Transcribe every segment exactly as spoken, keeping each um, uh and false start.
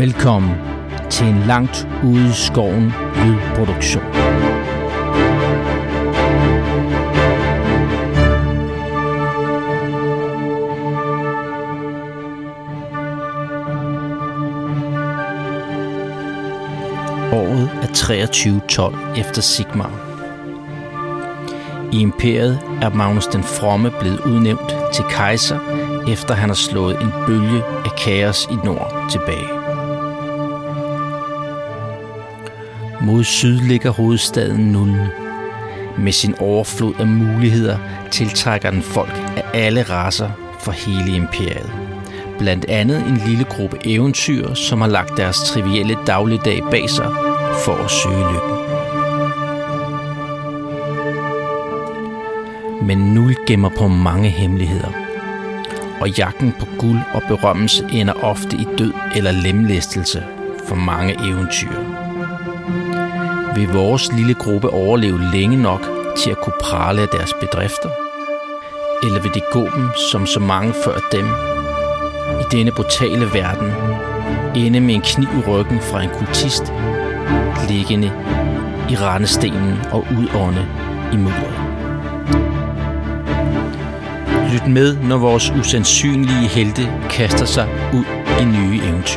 Velkommen til en langt ude i skoven lydproduktion. Året er treogtyve tolv efter Sigmar. I imperiet er Magnus den Fromme blevet udnævnt til kejser, efter han har slået en bølge af kaos i nord tilbage. Mod syd ligger hovedstaden Nuln. Med sin overflod af muligheder tiltrækker den folk af alle racer fra hele imperiet. Blandt andet en lille gruppe eventyr, som har lagt deres trivielle dagligdag bag sig for at søge lykken. Men Nuln gemmer på mange hemmeligheder. Og jagten på guld og berømmelse ender ofte i død eller lemlæstelse for mange eventyr. Vil vores lille gruppe overleve længe nok til at kunne prale af deres bedrifter? Eller vil det gå dem, som så mange før dem, i denne brutale verden, ende med en kniv i ryggen fra en kultist, liggende i rendestenen og udånde i mudderet? Lyt med, når vores usandsynlige helte kaster sig ud i nye eventyr.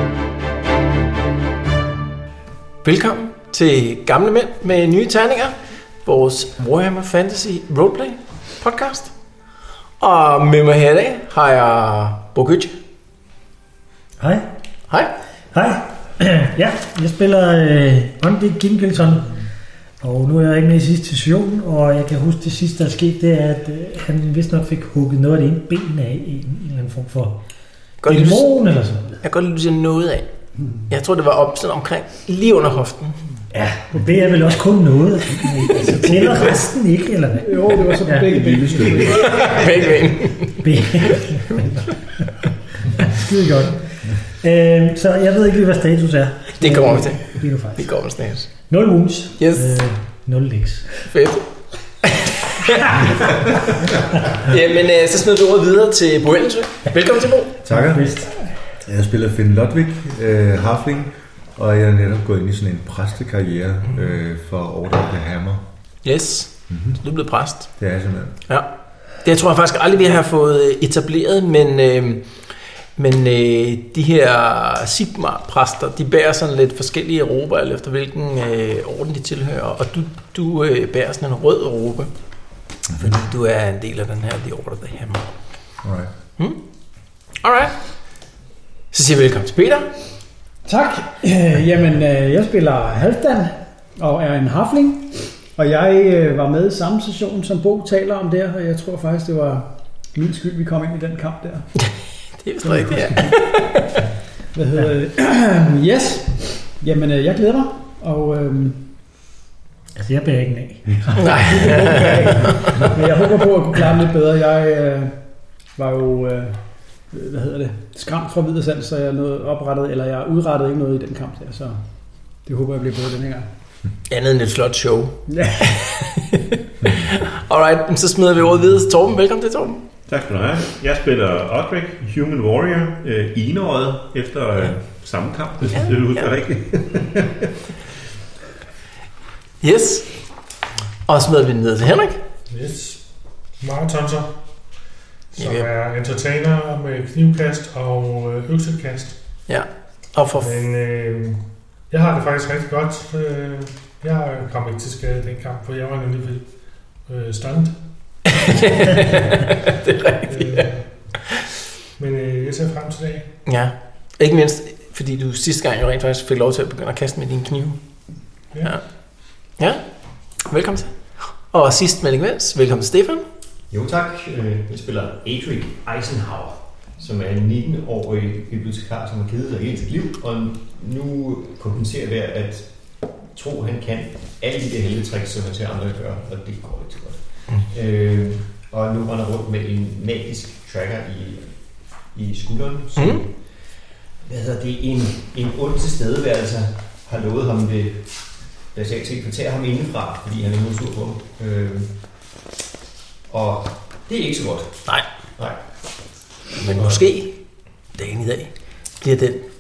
Velkommen til Gamle Mænd med nye terninger, vores Warhammer Fantasy Roleplay podcast. Og med mig her i dag har jeg Bogucci. Hej. Hej. Hej. Ja, jeg spiller øh, Undead Gimpleton, og nu er jeg ikke med i sidste session, og jeg kan huske det sidste, der er sket, det er, at øh, han vist nok fik hugget noget af det ene ben af i en, en eller anden form for dæmon eller sådan noget. Jeg kan godt lide, at du siger noget af. Jeg tror, det var op, sådan omkring lige under hoften. Ja, det er vel også kun noget. Altså, tæller resten ikke, eller hvad? Jo, det var så ja. Begge ben. Begge ben. Skide godt. Øh, så jeg ved ikke lige, hvad status er. Det kommer vi til. Det er faktisk. Det kommer status. nul wounds. Yes. Øh, nul legs. Fedt. Jamen, øh, så smider vi ordet videre til Bo Ellensø. Velkommen til Bo. Takker. Jeg spiller Finn Lodvig, øh, Halfling, og jeg er netop gået ind i sådan en præstekarriere øh, for Order of the Hammer. Yes, mm-hmm. Så du er blevet præst. Det er jeg simpelthen. Ja, det tror jeg faktisk aldrig, vi har fået etableret, men, øh, men øh, de her Sigmar-præster, de bærer sådan lidt forskellige rober, alt efter hvilken øh, orden de tilhører, og du, du øh, bærer sådan en rød robe, mm-hmm. fordi du er en del af den her The Order of the Hammer. Alright. Hmm? Alright. Så siger vi velkommen til Peter. Tak. Øh, jamen, øh, jeg spiller Halfdan og er en halfling. Og jeg øh, var med i samme session, som Bo taler om der. Og jeg tror faktisk, det var min skyld, vi kom ind i den kamp der. Det er vist rigtigt, ja. Hvad hedder det? Yes. Jamen, øh, jeg glæder mig. Og, øh, altså, jeg bærer ikke af. Nej. Men jeg håber på at kunne klare lidt bedre. Jeg øh, var jo... Øh, hvad hedder det, skræmt fra videre salg, så jeg er noget oprettet, eller jeg udrettede ikke noget i den kamp der, så det håber jeg bliver bedre den her gang. Andet end et flot show. Ja. Alright, så smider vi ordet videre til Torben. Velkommen til, Torben. Tak skal du have. Jeg spiller Odrik, Human Warrior, øh, enåret efter øh, samme kamp, hvis ja, det husker ja. rigtigt. Yes. Og smider vi den videre til Henrik. Yes. Mark Tonser, som ja. er entertainer med knivkast og øh, øksekast. Ja. Og for... Men øh, jeg har det faktisk rigtig godt. Øh, jeg kom ikke til skade i den kamp, for jeg var nemlig øh, stunt. Det er rigtigt, ja. øh, Men øh, jeg ser frem til det. Ja. Ikke mindst, fordi du sidste gang jo rent faktisk fik lov til at begynde at kaste med din kniv. Ja. Ja. Ja. Velkommen til. Og sidst men ikke mindst, velkommen til Stefan. Jo tak. Jeg spiller Adric Eisenhower, som er en nitten-årig bibliotekar, som har givet sig hele sit liv, og nu kompenserer ved at tro, han kan alle de heldetricks, som han ser andre gøre, og det går ikke så godt. Mm. Øh, og nu render rundt med en magisk tracker i, i skulderen, som mm. hvad hedder det, en, en ond tilstedeværelse har lovet ham det, lad os ikke kvartere ham indefra, fordi han er nu sur på ham. Øh, Og det er ikke så godt. Nej. Nej. Men måske dagen i dag bliver den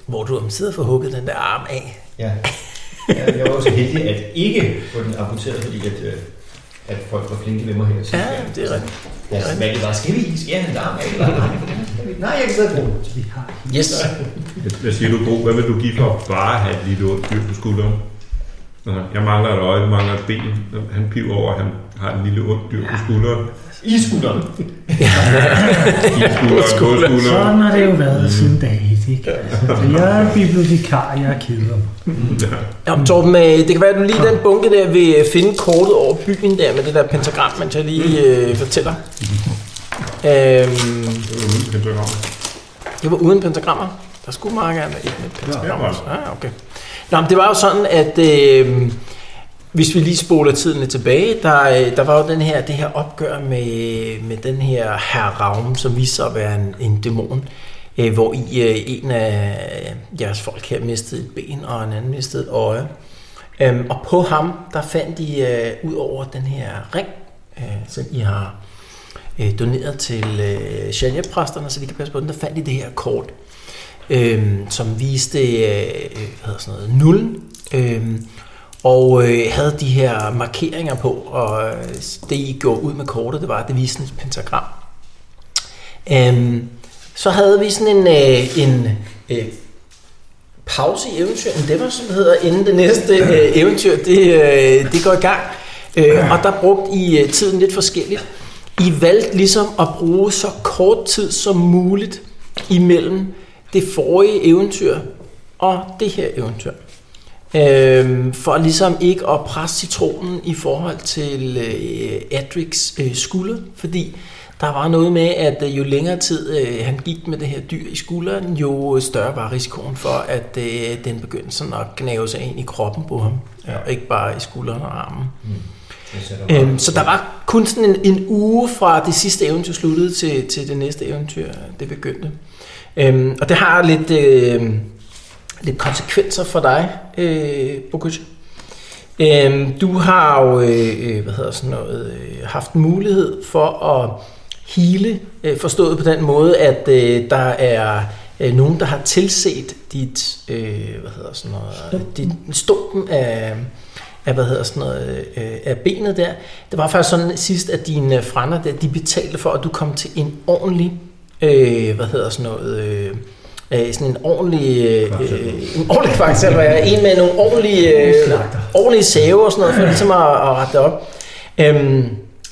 hvor du omsider får hugget den der arm af. Ja. Ja, jeg var også heldig at ikke få den amputeret, fordi at, øh, at folk var flinke med mig her. Ja, det er rigtigt. Ja, men det var, skal vi skære hans arm af? Eller? Nej, jeg kan stadig bruge det. Yes. Hvad siger du, Bo? Hvad vil du give for bare at have et lille ondt dyr på skulderen? Jeg mangler et øje, du mangler et ben. Han piver over, at han har en lille ondt dyr på skulderen. I skulderen. I skulderen, på skulderen. Sådan har det jo været mm. siden dag, ikke? Altså, jeg er bibliotekar, jeg er keder mig. Ja, Torben, det kan være, at du lige den bunke der vil finde kortet over byen der med det der pentagram, mens jeg lige øh, fortæller. Øhm, det var uden pentagrammer. Det var uden pentagrammer? Der skulle meget gerne være et med pentagrammer. Ja, ah, okay. Nå, men det var jo sådan, at øh, hvis vi lige spoler tiden lidt tilbage, der, der var jo den her, det her opgør med, med den her herr Ravn, som viste sig at være en, en dæmon, øh, hvor i øh, en af jeres folk her mistede et ben, og en anden mistede et øje. Øhm, og på ham, der fandt de øh, ud over den her ring, øh, som I har øh, doneret til øh, Shania-præsterne, så de kan passe på den, der fandt de det her kort, øh, som viste øh, hvad hedder sådan noget, nullen, øh, og øh, havde de her markeringer på, og det I gjorde ud med kortet, det var, at det viste et pentagram. Øh, så havde vi sådan en, øh, en øh, pause i eventyr, men det var som det hedder, inden det næste øh, eventyr, det, øh, det går i gang. Øh, og der brugte I øh, tiden lidt forskelligt. I valgte ligesom at bruge så kort tid som muligt imellem det forrige eventyr og det her eventyr. Øh, for ligesom ikke at presse citronen i forhold til øh, Adrics øh, skulder, fordi der var noget med, at øh, jo længere tid øh, han gik med det her dyr i skulderen, jo større var risikoen for, at øh, den begyndte sådan at gnave sig ind i kroppen på ham, ja. Og ikke bare i skulderen og armen. Mm. Øhm, så der var kun sådan en, en uge fra det sidste eventyr sluttede til, til det næste eventyr, det begyndte. Øhm, og det har lidt, øh, lidt konsekvenser for dig, øh, Bokuchi. Øhm, du har jo øh, hvad hedder sådan noget, øh, haft mulighed for at hele, øh, forstået på den måde, at øh, der er øh, nogen, der har tilset dit, øh, hvad hedder sådan noget, dit stumpen af, af, hvad hedder sådan noget, øh, af benet der. Det var faktisk sådan sidst, at dine frænder der, de betalte for, at du kom til en ordentlig, øh, hvad hedder sådan noget, øh, sådan en ordentlig, øh, en ordentlig kvaksalver, hvor jeg er en med nogle ordentlige, øh, ordentlige save og sådan noget, for ligesom at, at rette det op. Øhm,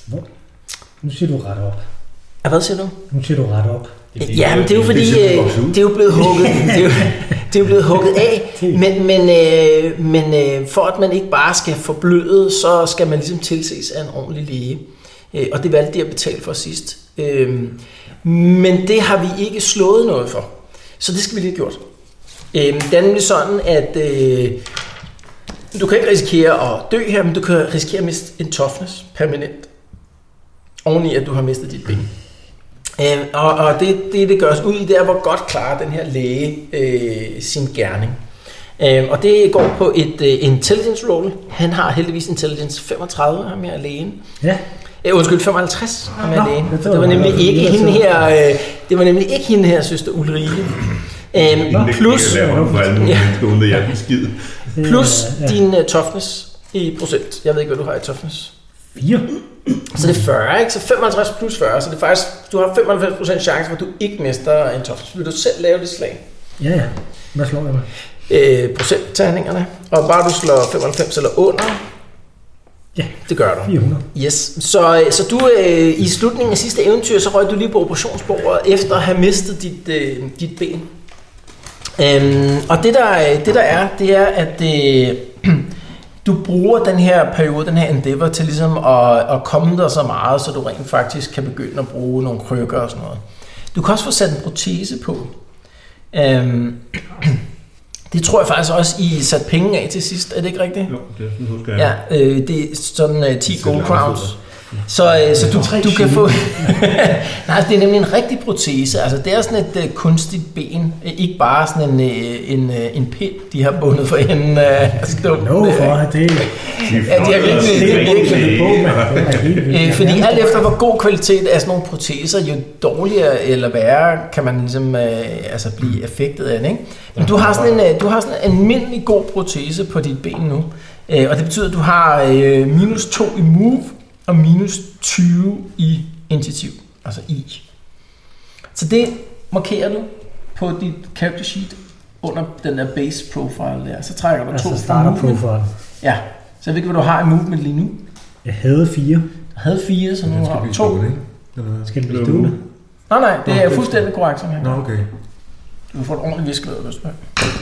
nu siger du ret op. Hvad siger du? Nu siger du ret op. Ja, men det er jo fordi, det er, det er jo blevet hugget, det er jo, det er jo blevet hugget af, men, men, øh, men øh, for at man ikke bare skal forbløde, så skal man ligesom tilses af en ordentlig læge. Øh, og det valgte de at betale for sidst. Øh, men det har vi ikke slået noget for. Så det skal vi lige have gjort. Øh, det er nemlig sådan, at øh, du kan ikke risikere at dø her, men du kan risikere at miste en toughness permanent. Oveni at du har mistet dit ben. Øh, og og det, det, det gør os ud i, det er, hvor godt klarer den her læge øh, sin gerning. Øh, og det går på et øh, intelligence roll. Han har heldigvis intelligence femogtredive, ham her lægen. Ja. Øh, undskyld, femoghalvtreds, ham her lægen. Det var nemlig ikke hende her, øh, det var nemlig ikke hende her, søster Ulrike. Øh, plus, plus din uh, toughness i procent. Jeg ved ikke, hvad du har i toughness. fire. Så det er fyrre, ikke? Så femoghalvtreds plus fyrre, så det er faktisk, du har femoghalvfems procent chance, for du ikke mister en toughness. Vil du selv lave det slag? Ja, ja. Hvad slår jeg med? Øh, procentterningerne. Og bare du slår femoghalvfems eller under, ja, det gør du. fire hundrede. Yes. Så, så du øh, i slutningen af sidste eventyr, så røg du lige på operationsbordet, efter at have mistet dit, øh, dit ben. Øhm, og det der, det der er, det er, at øh, du bruger den her periode, den her endeavor, til ligesom at, at komme der så meget, så du rent faktisk kan begynde at bruge nogle krykker og sådan noget. Du kan også få sat en protese på. Øhm, det tror jeg faktisk også, I sat penge af til sidst. Er det ikke rigtigt? Jo, det husker jeg. Ja, øh, det er sådan uh, ti gold crowns. Så, øh, så du, du kan få... Nej, det er nemlig en rigtig protese. Altså, det er sådan et uh, kunstigt ben. Ikke bare sådan en, uh, en, uh, en pind, de har bundet for enden af stumpen. Nå, for det. De Ja, de har virkelig virkelig. Øh, fordi alt efter hvor god kvalitet af sådan nogle proteser, jo dårligere eller værre kan man ligesom øh, altså blive affektet af det, ikke? Men du har sådan en øh, du har sådan en almindelig god protese på dit ben nu, øh, og det betyder at du har øh, minus to i move og minus tyve i initiativ, altså i. Så det markerer du på dit character sheet under den der base profile der. Så trækker du Altså to starter movement. profile. Ja, så jeg ved ikke, hvad du har i movement lige nu. Jeg havde fire. Du havde fire, så nu Den skal har du blive to. stående, ikke? Eller hvad? Skal det blive stående? Nej, nej, det Nå, er det- fuldstændig korrekt, som han Nå, gør. okay. Du får et ordentligt viskelød, hvis du vil.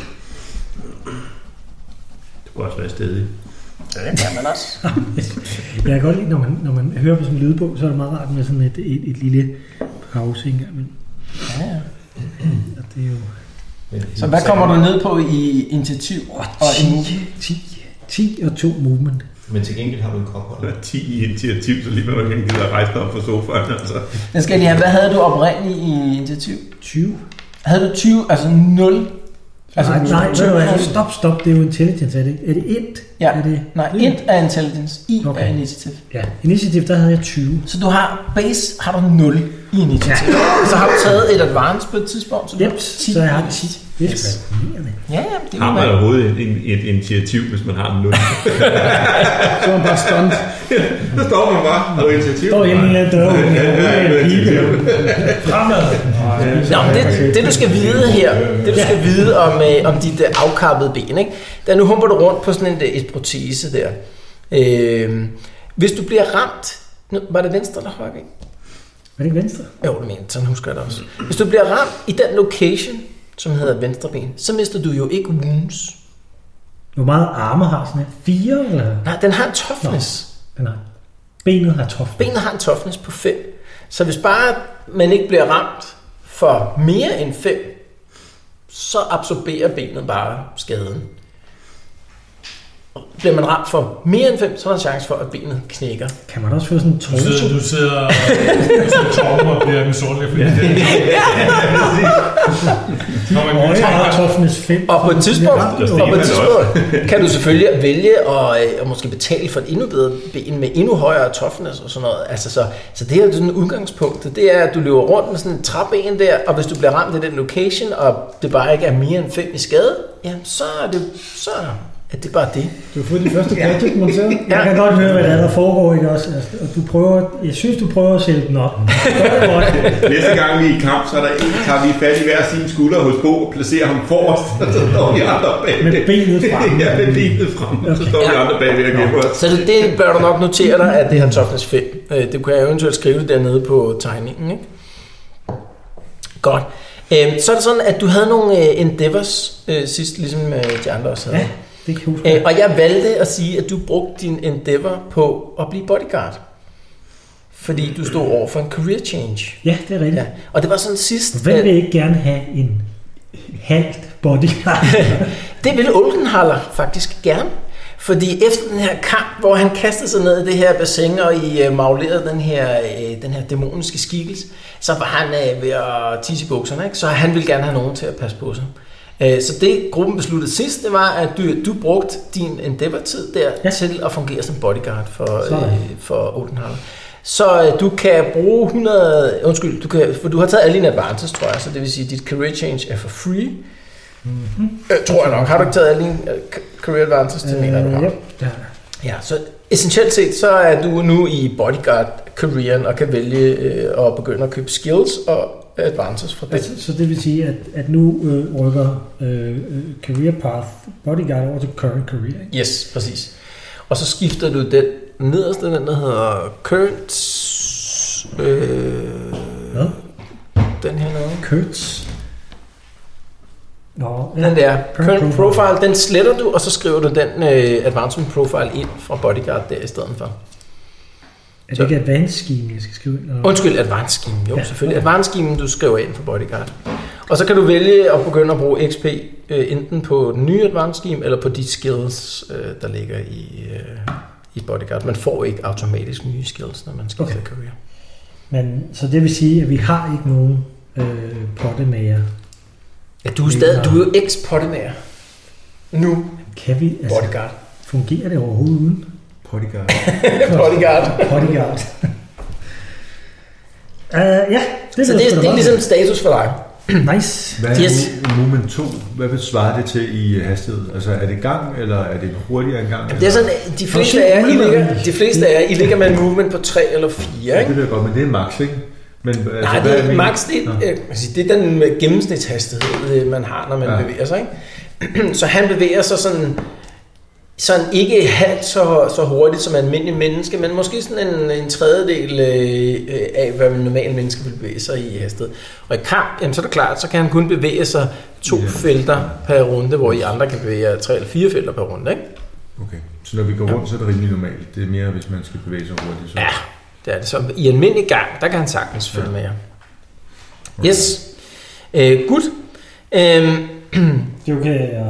Det kunne også være stedig. Ja, det kan man også. Jeg kan godt lide, når man, når man hører på sådan en lydbog, så er det meget rart med sådan et, et, et lille pause engang. Men Ja, ja. og det er jo Så hvad kommer du ned på i initiativ og i move? ti, ti og to movement. Men til gengæld har du en Der kopholder. er ti i initiativ, så lige når du kan gide at rejse dig op fra sofaen. Altså. Den skal lige have, hvad havde du oprindeligt i initiativ? tyve. Havde du tyve, altså nul? Altså, Nej, nej, tyve- nej, nej, stop, stop, det er jo intelligence, er det ikke? Er det int? Ja, Er det, nej, int er intelligence, i Okay. er initiativ. Ja, initiativ, der havde jeg tyve. Så du har base, har du nul i initiativ. Så har du taget et advance på et tidspunkt, så du Yep, har ti. så jeg har ti. Det er Yes. sgu imponerende. Ja, ja, det er Har man jo overhovedet et, et, et initiativ, hvis man har en nul? Så er man bare stunt. Så står man bare på initiativ. Står hjemme i en eller anden dør, og en pige. Fremad. Nå, men det, det du skal vide her, det du skal vide om, øh, om dit øh, afkappede ben, ikke? Der nu humper du rundt på sådan en, et protese der. Øh, hvis du bliver ramt, nu, var det venstre eller højre ben? Var det ikke venstre? Jo, det mener, sådan husker jeg det også. Hvis du bliver ramt i den location, som hedder venstre ben, så mister du jo ikke wounds. Hvor meget arme har sådan en? Fire, eller? Nej, den har en toughness. Den har. Benet har tof. Benet har en toughness på fem. Så hvis bare man ikke bliver ramt for mere end fem, så absorberer benet bare skaden. Bliver man ramt for mere end fem, så er der en chance for, at benet knækker. Kan man også få sådan en Du sidder, torso? du sidder med sådan en tårn og bliver med sortlig, fordi det Når man Øje tænker- har toughness fem. Og på et tidspunkt, Ja, det er og på et man tidspunkt kan du selvfølgelig vælge at, øh, at måske betale for et endnu bedre ben med endnu højere toughness og sådan noget. Altså så, så det er jo sådan udgangspunktet. Det er, at du løber rundt med sådan en træben der, og hvis du bliver ramt i den location, og det bare ikke er mere end fem i skade, jamen så er det, så er det bare det. Du har fået din første gadget monteret. Jeg kan godt høre, hvad der, er, der foregår, ikke også? Altså, og du prøver, jeg synes, du prøver at sælge den op. Gør det godt. Næste gang vi er i kamp, så er der en, tager vi fat i hver sin skulder hos Bo og placerer ham forrest, og så står de andre bagved. Med benet frem. Ja, med benet frem. Så står de andre bagved og gemmer os. Så det, det bør du nok notere dig, at det har toughness fem. Øh, Det kunne jeg eventuelt skrive det dernede på tegningen, ikke? Godt. Øhm, Så er det sådan, at du havde nogle øh, endeavors øh, sidst, ligesom øh, de andre også havde. Ja, det kan jeg huske. Øh, Og jeg valgte at sige, at du brugte din endeavor på at blive bodyguard. Fordi du stod over for en career change. Ja, det er rigtigt. Ja. Og det var sådan sidst... Hvem at- vil ikke gerne have en halvt bodyguard? Det ville Oldenhaller faktisk gerne. Fordi efter den her kamp, hvor han kastede sig ned i det her bassin, og I uh, maglerede den her, uh, den her dæmoniske skikkelse, så var han uh, ved at tisse i bukserne, ikke? Så han ville gerne have nogen til at passe på sig. Uh, så det gruppen besluttede sidst, det var, at du, du brugte din endeavor-tid der Ja. ja. til at fungere som bodyguard for, Sådan. uh, for Oldenhaller. Så uh, du kan bruge hundrede... Undskyld, du kan, for du har taget alle dine advances, tror jeg, så det vil sige, at dit career change er for free. Mm-hmm. Øh, tror jeg nok. Har du ikke taget alle dine uh, career advances til, mener du har? Øh, ja, ja. Ja, så essentielt set, så er du nu i bodyguard-karrieren og kan vælge øh, at begynde at købe skills og advances fra det. Altså, så det vil sige, at, at nu øh, rykker øh, øh, career path bodyguard over til current career. Ikke? Yes, præcis. Og så skifter du den nederste, den der hedder current... Øh, Hvad? den her noget. Kurtz. Nå, ja. Den der Current current profile, den sletter du, og så skriver du den øh, advancement profile ind fra bodyguard der i stedet for. Er det ikke advanced scheme, jeg skal skrive ind? Eller? Undskyld, advanced scheme. Jo, Ja. ja, selvfølgelig. Advanced scheme, du skriver ind for bodyguard. Og så kan du vælge at begynde at bruge X P øh, enten på den nye advanced scheme, eller på de skills, øh, der ligger i, øh, i Bodyguard. Man får ikke automatisk nye skills, når man skifter okay. career. Men så det vil sige, at vi har ikke nogen øh, pottemager. Ja, du er, stadig, du er jo ex-pottemager. Nu. Kan vi, altså, Bodyguard. Fungerer det overhovedet uden? Bodyguard. Bodyguard. Bodyguard. uh, ja, det så det, det er ligesom status for dig. Nice. Hvad er yes. Movement to? Hvad svarer det til i hastighed? Altså er det gang, eller er det hurtigere en gang? Jamen, det er sådan, de fleste af jer, I ligger, de fleste af jer, I ligger med en movement på tre eller fire, ja, ikke? det ved jeg godt, men det er max, ikke? Men, altså, nej, hvad det er, er max, det, øh, det er den gennemsnitshastighed, man har, når man ja. bevæger sig, ikke? Så han bevæger sig sådan, sådan ikke halvt så, så hurtigt som en almindelig menneske, men måske sådan en, en tredjedel øh, af, hvad man normalt menneske vil bevæge sig i hastighed. Og i kamp, jamen, så er det klart, så kan han kun bevæge sig to ja. felter per runde, hvor I andre kan bevæge jer tre eller fire felter per runde, ikke? Okay, så når vi går rundt, ja. så er det rimelig normalt. Det er mere, hvis man skal bevæge sig hurtigt. Så. Ja, det er det. Så i almindelig gang, der kan han sagtens følge ja. med jer. Okay. Yes. Øh, good. Øhm, det kan jeg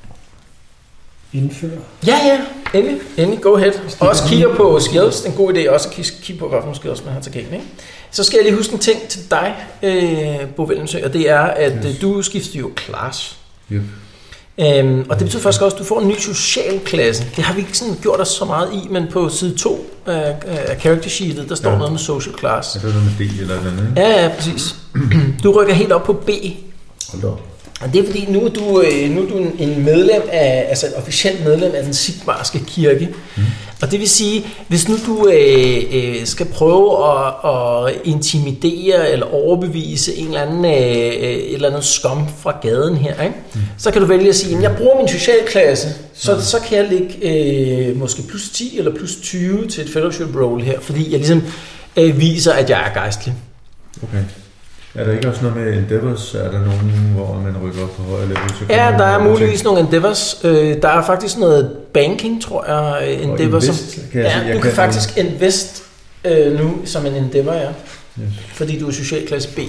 indføre. Ja, ja. Endelig. Endelig. Go ahead. Også kigger på skills. Det er en god idé også at kigge på, hvilke skills man har tilgængeligt. Så skal jeg lige huske en ting til dig, øh, Bo Vellensø, og det er, at yes. du skifter jo class. Yep. Øhm, og det betyder faktisk også, at du får en ny social klasse. Det har vi ikke sådan gjort os så meget i, men på side to af, af character sheetet, der står ja. noget med social class. Er det noget med D eller noget? Ja, ja, præcis. Du rykker helt op på B. Hold da. Og det er fordi, nu er du, nu er du en medlem af, altså et officielt medlem af den sigmarske kirke. Mm. Og det vil sige, hvis nu du øh, øh, skal prøve at, at intimidere eller overbevise en eller anden, øh, et eller andet skum fra gaden her, ikke? Mm. Så kan du vælge at sige, at jeg bruger min socialklasse, så, mm. så kan jeg lægge øh, måske plus ti eller plus tyve til et fellowship roll her, fordi jeg ligesom øh, viser, at jeg er gejstlig. Okay. Er der ikke også noget med endeavors? Er der nogen, hvor man rykker op på højere level? Så ja, der er muligvis nogle endeavors. Der er faktisk noget banking, tror jeg, endeavor. Som, kan jeg ja, sige, du kan, kan faktisk noget... invest øh, nu som en endeavor, ja. Yes. Fordi du er socialklasse B.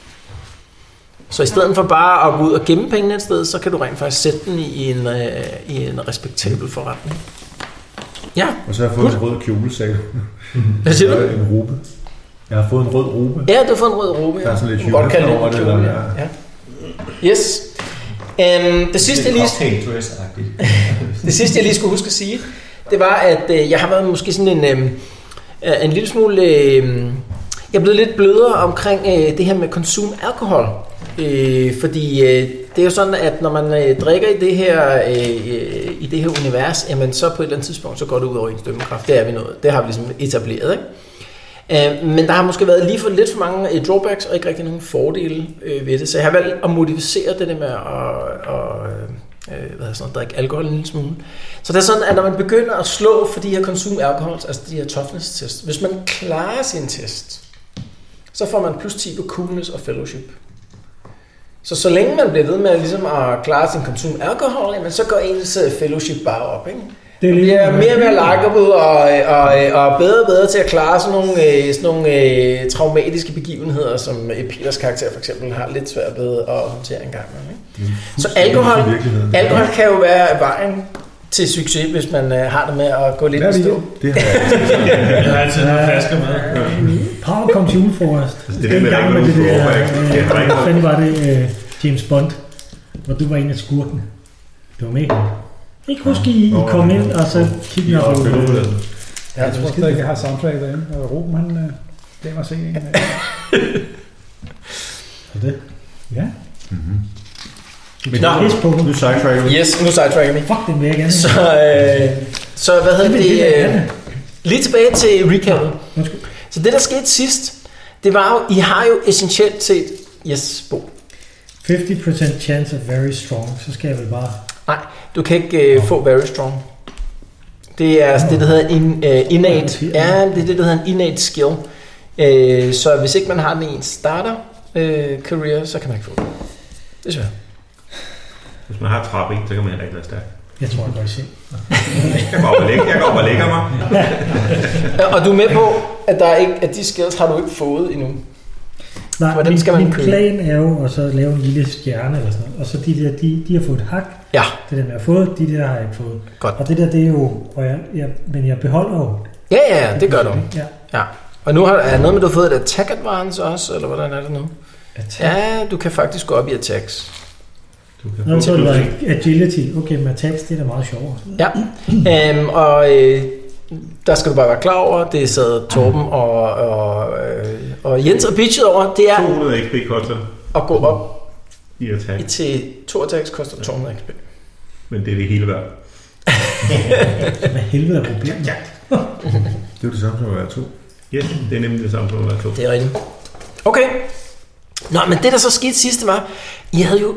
Så i stedet for bare at gå ud og gemme pengene et sted, så kan du rent faktisk sætte den i en, øh, i en respektabel forretning. Ja. Og så har jeg fået Good. en rød kjole, sagde du. Hvad siger du? En robe. Jeg har fået en rød robe. Ja, du har fået en rød robe. Ja. Der er sådan lidt hyggelig over det. Eller, ja. Ja. Yes. Um, det sidste, jeg lige... det sidste, jeg lige skulle huske at sige, det var, at uh, jeg har været måske sådan en, um, en lille smule... Uh, jeg er blevet lidt blødere omkring uh, det her med konsum alkohol. Uh, fordi uh, det er jo sådan, at når man uh, drikker i det her uh, i det her univers, jamen, så på et eller andet tidspunkt, så går det ud over ens dømmekraft. Det er vi noget. Det har vi ligesom etableret, ikke? Uh, men der har måske været lige for lidt for mange uh, drawbacks og ikke rigtig nogen fordele uh, ved det, så jeg har valgt at modificere det der med at, at uh, hvad sådan, at drikke alkohol en lille smule. Så det er sådan, at når man begynder at slå for de her konsum alcohol, altså de her toughness test, hvis man klarer sin test, så får man plus ti på coolness og fellowship. Så så længe man bliver ved med ligesom at klare sin konsum alkohol, jamen, så går ens fellowship bare op, ikke? Det er mere og mere likeable og, og, og bedre og bedre til at klare sådan nogle, sådan nogle uh, traumatiske begivenheder, som Peters karakter for eksempel har lidt svært ved at håndtere en gang. Ikke? Så alkohol, alkohol kan jo være vejen til succes, hvis man uh, har det med at gå lidt i stå. Det har jeg. Jeg har altid nogle flasker med. Power kom til julefrokost. Det er det med, der ikke det der, hvad fanden var det, James Bond, hvor du var en af skurken. Det var mega. Ikke huske, I, I kom ind, og så kiggede jeg på det. Jeg tror stadig, jeg har soundtrack derinde, og Ruben, han gav mig se en. Er det? Ja. Men Nå, nu sidetracker vi. Yes, nu sidetracker vi. Fuck, det vil jeg gerne. Så, øh, så hvad hedder det? det øh, lige tilbage til recapet. Så det, der skete sidst, det var jo, I har jo essentielt set... Yes, Bo. halvtreds procent chance of very strong, så skal jeg vel bare... Nej, du kan ikke øh, få very strong. Det er altså det, der hedder in, uh, innate. Ja, det er det, der hedder en innate skill. Uh, så hvis ikke man har den i en starter uh, career, så kan man ikke få det. Desværre. Hvis man har trappe i, så kan man heller ikke være stærk. Jeg tror, jeg går i se. Jeg går op og lægger, jeg går op og lægger mig. Og du er med på, at, der er ikke, at de skills har du ikke fået endnu. Nej, Hvordan min, skal man min købe? plan er jo at så lave en lille stjerne eller sådan noget. Og så de der, de, de har fået et hak. Ja. Det er dem, jeg har fået. De der har jeg ikke fået. Godt. Og det der, det er jo... Og jeg, jeg, men jeg beholder jo... Ja, ja, ja, det gør du. Ja. Ja. Og nu har, er noget med, du har fået et attack advance også, eller hvordan er det nu? Attack. Ja, du kan faktisk gå op i attacks. Du kan Nå, få så er det det. bare agility. Okay, med attacks, det er da meget sjovere. Ja, øhm, og øh, der skal du bare være klar over, det sad Torben og, og, øh, og Jens og pitchet over, det er to hundrede X P koster at gå op i attack, til to attacks koster to hundrede X P. men det er det hele værd. Hvad helvede er problemet? Det er jo det samme som at være to. Ja, det er nemlig det samme som at være to. Det er rigtigt. Okay. Nå, men det der så skete sidste var, I havde jo...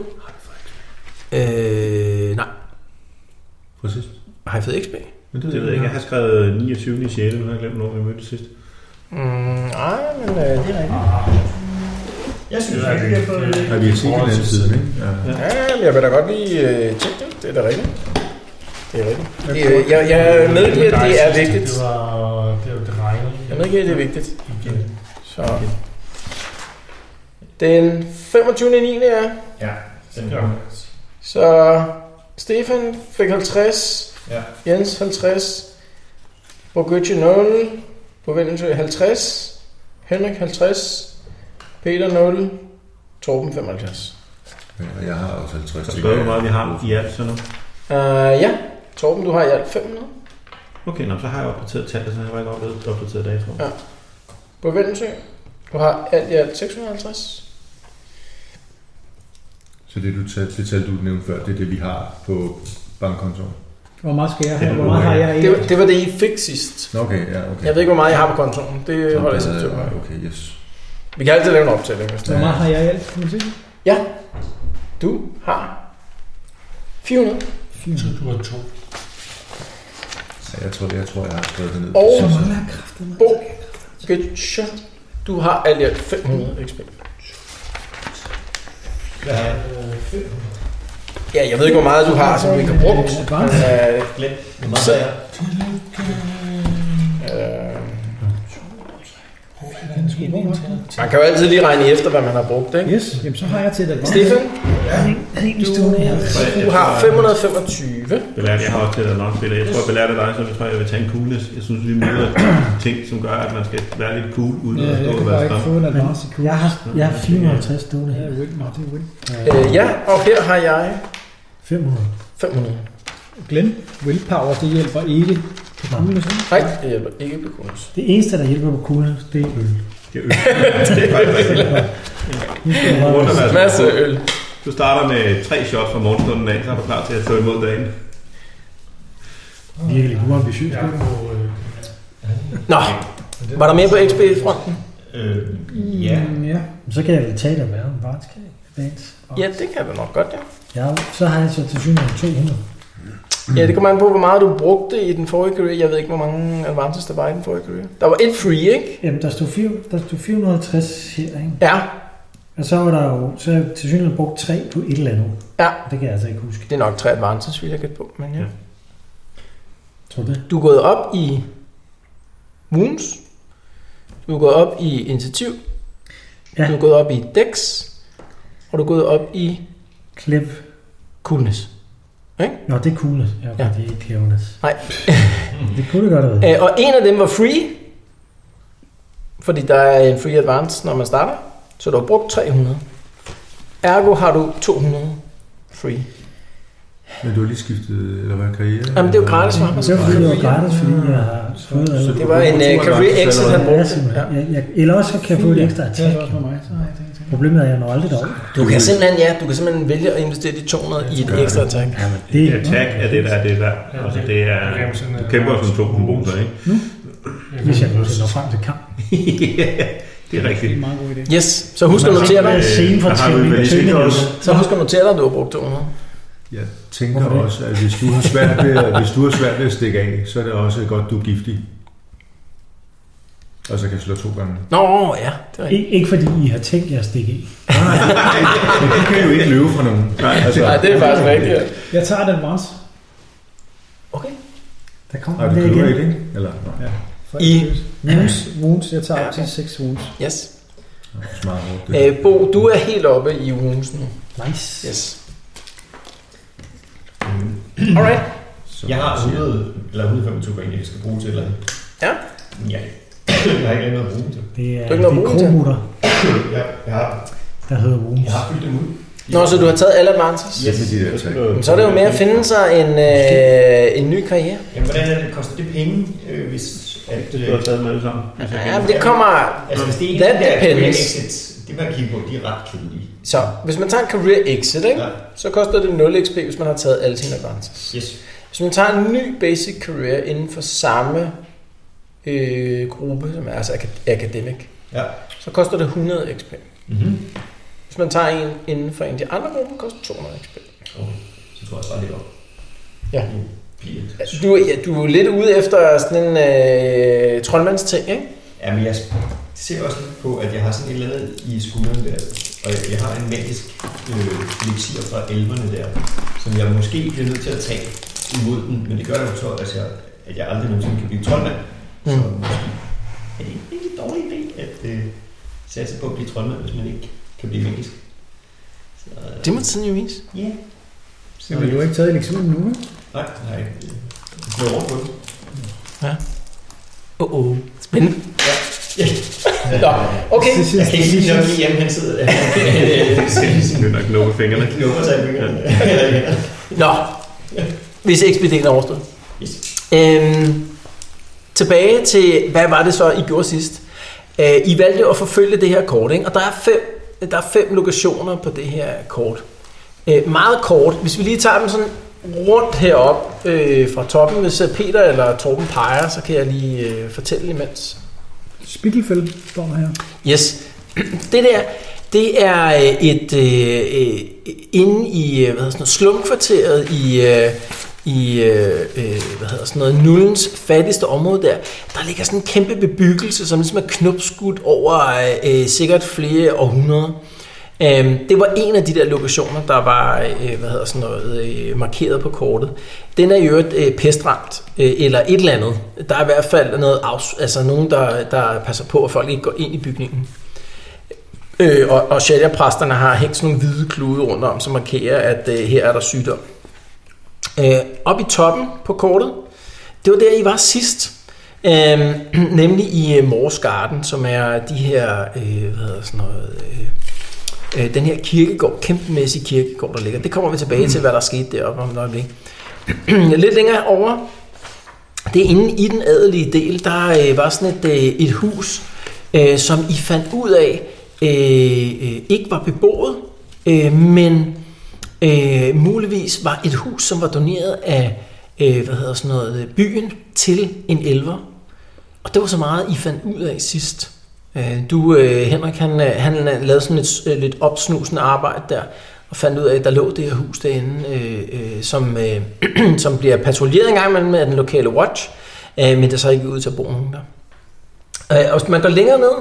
Øh, nej, Præcis. har I fået X P? Men Det ved jeg ikke. Jeg har skrevet niogtyvende i sjette, nu har jeg glemt, når vi mødtes sidst. Mm, nej, men øh, det er rigtigt. Jeg synes, Det er at vi har fået... det. Nej, vi har set den anden side, ikke? Ja. Ja, men jeg vil da godt lige øh, tjekke det. Det er da rigtigt. Det er rigtigt. Det er, jeg, jeg medgiver, at det er vigtigt. Det var, det var det regnede. Jeg medgiver, at det er vigtigt. Igen. Så. Den femogtyvende niende er. Ja, den Ja. Så Stefan fik halvtreds. Ja. Jens halvtreds. Borgøtje nul. På Vendensø halvtreds. Henrik halvtreds. Peter nul. Torben femoghalvtreds. Og jeg har også halvtreds. Så spørger du, hvor meget vi har i alt så nu? Uh, ja, Torben, du har i alt fem hundrede. Okay, nå, så har jeg opdateret tallet, så har jeg ikke opdateret, opdateret datoen. Ja. På Vendensø, du har alt i alt seks hundrede og halvtreds. Så det, du tal, det tal, du nævnte før, det er det, vi har på bankkontoen. Hvor meget skal jeg have? Det er Hvor meget har jeg i? Det, var- det var det, I fik sidst. Nå, okay, ja, okay. Jeg ved ikke, hvor meget jeg har på kontoen. Det Så holder jeg det sig til. er- Okay, yes. Vi kan altid lave en optælling, hvis det Hvor er. meget har jeg i alt? Kan man se? Ja, du har fire hundrede. Så du har to. Ja, jeg tror, jeg tror, jeg har skrevet det ned. Og Så mangler jeg kraftet mig. Bo Gøtje, du har alt i alt fem hundrede X P. Hvad har jeg? Ja, jeg ved ikke, hvor meget du har, som du ikke har brugt. Advance. Øh, Glem. Hvor meget har jeg? øh, man kan jo altid lige regne efter, hvad man har brugt, ikke? Yes, jamen så har jeg til et advance. Stefan, Du, du har fem hundrede og femogtyve. Belærte, jeg har også til at lancespille. Jeg tror, jeg belærte dig, så jeg tror, jeg vil tage en coolness. Jeg synes, vi møder ting, som gør, at man skal være lidt cool, uden Ja, at jeg stå kan og bare være ikke skræmt. få en advance i kurs. jeg har, jeg har fire hundrede og halvtreds stående Ja, her. win. Nå, det er win. Øh, ja, og her har jeg fem hundrede. fem hundrede. Glenn, willpower, det hjælper ikke på coolness. Nej, det hjælper ikke på kurs. Det eneste, der hjælper på coolness, det er øl. Det er øl. Det er faktisk rigtigt. Nu skal jeg Rundt bare- om Masse øl. Du starter med tre shots fra morgenstunden af, så er du klar til at tage imod dagen. Virkelig uambitiøst. Jeg er på... Øh, Nå, var der mere på X P-fronten? Øh, ja. Mm, ja. Så kan jeg vel tage det og være en barnskab. Advance. Ja, det kan vi nok godt, ja. Ja, så har jeg så til synligheden to hundrede. Ja, det kommer an på, hvor meget du brugte i den forrige career. Jeg ved ikke, hvor mange advances der var i den forrige career. Der var et free, ikke? Jamen, der stod, fire, der stod fire hundrede og halvtreds her, ikke? Ja, Og så var der jo, så har jeg til synligheden brugt tre på et eller andet. ja. Det kan jeg altså ikke huske. Det er nok tre advances, vil jeg gætte på, men ja. Ja. Tror du det? Du er gået op i wounds. Du er gået op i initiativ. Ja. Du er gået op i dex. Og du er gået op i Klip. coolness. Nå, det er coolness. Ja, okay, Ja. det er ikke cleverness. Nej. Det kunne det godt have været. Øh, og en af dem var free. Fordi der er en free advance, når man starter. Så du har brugt tre hundrede. Ergo har du to hundrede free. Men du har lige skiftet, eller hvad, karriere? Jamen, det er jo gratis for ham. Det var fordi, det var gratis, fordi jeg har fået Så det. Det var en uh, career exit, han Ja, brugte. simpelthen. Ja. Jeg, jeg, eller også så kan jeg få et ekstra Det attack. er også for mig. Så har jeg tænkt til. Problemet er, at jeg når aldrig derover. Du kan simpelthen, ja, du kan simpelthen vælge at investere de to hundrede i et ekstra attack. Jamen, det er Attack er det, der er det værd. Altså, det er... Du kæmper som to komboser, ikke? hvis jeg nogensinde når frem til kamp. Det er Det er rigtigt. en meget god idé. Yes, så husk at notere dig. En scene for Der har du træning. vel træning, også. Så husk at notere dig, at du har brugt to hundrede. Jeg tænker Hvorfor det? også, at hvis du har svært ved, at, hvis du har svært ved at stikke af, så er det også godt, du er giftig. Og så kan jeg slå to gange. Nå, ja, det er rigtigt. Ik- ikke fordi I har tænkt jer at stikke i. Men du kan jo ikke løbe fra nogen. Nej, Altså, Nej, det er faktisk rigtigt. Ja. Jeg tager et advance. Okay. Der kommer nej, du den der køber igen. ikke, ikke? Eller? Nå. For I- wounds, wounds, jeg tager op til seks wounds. Yes. Smart hårdt. Øh, Bo, du er helt oppe i wounds nu. Nice. Yes. Alright. Jeg har hundrede, eller et hundrede og femogtyve point, jeg skal bruge til eller andet. Ja. Ja. Jeg har ikke noget at bruge til. Det er, Du har ikke noget det at er bruge til? kromutter, Jeg, jeg, har, der hedder wounds. jeg har fyldt dem ud. Nå, så du har taget alle advances? Yes. Med de der tre. Men så er det jo med at finde sig en, øh, en ny karriere. Jamen, hvordan er det? Koster det penge, øh, hvis at... Du Øh, har taget dem alle sammen. Ja, men det kommer... altså, hvis det er en That af de der career depends. exits, det man kigger på, de er ret kedelige. Så hvis man tager en career exit, ikke? Ja. Så koster det nul X P, hvis man har taget alle sine advances. Yes. Hvis man tager en ny basic career inden for samme øh, gruppe, som er altså akad- academic, Ja. så koster det hundrede X P. Mm-hmm. Hvis man tager en inden for en af de andre grupper, koster det to hundrede X P. Okay. Så tror jeg bare, det er op. Ja. Fint. Altså, du, ja, du er lidt ude efter sådan en øh, troldmandsting, ikke? Jamen, jeg ser også lidt på, at jeg har sådan et eller andet i skulderen der, og jeg, jeg har en magisk øh, elixir fra elverne der, som jeg måske bliver nødt til at tage imod den, men det gør jeg jo så, at jeg, at jeg aldrig nogensinde kan blive troldmand. Mm. Så måske er det ikke en dårlig idé at øh, satse på at blive troldmand, hvis man ikke kan blive magisk. Så, øh, Det må tiden jo vise. Ja. Yeah. Så har du ikke taget lektionen nu, ikke? Nej, nej. Det er over på det. Ja. Åh, oh, oh. Spændende. Ja. Nå, okay. Jeg kan ikke sige nok lige hjemme, han sidder. Det skal ligesom... Det er nok noget med fingrene. Han knupper sig i fingrene. Nå, hvis ekspediten er overstået. Yes. Øhm, tilbage til, hvad var det så, I gjorde sidst? Øh, I valgte at forfølge det her kort, ikke? Og der er fem, der er fem lokationer på det her kort. Øh, meget kort. Hvis vi lige tager dem sådan rundt herop øh, fra toppen, hvis Peter eller Torben peger, så kan jeg lige øh, fortælle imens. Spiegelfeld står der her. Yes. Det der, det er et øh, inde i hvad hedder sådan noget, slumkvarteret i øh, i øh, hvad hedder sådan noget, Nullens fattigste område der. Der ligger sådan en kæmpe bebyggelse, som ligesom er knopskudt over øh, sikkert flere århundreder. Um, det var en af de der lokationer, der var øh, hvad hedder sådan noget, øh, markeret på kortet. Den er i øvrigt øh, pestramt, øh, eller et eller andet. Der er i hvert fald noget afs- altså nogen, der, der passer på, at folk ikke går ind i bygningen. Øh, og og sharia-præsterne har hængt sådan nogle hvide klude rundt om, som markerer, at øh, her er der sygdom. Øh, op i toppen på kortet, det var der, I var sidst. Øh, nemlig i øh, Mors Garden, som er de her, øh, hvad hedder sådan noget... Øh, den her kirkegård, kæmpemæssig kirkegård, der ligger. Det kommer vi tilbage til, hvad der skete deroppe om et øjeblik. Lidt længere over, det er inde i den adelige del, der øh, var sådan et, et hus, øh, som I fandt ud af, øh, ikke var beboet, øh, men øh, muligvis var et hus, som var doneret af øh, hvad hedder sådan noget, byen til en elver. Og det var så meget, I fandt ud af sidst. Du, Henrik, han, han lavede sådan et lidt opsnusende arbejde der, og fandt ud af, at der lå det her hus derinde, øh, som, øh, som bliver patruljeret en gang imellem med den lokale watch, øh, men der så ikke ud til at bo nogen der. Øh, og hvis man går længere ned,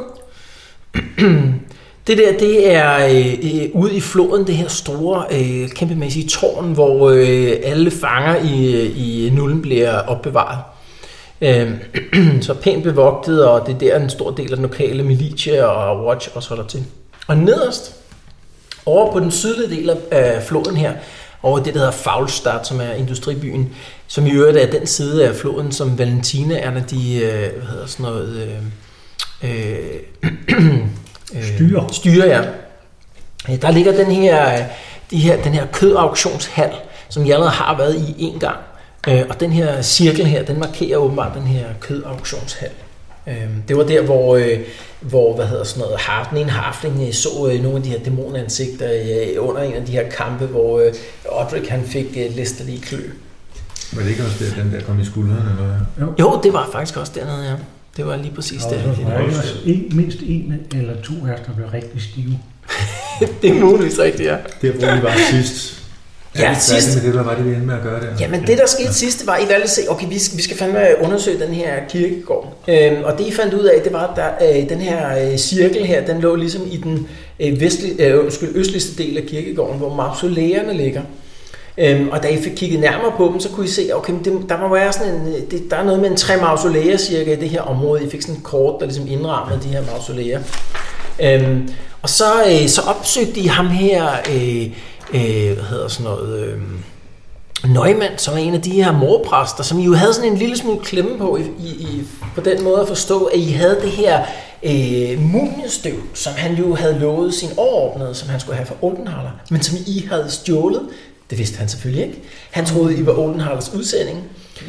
det der, det er øh, ude i floden, det her store, øh, kæmpemæssige tårn, hvor øh, alle fanger i, i Nullen bliver opbevaret. Så pænt bevogtet, og det er der en stor del af den lokale militia og watch også holder til. Og nederst, over på den sydlige del af floden her, over det der hedder Faulstad, som er industribyen, som i øvrigt er den side af floden, som Valentina er, når de, hvad hedder sådan noget, øh, øh, styrer. styrer, ja. Der ligger den her, de her, den her kødauktionshal, som jeg allerede har været i en gang. Og den her cirkel her, den markerer åbenbart den her kødauktionshal. Det var der, hvor, hvor hvad hedder sådan noget, den ene harfling så nogle af de her dæmonansigter under en af de her kampe, hvor Odrik han fik læsterlige klø. Var det ikke også der, den der kom i skulderen? Eller? Jo. jo, det var faktisk også dernede, ja. Det var lige præcis ja, der. Der var også en, mindst en eller to her, der blev rigtig stive. Det er muligvis rigtigt, ja. Det hvor vi var sidst. Ja, sidst. Med det, hvad var det, vi endte med at gøre der? Jamen, det der skete sidst, var, I valgte at se, okay, vi skal, vi skal fandme undersøge den her kirkegård. Øhm, og det, I fandt ud af, det var, at der, øh, den her øh, cirkel her, den lå ligesom i den øh, vestlig, øh, undskyld, østligste del af kirkegården, hvor mausolæerne ligger. Øhm, og da I fik kigget nærmere på dem, så kunne I se, okay, det, der må være sådan en, det, der er noget med en tre mausolæer cirka i det her område. I fik sådan et kort, der ligesom indrammede de her mausolæer. Øhm, og så, øh, så opsøgte de ham her, øh, øh, hvad hedder sådan noget, øh, Neumann, som er en af de her morpræster, som I jo havde sådan en lille smule klemme på, i, i, på den måde at forstå, at I havde det her øh, mumiestøv, som han jo havde lovet sin overordnede, som han skulle have fra Oldenhaler, men som I havde stjålet. Det vidste han selvfølgelig ikke. Han troede, I var Oldenhalers udsending.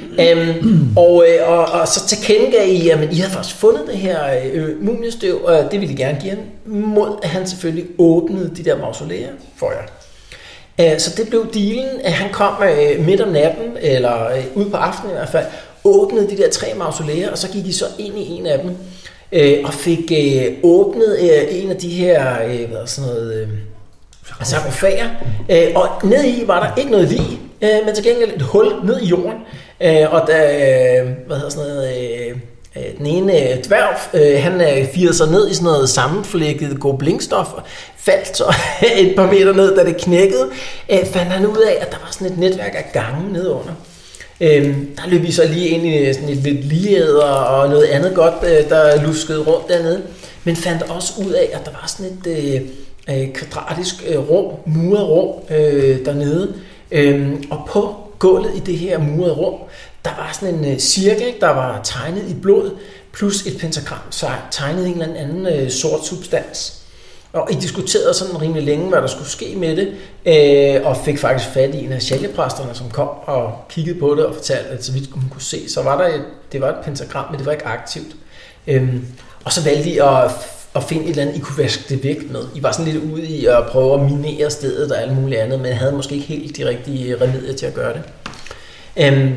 Um, og, og, og så tilkendegav I, at I havde faktisk fundet det her øh, mumiestøv, og det ville I gerne give ham, mod at han selvfølgelig åbnede de der mausolæer for jer. Uh, så det blev dealen, at han kom uh, midt om natten, eller uh, ud på aftenen i hvert fald, åbnede de der tre mausolæer, og så gik I så ind i en af dem, uh, og fik uh, åbnet uh, en af de her, uh, hvad er sådan noget... Uh, sarkofager, øh, og ned i var der ikke noget lig, øh, men til gengæld et hul ned i jorden, øh, og da, øh, hvad hedder sådan noget, øh, øh, den ene øh, dværg, øh, han øh, firede sig ned i sådan noget sammenflækket goblinstof, og faldt så et par meter ned, da det knækkede, øh, fandt han ud af, at der var sådan et netværk af gange nedunder. Øh, der løb vi så lige ind i sådan et lidt ligeæder og noget andet godt, øh, der luskede rundt dernede, men fandt også ud af, at der var sådan et... Øh, kvadratisk øh, rum, muret rum øh, dernede. Øhm, og på gulvet i det her murede rum, der var sådan en øh, cirkel, der var tegnet i blod, plus et pentagram, så tegnet en eller anden øh, sort substans. Og I diskuterede sådan rimelig længe, hvad der skulle ske med det, øh, og fik faktisk fat i en af sjældepræsterne, som kom og kiggede på det og fortalte, at så vidt hun kunne se, så var der et, det var et pentagram, men det var ikke aktivt. Øhm, og så valgte I at og finde et eller andet, I kunne vaske det væk med. I var sådan lidt ude i at prøve at minere stedet og alt muligt andet, men havde måske ikke helt de rigtige remedier til at gøre det. Um,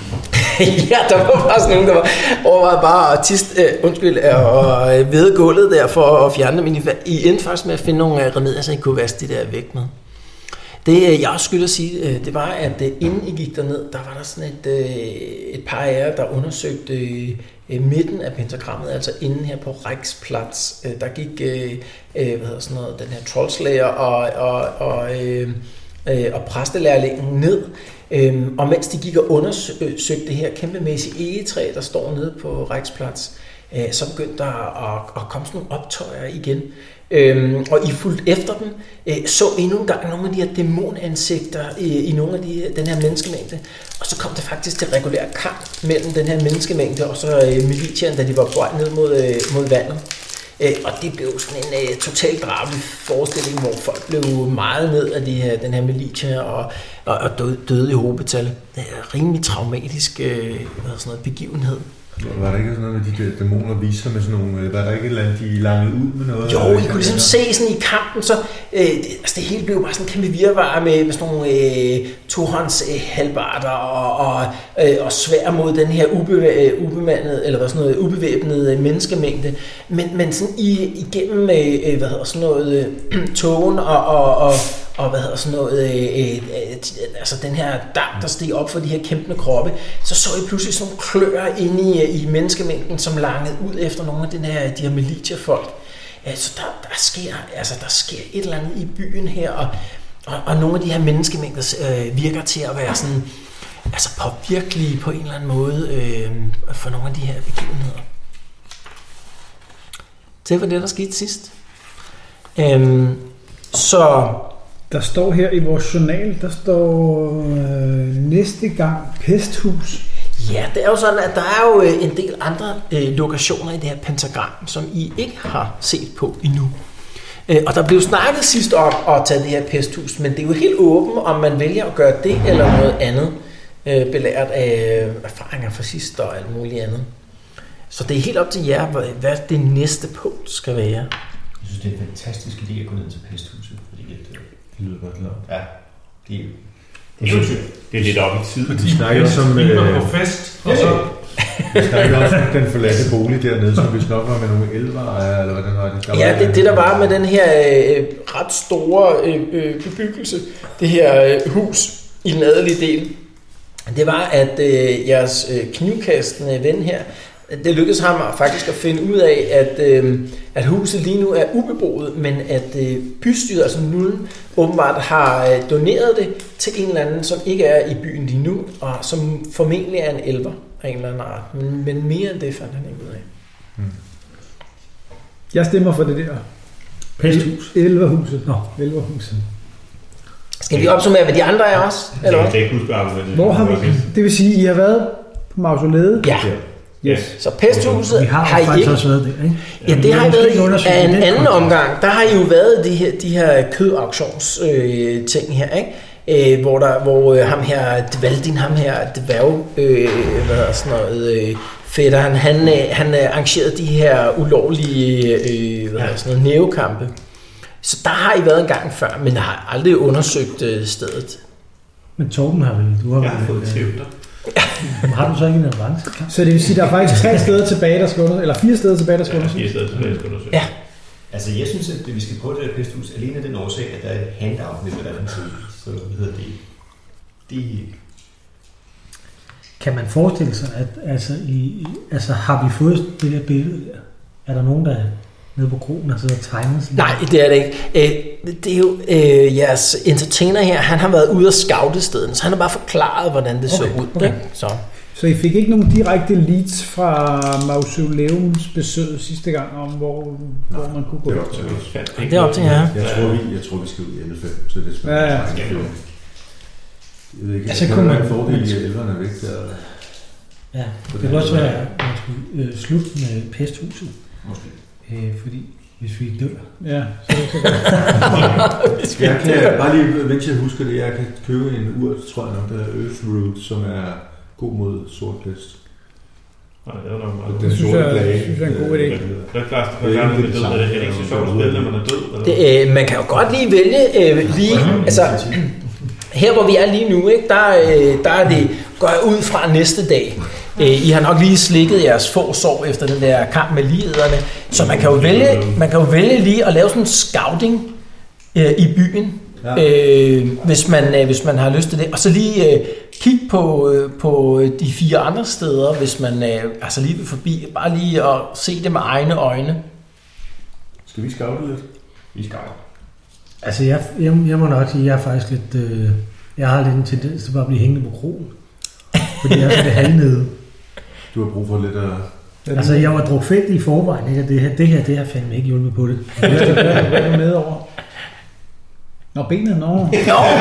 ja, der var faktisk nogen, der var overvejede bare at tiste, uh, undskyld, og uh, ved gulvet der for at fjerne dem. Men I endte faktisk med at finde nogle uh, remedier, så I kunne vaske det der væk med. Det, uh, jeg også skulle sige, uh, det var, at uh, inden I gik derned, der var der sådan et, uh, et par af jer, der undersøgte uh, midten af pentagrammet, altså inden her på Reichsplatz. Uh, der gik uh, uh, hvad hedder sådan noget, den her troldslager og, og, og, uh, uh, og præstelærlingen ned. Um, og mens de gik og undersøgte det her kæmpemæssige egetræ, der står nede på Reichsplatz, uh, så begyndte der at, at komme sådan nogle optøjer igen. Øhm, og I fulgte efter dem, øh, så endnu en gang nogle af de her dæmonansigter i, i nogle af de, den her menneskemængde, og så kom der faktisk til regulær kamp mellem den her menneskemængde og så øh, militiaen, da de var på vej ned mod, øh, mod vandet. Øh, og det blev sådan en øh, totalt drabelig forestilling, hvor folk blev meget ned af de her, den her militia og, og, og døde, døde i hobetal. Det er en rimelig traumatisk øh, hvad sådan noget, begivenhed. Var der ikke sådan noget med de der dæmoner viser med sådan nogle, var der ikke et eller andet, de langede ud med noget? Jo, I kunne ligesom se sådan i kampen, så øh, det, altså det hele blev bare sådan en kæmpe virvar med, med sådan nogle øh, tohånds øh, halbarder og, og, øh, og svær mod den her ube, ubemandede, eller hvad sådan noget, ubevæbnede menneskemængde. Men, men sådan i, igennem, øh, hvad hedder sådan noget, øh, togen og, og, og og hvad hedder sådan noget, øh, øh, altså den her damp, der steg op for de her kæmpende kroppe, så så I pludselig sådan nogle klør inde i, i menneskemængden, som langede ud efter nogle af den her, de her militiafolk. Så der, der, sker, altså, der sker et eller andet i byen her, og, og, og nogle af de her menneskemængder øh, virker til at være sådan, altså påvirkelige på en eller anden måde øh, for nogle af de her begivenheder. Det var det, der skete sidst. Øhm, så... Der står her i vores journal, der står øh, næste gang pesthus. Ja, det er jo sådan, at der er jo en del andre øh, lokationer i det her pentagram, som I ikke har set på endnu. Øh, og der blev snakket sidst om at tage det her pesthus, men det er jo helt åbent, om man vælger at gøre det eller noget andet, øh, belært af erfaringer fra sidst og alt muligt andet. Så det er helt op til jer, hvad det næste punkt skal være. Jeg synes, det er en fantastisk idé at gå ned til pesthuset, fordi det, det lyder godt lavet. Ja, det er Det, det er lidt op i tid. De snakker som... Vi var på fest, og så... Vi snakker også om den forladte bolig dernede, som vi snakker med nogle elvere, eller hvordan var det? Der ja, var det, det der var med den her øh, ret store øh, bebyggelse, det her øh, hus i den adelige del, det var, at øh, jeres øh, knivkastende ven her, det lykkedes ham faktisk at finde ud af, at, øh, at huset lige nu er ubeboet, men at øh, bystyret, altså nullen, åbenbart har øh, doneret det til en eller anden, som ikke er i byen lige nu, og som formentlig er en elver af en eller anden art. Men, men mere end det fandt han ikke ud af. Hmm. Jeg stemmer for det der Pesthus. Elverhuset. Nå, Elverhuset. Skal vi opsummere, hvad de andre er også? Eller Jeg hvad? kan ikke huske argumentet. Hvor har vi... Det vil sige, I har været på mausoleet? Ja. Yes. Så Pesthuset Vi har, har I faktisk ikke. også været der, ikke? Ja, det har I været Måske i af en undersøge anden den omgang. Der har I jo været de her, de her kødauktions øh, ting her, ikke? Øh, hvor der, hvor øh, ham her, Dvaldin, ham her, dværg, øh, hvad hedder sådan noget, øh, fætteren, han, øh, han øh, arrangerede de her ulovlige, øh, hvad hedder sådan noget, nævekampe. Så der har I været en gang før, men har aldrig undersøgt øh, stedet. Men Torben har vel... Du har Jeg har vel, fået øh, tævter. Har du så ikke en avance? Så det vil sige, der er faktisk tre steder tilbage, der skal undersøges, eller fire steder tilbage, der skal Ja, undersøges. fire steder tilbage skal undersøge. Ja. Altså, jeg synes, at vi skal prøve det der pesthus alene af den årsag, at der er et handout med, hvad der er for en side. Så hvad hedder det? Det... Kan man forestille sig, at altså, i, i, altså, har vi fået det der billede der? Er der nogen, der nede på krogen har siddet og tegnet sådan? Nej, det er det ikke. Øh, det er jo øh, jeres entertainer her, han har været ude og scoute stedet, så han har bare forklaret, hvordan det så Okay, ud. okay. Ikke? Så. Så I fik ikke nogen direkte leads fra mausoleumsbesøget sidste gang, om hvor, hvor man kunne gå? Det er op til os. Det er op til jer. Jeg tror, vi, jeg tror, vi skal ud i L fem, så det er Ja, ja. spændende. Jeg ved ikke, Altså, altså, kunne kan man- være en fordel i, at elverne er væk der. Ja, det kan også være, at man skulle øh, slutte med pesthuset. Måske. Øh, fordi hvis vi dør. Ja, så det kan godt. Jeg kan bare lige, mens jeg husker det, jeg kan købe en urt, tror jeg nok, der er Earth Root, som er god mod sort pest. Nej, det er nok meget. Den Det synes sorte jeg- plage, synes jeg er en god idé. øh, hvad det hedder. Det er klart, Det er at ikke det man er død. samme. Er det ikke så sjovt at spille, når man er død? Eller? Det, øh, man kan jo godt lige vælge øh, lige, altså her hvor vi er lige nu, ikke, der, øh, der er det, går jeg ud fra næste dag. Øh, I har nok lige slikket jeres få sår efter den der kamp med ligederne, så man kan jo vælge, man kan jo vælge lige at lave sådan en scouting øh, i byen, Ja. øh, hvis, man, øh, hvis man har lyst til det. Og så lige øh, kigge på, øh, på de fire andre steder, hvis man øh, altså lige vil forbi. Bare lige at se det med egne øjne. Skal vi scoute lidt? Vi skal. Altså, jeg, jeg, jeg må nok sige, jeg er faktisk lidt... Øh, jeg har lidt en tendens til bare at blive hængende på krogen. Fordi jeg er så det halvnede. Du har brug for lidt at... Altså, jeg var drukfældig i forvejen, ikke? Og det her, det her, det har fandme ikke hjulpet på det. Hvad er du med over? Nå, benet, nå. Og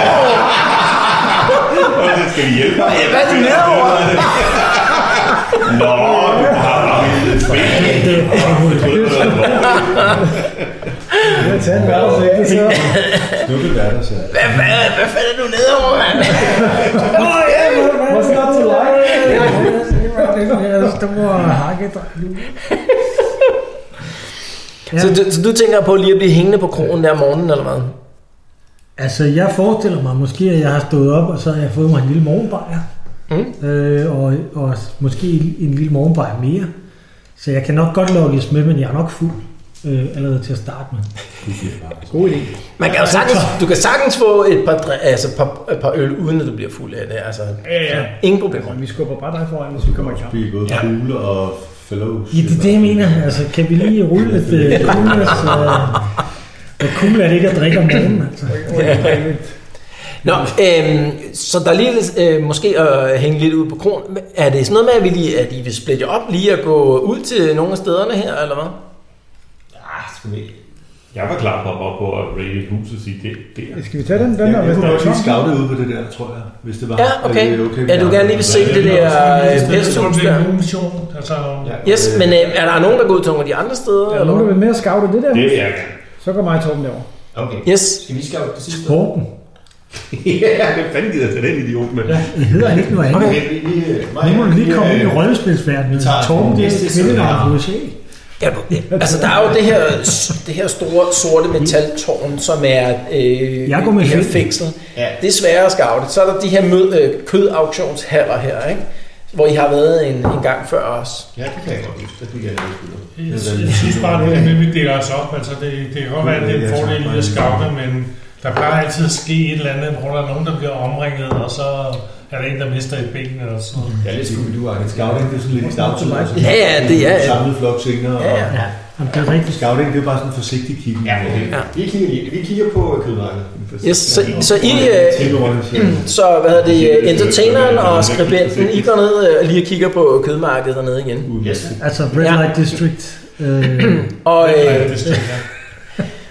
det skal vi hjælpe. Hvad er det nedover? Nå, du har bare lidt Jeg har taget en hverdagsægte, så... Snuppe hverdag, så... Hvad, hvad, hvad fanden er du nedover, mand? What's not to like? Jeg er stor hakkedreng nu. Så, du, så du tænker på lige at blive hængende på krogen der om morgenen, eller hvad? Altså, jeg forestiller mig måske, at jeg har stået op, og så har jeg fået mig en lille morgenbajer. Mm. Øh, og, og måske en lille morgenbajer mere. Så jeg kan nok godt lokkes med, men jeg er nok fuld øh, allerede til at starte med. God idé. Man kan jo sagtens, du kan sagtens få et par, dre- altså et par, et par øl, uden at du bliver fuld af det. Altså, Ja, ja. ingen problemer. Vi skubber bare dig foran, hvis vi kommer i gang. Vi er både cool og fellowship. Ja, det er det, jeg mener. Altså, kan vi lige rulle lidt øh, coolness? Øh, hvor cool er det ikke at drikke om morgenen? Altså. Nå, øhm, så der er lige lidt, øh, måske at hænge lidt ud på kronen. Er det sådan noget med, at, vi lige, at I vil splitte jer op lige at gå ud til nogle af stederne her, eller hvad? Ja, skal vi ikke. Jeg var klar på at op på at raide et hus og sige, det, det er... Skal vi tage den, den Jeg, der? jeg Hvis kunne der er godt lige tom? scoute ud på det der, tror jeg, hvis det var. Ja, okay. Er det okay Ja, du vil gerne lige vil se det der øh, pesthus der. mission, altså... Yes, men øh, er der nogen, der går ud til nogle af de andre steder? Er der eller nogen, der hvad? vil med at scoute det der? Det er jeg. Så går mig og Torben derover. Okay. Yes. Skal vi scout det sidste? Torben. Ja, det fanden gider til den idiot med. Det hedder han ikke noget andet. Okay, vi, vi, Nu må du lige komme ind i rollespilsverdenen. tager Torben, det næste er kvindenavn seminar. på U S A. Ja, altså der er jo det her, det her store sorte metaltårn, som er øh, Jeg går med det her fængsel. fængsel. Ja. Det er sværere at scoute. Så er der de her mød, øh, kødauktionshaller her, ikke? Hvor I har været en, en gang før os. Ja, det kan jeg godt huske. Det fik jeg lidt Jeg, jeg synes bare, det er med, vi deler os op. Altså, det, det kan godt være, at det er en fordel i at scoute, men der plejer altid at ske et eller andet, hvor der er nogen, der bliver omringet, og så er der en, der mister et ben eller sådan noget. Jeg er lidt Scooby-Doo-agtigt. Scouting, det er sådan lidt i starten. Ja, ja, det er- Samlet flok senere. Ja, ja. Ja, jamen, det er rigtigt. Scouting, det er bare sådan en forsigtig kiggen. Ja, okay. Ja. Vi kigger, vi kigger på kødmarkedet. Yes, så, så I, øh, så hvad hedder det, entertaineren og skribenten, I går ned øh, lige og kigger på kødmarkedet dernede igen. Yes. Altså Red Ja. Light District. Øh, Og, Ja, øh, det stykker.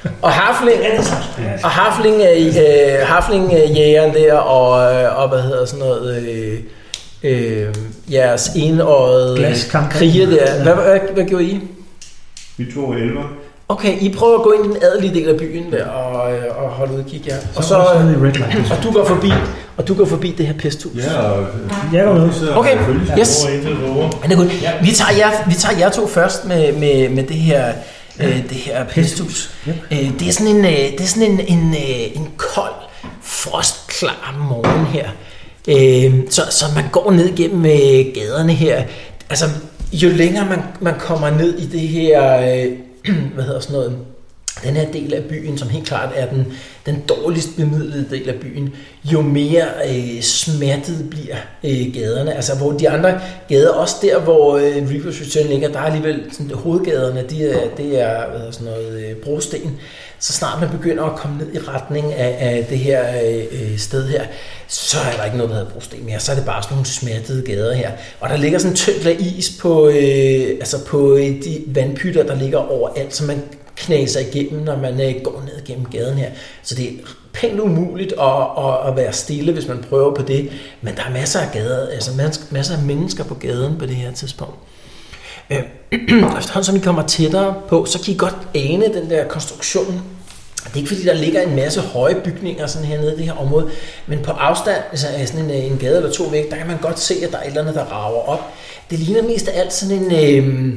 Og Harfling, og Harfling, øh, Harfling øh, jægeren der, og, og hvad hedder sådan noget, øh, øh, jeres enøjede kriger der. Hvad, hvad, hvad gjorde I? Vi tog elver. Okay, I prøver at gå ind i den adelige del af byen der, og, og holde udkig, ja. Og, så, og du går forbi, og du går forbi det her pesthus. Ja, og jeg går med. Okay, yes. Men det er vi tager jer, vi tager jer to først med, med, med det her, øh, det her pesthus. Øh, det er sådan en, øh, det er sådan en, en, øh, en kold, frostklar morgen her. Øh, så, så man går ned gennem øh, gaderne her. Altså, jo længere man, man kommer ned i det her, øh, hvad hedder sådan noget, den her del af byen, som helt klart er den, den dårligst bemidlede del af byen, jo mere øh, smattet bliver øh, gaderne. Altså hvor de andre gader, også der hvor øh, Reapers Return ligger, der er alligevel sådan, hovedgaderne, de er, det er hvad hedder sådan noget, øh, brosten. Så snart man begynder at komme ned i retning af, af det her øh, sted her, så er der ikke noget, der hedder brosten mere. Så er det bare sådan nogle smattede gader her. Og der ligger sådan en tynd lag is på, øh, altså på de vandpytter, der ligger overalt, så man knæser igennem, når man øh, går ned gennem gaden her. Så det er pænt umuligt at, at, at være stille, hvis man prøver på det. Men der er masser af gader, altså masser af mennesker på gaden på det her tidspunkt. Efterhånden som I kommer tættere på, så kan I godt ane den der konstruktion. Det er ikke fordi, der ligger en masse høje bygninger sådan hernede i det her område, men på afstand, altså sådan en, en gade eller to væk, der kan man godt se, at der er et eller andet, der rager op. Det ligner mest af alt sådan en... Øh,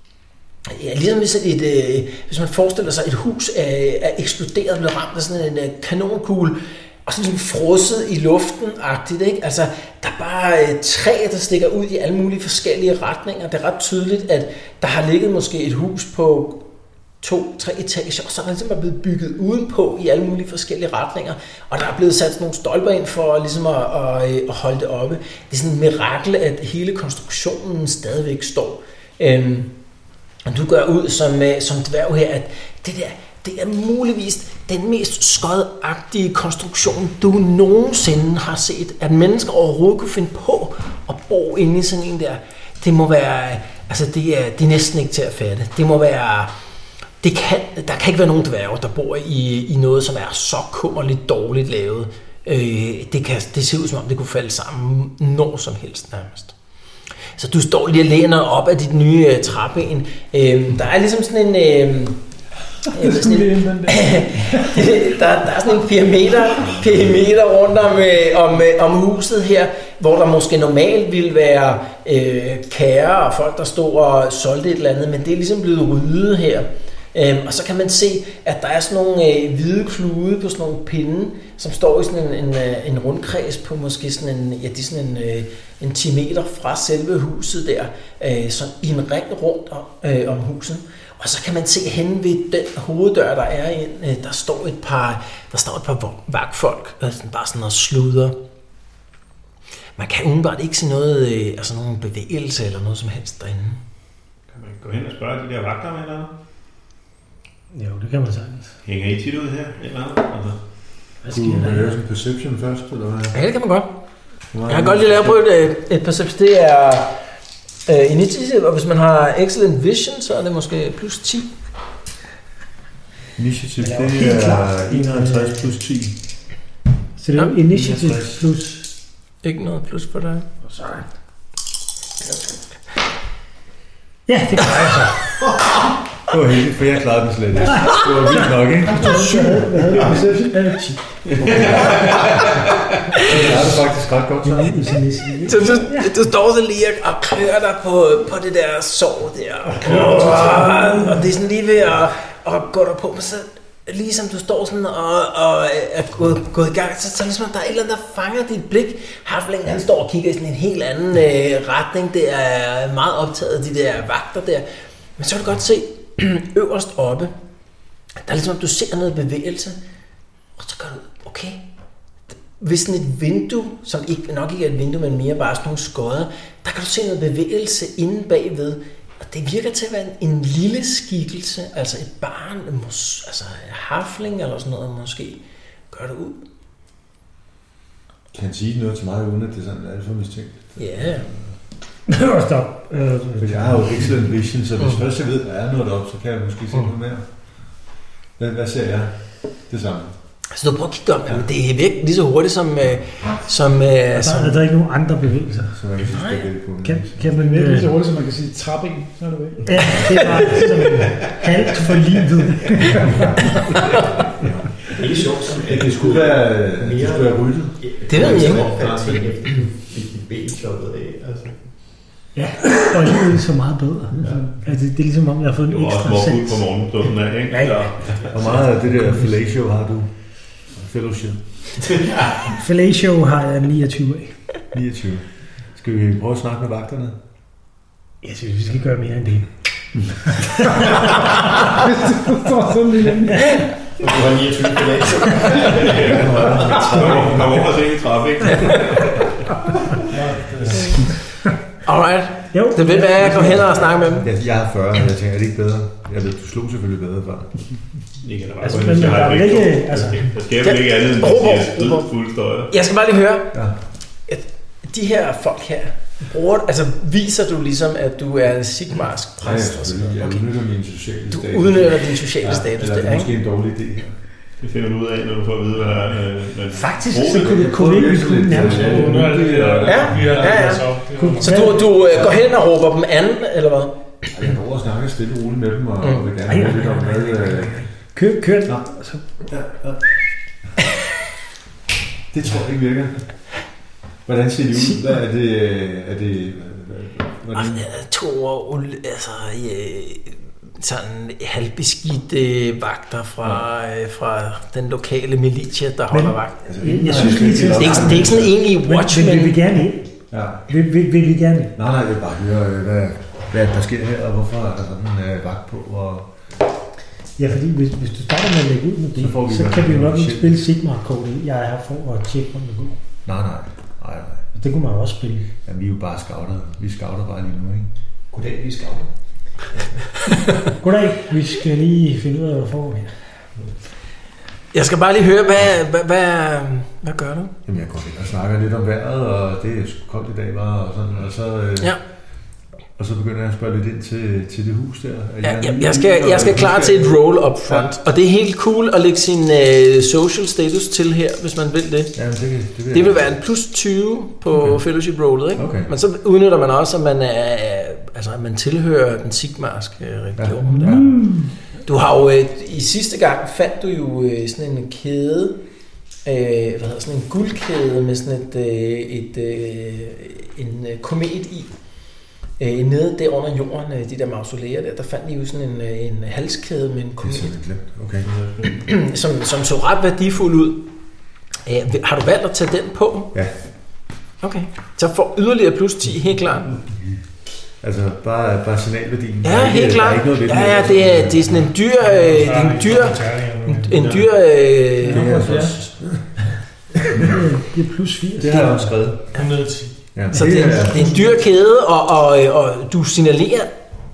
ja, ligesom et, øh, hvis man forestiller sig, et hus er, er eksploderet og blevet ramt af sådan en øh, kanonkugle, og sådan frosset i luften-agtigt, ikke? Altså, der er bare øh, træer, der stikker ud i alle mulige forskellige retninger. Det er ret tydeligt, at der har ligget måske et hus på to, tre etager, og så er der ligesom blevet bygget udenpå i alle mulige forskellige retninger, og der er blevet sat nogle stolper ind for ligesom at, at, at holde det oppe. Det er sådan et mirakel, at hele konstruktionen stadigvæk står. Øhm, og du gør ud som, som dværg her, at det der, det er muligvis den mest skodagtige konstruktion, du nogensinde har set, at mennesker overhovedet kunne finde på at bo inde i sådan en der. Det må være, altså det er, det er næsten ikke til at fatte. Det må være, det kan, der kan ikke være nogen dværge, der bor i, i noget, som er så kummerligt dårligt lavet. Øh, det, kan, det ser ud som om, det kunne falde sammen når som helst nærmest. Så du står lige og læner op af dit nye uh, træben. Øh, der er ligesom sådan en... Øh, sådan en der, der er sådan en perimeter, perimeter rundt om, om, om huset her, hvor der måske normalt ville være øh, kære og folk, der stod og solgte et eller andet, men det er ligesom blevet ryddet her. Øhm, og så kan man se, at der er sådan nogle øh, hvide klude på sådan nogle pinde, som står i sådan en, en, en rundkreds på måske sådan en, ja, det er sådan en, øh, en ti meter fra selve huset der, øh, sådan i en ring rundt om, øh, om huset. Og så kan man se hen ved den hoveddør, der er ind, øh, der står et par, der står et par vagtfolk, øh, bare sådan noget sludder. Man kan umiddelbart ikke se noget, øh, altså nogen bevægelse eller noget som helst derinde. Kan man gå hen og spørge de der vagter med eller? Jo, det kan man sagtens. Hænger I tit ud her? Eller altså? Hvad sker der? Kunne man lave sådan en perception først, eller hvad? Ja, det kan man godt. Jeg kan godt lige lave på et, et perception. Det er uh, initiativ, og hvis man har excellent vision, så er det måske plus ti. Initiativ, det er enoghalvtreds plus ti. Så det er ja. Initiativ plus... Ikke noget plus for dig. Sorry. Ja, det kan jeg så. Det var heldigt, for jeg klarede den slet ikke. Det var vildt nok, ikke? Hvad havde du perception? Jeg havde ti. Det er det faktisk ret godt, så. Så du, du står så lige og klør dig på, på det der sår der. Og, og det er sådan lige ved at, at gå der på, men så ligesom du står sådan og, og er gået, gået i gang, så, så ligesom der er et eller andet, der fanger dit blik. Harfling, han står og kigger i sådan en helt anden øh, retning. Det er meget optaget af de der vagter der. Men så kan du godt se, øverst oppe, der er ligesom, du ser noget bevægelse, og så gør du, okay, hvis sådan et vindue, som ikke, nok ikke er et vindue, men mere bare sådan nogle skodder, der kan du se noget bevægelse inde bagved, og det virker til at være en, en lille skikkelse, altså et barn, mås, altså en harfling eller sådan noget måske, gør det ud. Kan han sige noget til mig, uden at det er sådan alt for mistænkt? Ja. Stop. For jeg har jo excellent vision, så hvis først jeg ved, at der er noget deroppe, så kan jeg måske se noget mere. Hvad, hvad ser jeg? Det samme. Så du prøver at kigge om, men det er virkelig lige så hurtigt som... Øh, som øh, Der som er der ikke nogen andre bevægelser. Så man kan sige spaghetti på. Kan, kan man... Det er Øh, lige så hurtigt, som man kan sige trappen, så er det væk. ja, det er bare sådan halvt for livet. Det er ikke sjovt, som at Det skulle være, det skulle være ryddet. Det ved jeg ikke. Ting efter du fik dit ben choppet af, altså. Ja, og livet er så meget bedre. Ja. Altså, det er ligesom om, jeg har fået Det en var også ekstra morfuld sans. på morgenen, sådan der, ikke? Ja, ja. Hvor meget af det der fellatio har du? Fellowship? Fellatio har jeg niogtyve af. niogtyve. Skal vi prøve at snakke med vagterne? Jeg synes, vi skal gøre mere end det. Du står sådan lige den. Du har niogtyve på dag. Kom over og se en trappe, ikke? Alright. Jo. Det vil være, at jeg går hen og snakker med dem. Jeg, jeg har fyrre, og jeg tænker, er det ikke bedre? Jeg ved, du slog selvfølgelig bedre før. Det kan da bare Altså, gå men ind, der så har er jeg vel ikke ikke... to. Altså, Der sker vel ikke andet end, at Robert, de siger Robert. stød fulde støjer. Jeg skal bare lige høre, Ja. at de her folk her, bruger, altså viser du ligesom, at du er en sigmarsk Ja, præst? og så selvfølgelig. Jeg videre? Okay. udnytter min sociale Du status. udnytter din sociale Ja, status eller det der, er ikke? måske en dårlig idé her. Det finder du ud af, når du får at vide, hvad der er. øh, men- faktisk, Roligt. så kunne det kunne vi ikke kunne nærmest. Ja, Nu er det, Ja, vi har ja, ja. os op. Det er- Så du, du øh, går hen og råber dem an, eller hvad? Ej, Jeg går over og snakker stille og roligt med dem, og Mm. vil gerne Ej, høre lidt om hvad... øh, Kør, kør. Nå. Så, Ja, ja. Det tror jeg ikke virker. Hvordan ser det ud? Hvad er det... øh, Er det hvordan? To år, altså, øh, sådan halvbeskidte vagter fra, øh, fra den lokale militia, der holder Men- vagt. Altså, jeg, jeg synes lige til Det er ikke, det er ikke sådan en egentlig Men, men watchman. vil vi gerne ind? Ja. Vil, vil, vil vi gerne ind? Nej, nej, jeg vil bare høre, øh, hvad, hvad der sker her, og hvorfor er der sådan en øh, vagt på, og... Ja, fordi hvis, hvis du starter med at lægge ud med det, Så så, får vi så noget kan vi jo nok ikke shit. spille Sigmar-kortet. Jeg er her for at tjekke, om det går. Nej, nej, nej, nej. Det kunne man jo også spille. Ja, vi er jo bare scouter. Vi scouter bare lige nu, ikke? Goddag, vi skal op. Goddag, vi skal lige finde ud af, hvad der foregår her. Jeg skal bare lige høre, hvad, hvad, hvad, hvad gør du? Jamen, jeg går ind og snakker lidt om vejret, og det er sgu koldt i dag, var, og sådan, og så... Øh, Ja. Og så begynder jeg at spørge lidt ind til, til det hus der. Er Ja, jeg jeg, lige- jeg, skal, jeg skal og- klar til et roll up front, og det er helt cool at lægge sin uh, social status til her, hvis man vil det. Ja, men det, kan- det, vil Det vil jeg. være en plus tyve på Okay. fellowship rollet, ikke? Okay. Men så udnytter man også, at man, er, altså, at man tilhører den sigmarske religion. Ja. Ja. Ja. Du har jo øh, i sidste gang fandt du jo øh, sådan en kæde, øh, hvad hedder sådan en guldkæde med sådan et, øh, et øh, en øh, komet i. Øh, nede der under jorden, øh, de der mausoleer der, der fandt de jo sådan en, øh, en halskæde med en Det er komet, simpelthen glemt. Okay. som, som så ret værdifuld ud. Øh, har du valgt at tage den på? Ja. Okay. Så får yderligere plus ti, helt klart. Altså, bare, bare signalværdien. Der er Ja, ikke- helt der er klart. ikke noget ved den. Ja, ja, det er, det er sådan en dyr, øh, det er en dyr, en, en dyr, øh, Det er altså- Det er plus firs. Det har jeg også skrevet. hundrede og ti. Ja, så det, er- det er en dyr kæde, og, og, og du signalerer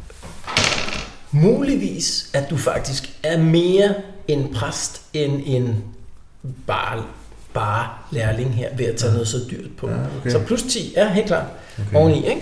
muligvis, at du faktisk er mere en præst end en bare, bare lærling her, ved at tage noget så dyrt på. Ja, okay. Så plus ti, ja, helt klart. Okay. Oveni, ikke?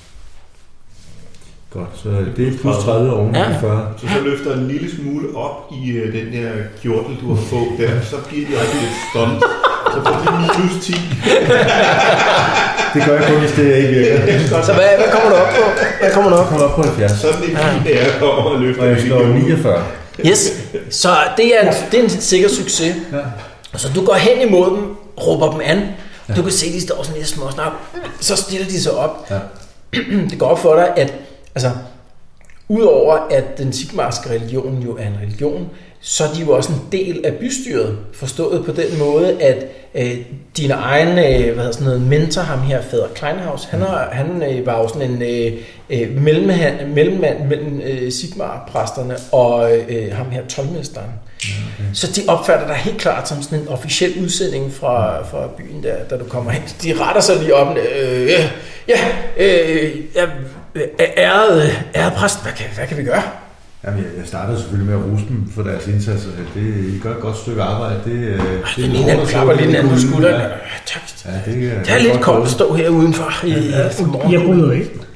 Godt, så det er plus tredive oven Ja. i fyrre. Så så løfter en lille smule op i uh, den der kjortel, du har fået der, så bliver de også lidt stunt. Så får de lige plus ti. Det gør jeg kun, hvis det ikke virker. Så hvad, hvad kommer du op på? Hvad kommer du Jeg op? kommer op på halvfjerds. Sådan en pige der kommer og løfter Og jeg en slår lille niogfyrre. Yes, så det er en, det er en sikker succes. Ja. Så du går hen imod dem, råber dem an. Du kan se, de står sådan lidt småsnak. Så stiller de sig op. Ja. Det går op for dig, at altså, udover at den sigmarske religion jo er en religion, så er de jo også en del af bystyret, forstået på den måde, at øh, dine egne øh, hvad hedder sådan noget, mentor, ham her, fader Kleinhaus, han, har, han øh, var jo sådan en øh, øh, mellemmand, mellemmand mellem øh, Sigmar-præsterne og øh, ham her, toldmesteren. Okay. Så de opfatter dig helt klart som sådan en officiel udsending fra, fra byen, der, da du kommer hen. De retter sig lige op. Øh, ja, ja, øh, ja, ærede, ærede præst, hvad kan, hvad kan vi gøre? Jamen, jeg- jeg startede selvfølgelig med at rose dem for deres indsats. Det, I gør et godt stykke arbejde. Det, øh, Den ene han klapper lidt anden på skulderen. Ja, tak. Ja, det, Det er lidt koldt at stå her udenfor i, i Jeg morgen. bryder ind. Ja.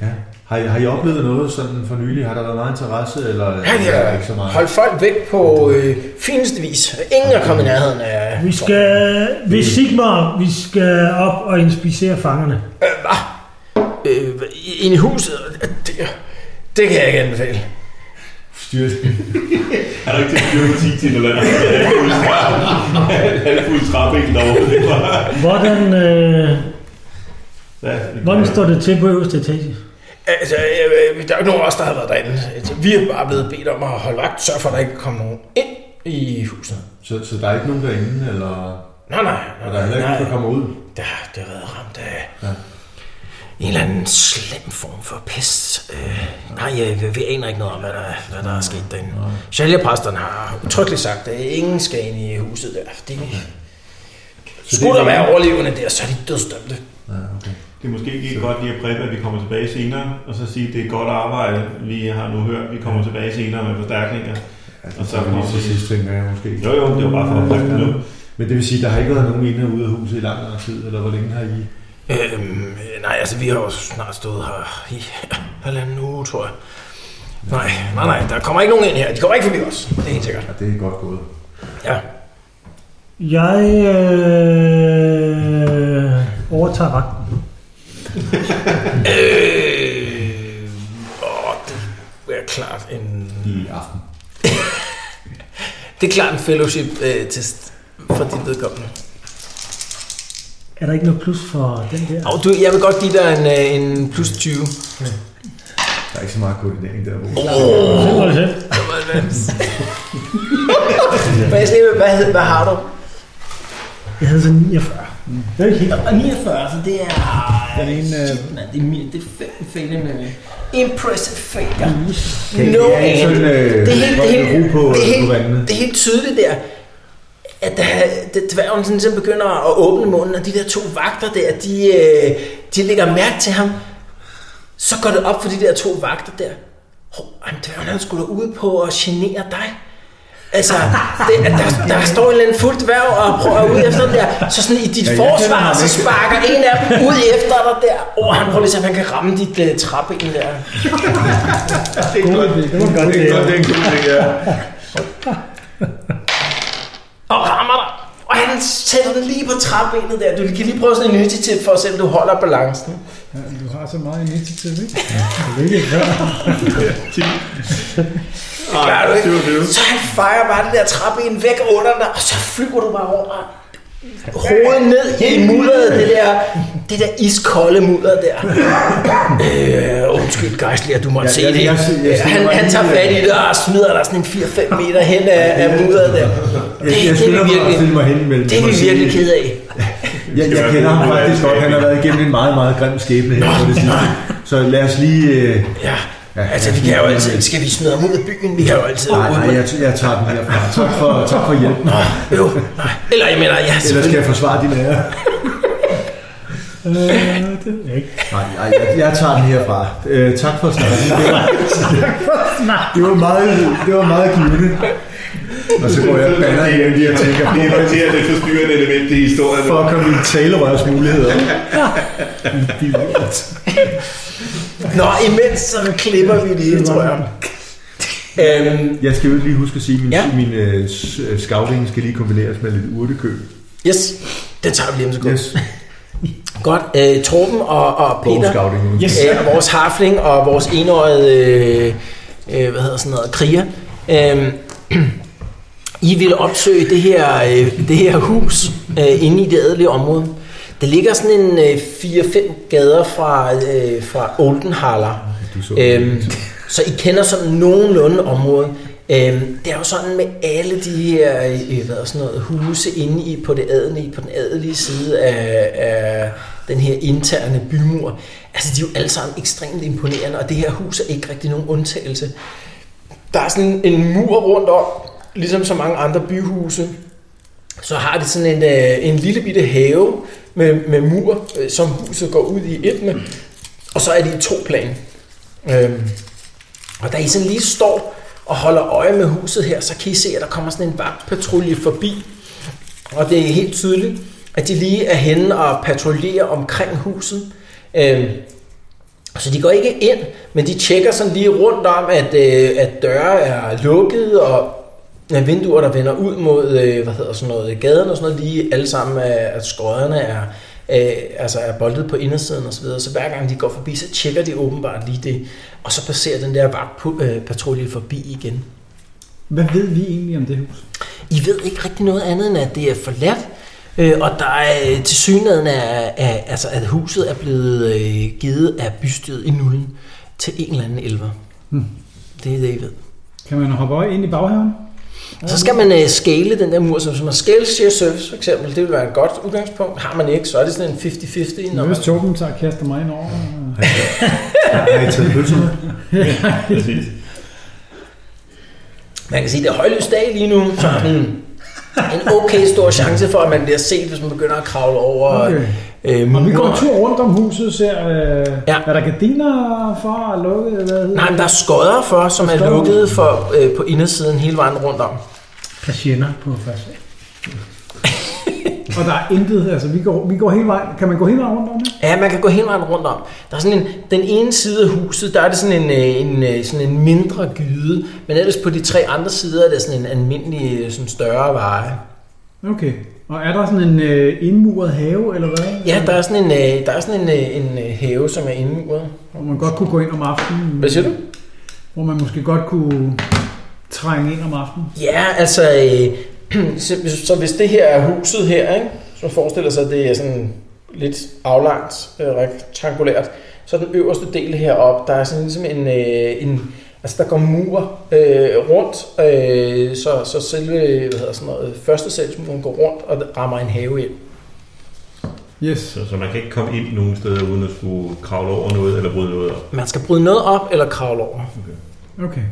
Har I, har I oplevet noget sådan for nylig? Har der været meget interesse, eller Ja, er ja. ikke så meget? Hold folk væk på øh, fineste vis. Ingen er kommet i nærheden af... Vi skal... Vi Sigmar, vi skal op og inspicere fangerne. Øh, hvad? Øh, ind i huset? Det, det kan jeg ikke anbefale. Styrt. Er der ikke til styrke ti eller andet? Han er fuld trappe ikke derovre. Hvordan... Øh, hvordan står det til på øverste etage? Altså, øh, der er jo ikke nogen af os, der har været derinde. Altså, vi er bare blevet bedt om at holde vagt, sørge for, at der ikke kommer nogen ind i huset. Så, så der er ikke nogen derinde, eller... Nej, nej. Og der er heller ikke nogen, der kommer ud? Der, det har været ramt af Ja. en eller anden slem form for pest. Øh, nej, jeg, vi aner ikke noget om, hvad der, hvad der er sket derinde. Sælgerpræsterne har utryggeligt sagt, at ingen skal ind i huset der. De, skulle der være overlevende der, så er de dødsdømte. Ja, okay. Det er måske ikke godt lige at præppe, at vi kommer tilbage senere, og så sige, at det er godt arbejde, vi har nu hørt, vi kommer tilbage senere med forstærkninger. Ja, og så kommer til sidst, tænker jeg måske. Jo, jo, det var bare for at præppe det nu. Men det vil sige, at der har ikke været nogen inde og ude af huset i lang, lang tid, eller hvor længe har I? Øhm, nej, altså vi har jo snart stået her i halvanden uge, tror jeg. Nej, nej, nej, der kommer ikke nogen ind her. De kommer ikke forbi os. Det er helt sikkert. Ja, det er godt gået. Ja. Jeg øh, overtager vagten. øh, åh, det er klart en... I aften. Det er klart en fellowship-test for dit vedkommende. Er der ikke noget plus for den der? Og du, jeg vil godt give dig en, en plus tyve. Der er ikke så meget koordinering der. Åh, oh. hvad, hvad, hvad har du? Jeg havde så niogfyrre. Mm. Det er ikke helt. Og niogfyrre, så det er... Den ene... Det er, det er fem fejl med impressive failure. Okay, No det er ikke sådan, øh, det er helt, det er helt, på, det er på helt, det er helt tydeligt der, at da dværgen sådan ligesom begynder at åbne munden, og de der to vagter der, de, de lægger mærke til ham, så går det op for de der to vagter der. Oh, dværgen han skulle da ude på at genere dig. Altså, det, der, der står en eller anden fuld dværg og prøver ud efter den der, så sådan i dit ja, forsvar, så sparker en af dem ud efter dig der. Åh, oh, han prøver lige at han kan ramme dit uh, trappen der. Det er godt, det var godt, det er godt, det er en god idé, ja. Og rammer dig. Og han sætter den lige på trappebenet der. Du kan lige prøve sådan en initiativ for at se, om du holder balancen. Ja, du har så meget initiativ, ikke? Det er ikke Ej, ikke? Så han fejrer bare det der trappeben væk under dig, og så flyver du bare over hovedet ned i mudderet, det der, det der iskolde mudder der. Øh, undskyld, gejstlig, at du måtte se det. Han, han tager fat i det og smider dig sådan en fire fem meter hen af, af mudderet der. Det, det, det, det er vi virkelig, det er vi virkelig ked af. Jeg, jeg kender ham faktisk godt. Han har været igennem en meget, meget grim skæbne her på det sidste. Så lad os lige... Øh... Ja. Ja, altså, vi kan jo altid... Skal vi smide ham ud af byen? Vi kan jo altid... Nej, nej, jeg, jeg tager den herfra. Tak for, tak for hjælpen. Nå, jo, nej. Eller, jeg mener, ja, Eller skal jeg forsvare din ære? øh, det er ikke. Nej, nej jeg, jeg tager den herfra. Øh, tak for snakken. Det var, det var meget, det var meget givende. Og så går jeg og bander igen lige og tænker på, det er det, det forstyrrende element i historien. For at komme mine talerørsmuligheder. Nå, imens så klipper vi lige, tror jeg. Øhm, jeg skal jo lige huske at sige, at min, ja. min uh, scouting skal lige kombineres med lidt urtekøb. Yes, det tager vi lige om så godt. Yes. Godt, øh, Torben og, og Peter, yes. øh, vores harfling og vores enårede, øh, øh, hvad hedder sådan noget, kriger. Øh, I ville opsøge det her, øh, det her hus øh, inde i det adelige område. Der ligger sådan en øh, fire fem gader fra, øh, fra Oldenhaller. Så, øhm, så I kender sådan nogenlunde området. Øhm, det er jo sådan med alle de her øh, hvad er sådan noget, huse inde i på, det adelige, på den adelige side af, af den her interne bymur. Altså de er jo alle sammen ekstremt imponerende, og det her hus er ikke rigtig nogen undtagelse. Der er sådan en, en mur rundt om, ligesom så mange andre byhuse. Så har det sådan en, øh, en lille bitte have med, med mur, øh, som huset går ud i et med, og så er det i to plan. Øhm, og da I sådan lige står og holder øje med huset her, så kan I se, at der kommer sådan en vagtpatrulje forbi. Og det er helt tydeligt, at de lige er henne og patruljerer omkring huset. Øhm, Så de går ikke ind, men de tjekker sådan lige rundt om, at, øh, at døre er lukket, og vinduer, der vender ud mod øh, hvad hedder sådan noget, gaden og sådan noget, lige alle sammen, at skrøderne er, øh, altså er boltet på indersiden og så videre. Så hver gang de går forbi, så tjekker de åbenbart lige det, og så passerer den der vagtpatrulje forbi igen. Hvad ved vi egentlig om det hus? I ved ikke rigtig noget andet, end at det er forladt, øh, og der er tilsyneladende, af, altså, at huset er blevet øh, givet af bystyret i nullen til en eller anden elver. Hmm. Det er det, I ved. Kan man hoppe ind i baghaven? Så skal man uh, scale den der mur, så hvis man scale share surface for eksempel, det vil være et godt udgangspunkt. Har man ikke, så er det sådan en halvtreds halvtreds. Når hvis Torben tager og kaster mig ind over. Har I taget pølserne? Ja, præcis. Man kan sige, at det er højlys dag lige nu, så er en, en okay stor chance for, at man bliver set, hvis man begynder at kravle over okay. øh, Og vi går en tur rundt om huset, ser, øh, ja. Er der gardiner for at lukke? Hvad Nej, men der er skodder for, som er lukket for, øh, på indersiden hele vejen rundt om. Patienter på første. Og der er intet, altså vi går, vi går hele vejen. Kan man gå hele vejen rundt om det? Ja, man kan gå hele vejen rundt om. Der er sådan en, den ene side af huset, der er det sådan en, en, sådan en mindre gyde, men ellers på de tre andre sider er det sådan en almindelig, sådan større veje. Okay. Og er der sådan en øh, indmuret have, eller hvad? Ja, der er sådan en, øh, der er sådan en, øh, en have, som er indmuret. Hvor man godt kunne gå ind om aftenen. Hvad siger du? Hvor man måske godt kunne trænge ind om aftenen. Ja, altså... Øh, så hvis det her er huset her, ikke, så forestiller sig, at det er sådan lidt aflangt, øh, rektangulært, så den øverste del heroppe, der er sådan ligesom en, øh, en altså der går mur øh, rundt, øh, så, så selve hvad hedder sådan noget, første salgsmuren går rundt og rammer en have ind. Yes. Så, så man kan ikke komme ind nogen steder uden at skulle kravle over noget eller bryde noget op? Man skal bryde noget op eller kravle over. Okay. Okay.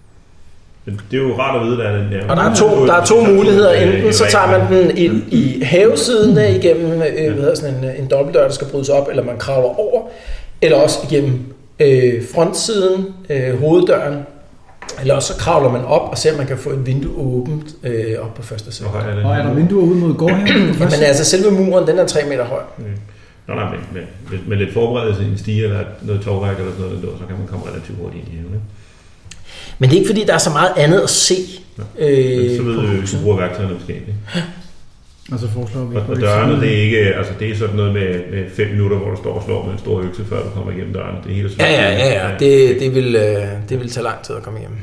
Det er jo rart at vide, hvad den der. Og der er to, der er to muligheder. Enten så tager man den ind i havesiden der igennem øh, hvad sådan en, en dobbeltdør, der skal brydes op, eller man kravler over, eller også igennem øh, frontsiden, øh, hoveddøren, eller også så kravler man op og ser, om man kan få et vindue åbent øh, op på første side. Og er, og er der vinduer ud mod gårdhaven? Men altså selve muren, den er tre meter høj. Okay. Nå nej, men med, med, med lidt forberedelse i en stige eller noget tovværk eller sådan noget, så kan man komme relativt hurtigt ind i haven. Men det er ikke fordi, der er så meget andet at se. Ja. Øh, så ved du, at du bruger værktøjerne måske. Ikke? Og så foreslår vi... Og, og dørene, det er ikke, altså det er sådan noget med, med fem minutter, hvor du står og slår med en stor økse, før du kommer igennem døren. Det er helt ja, ja, ja, ja. Det, det, vil, det vil tage lang tid at komme igennem.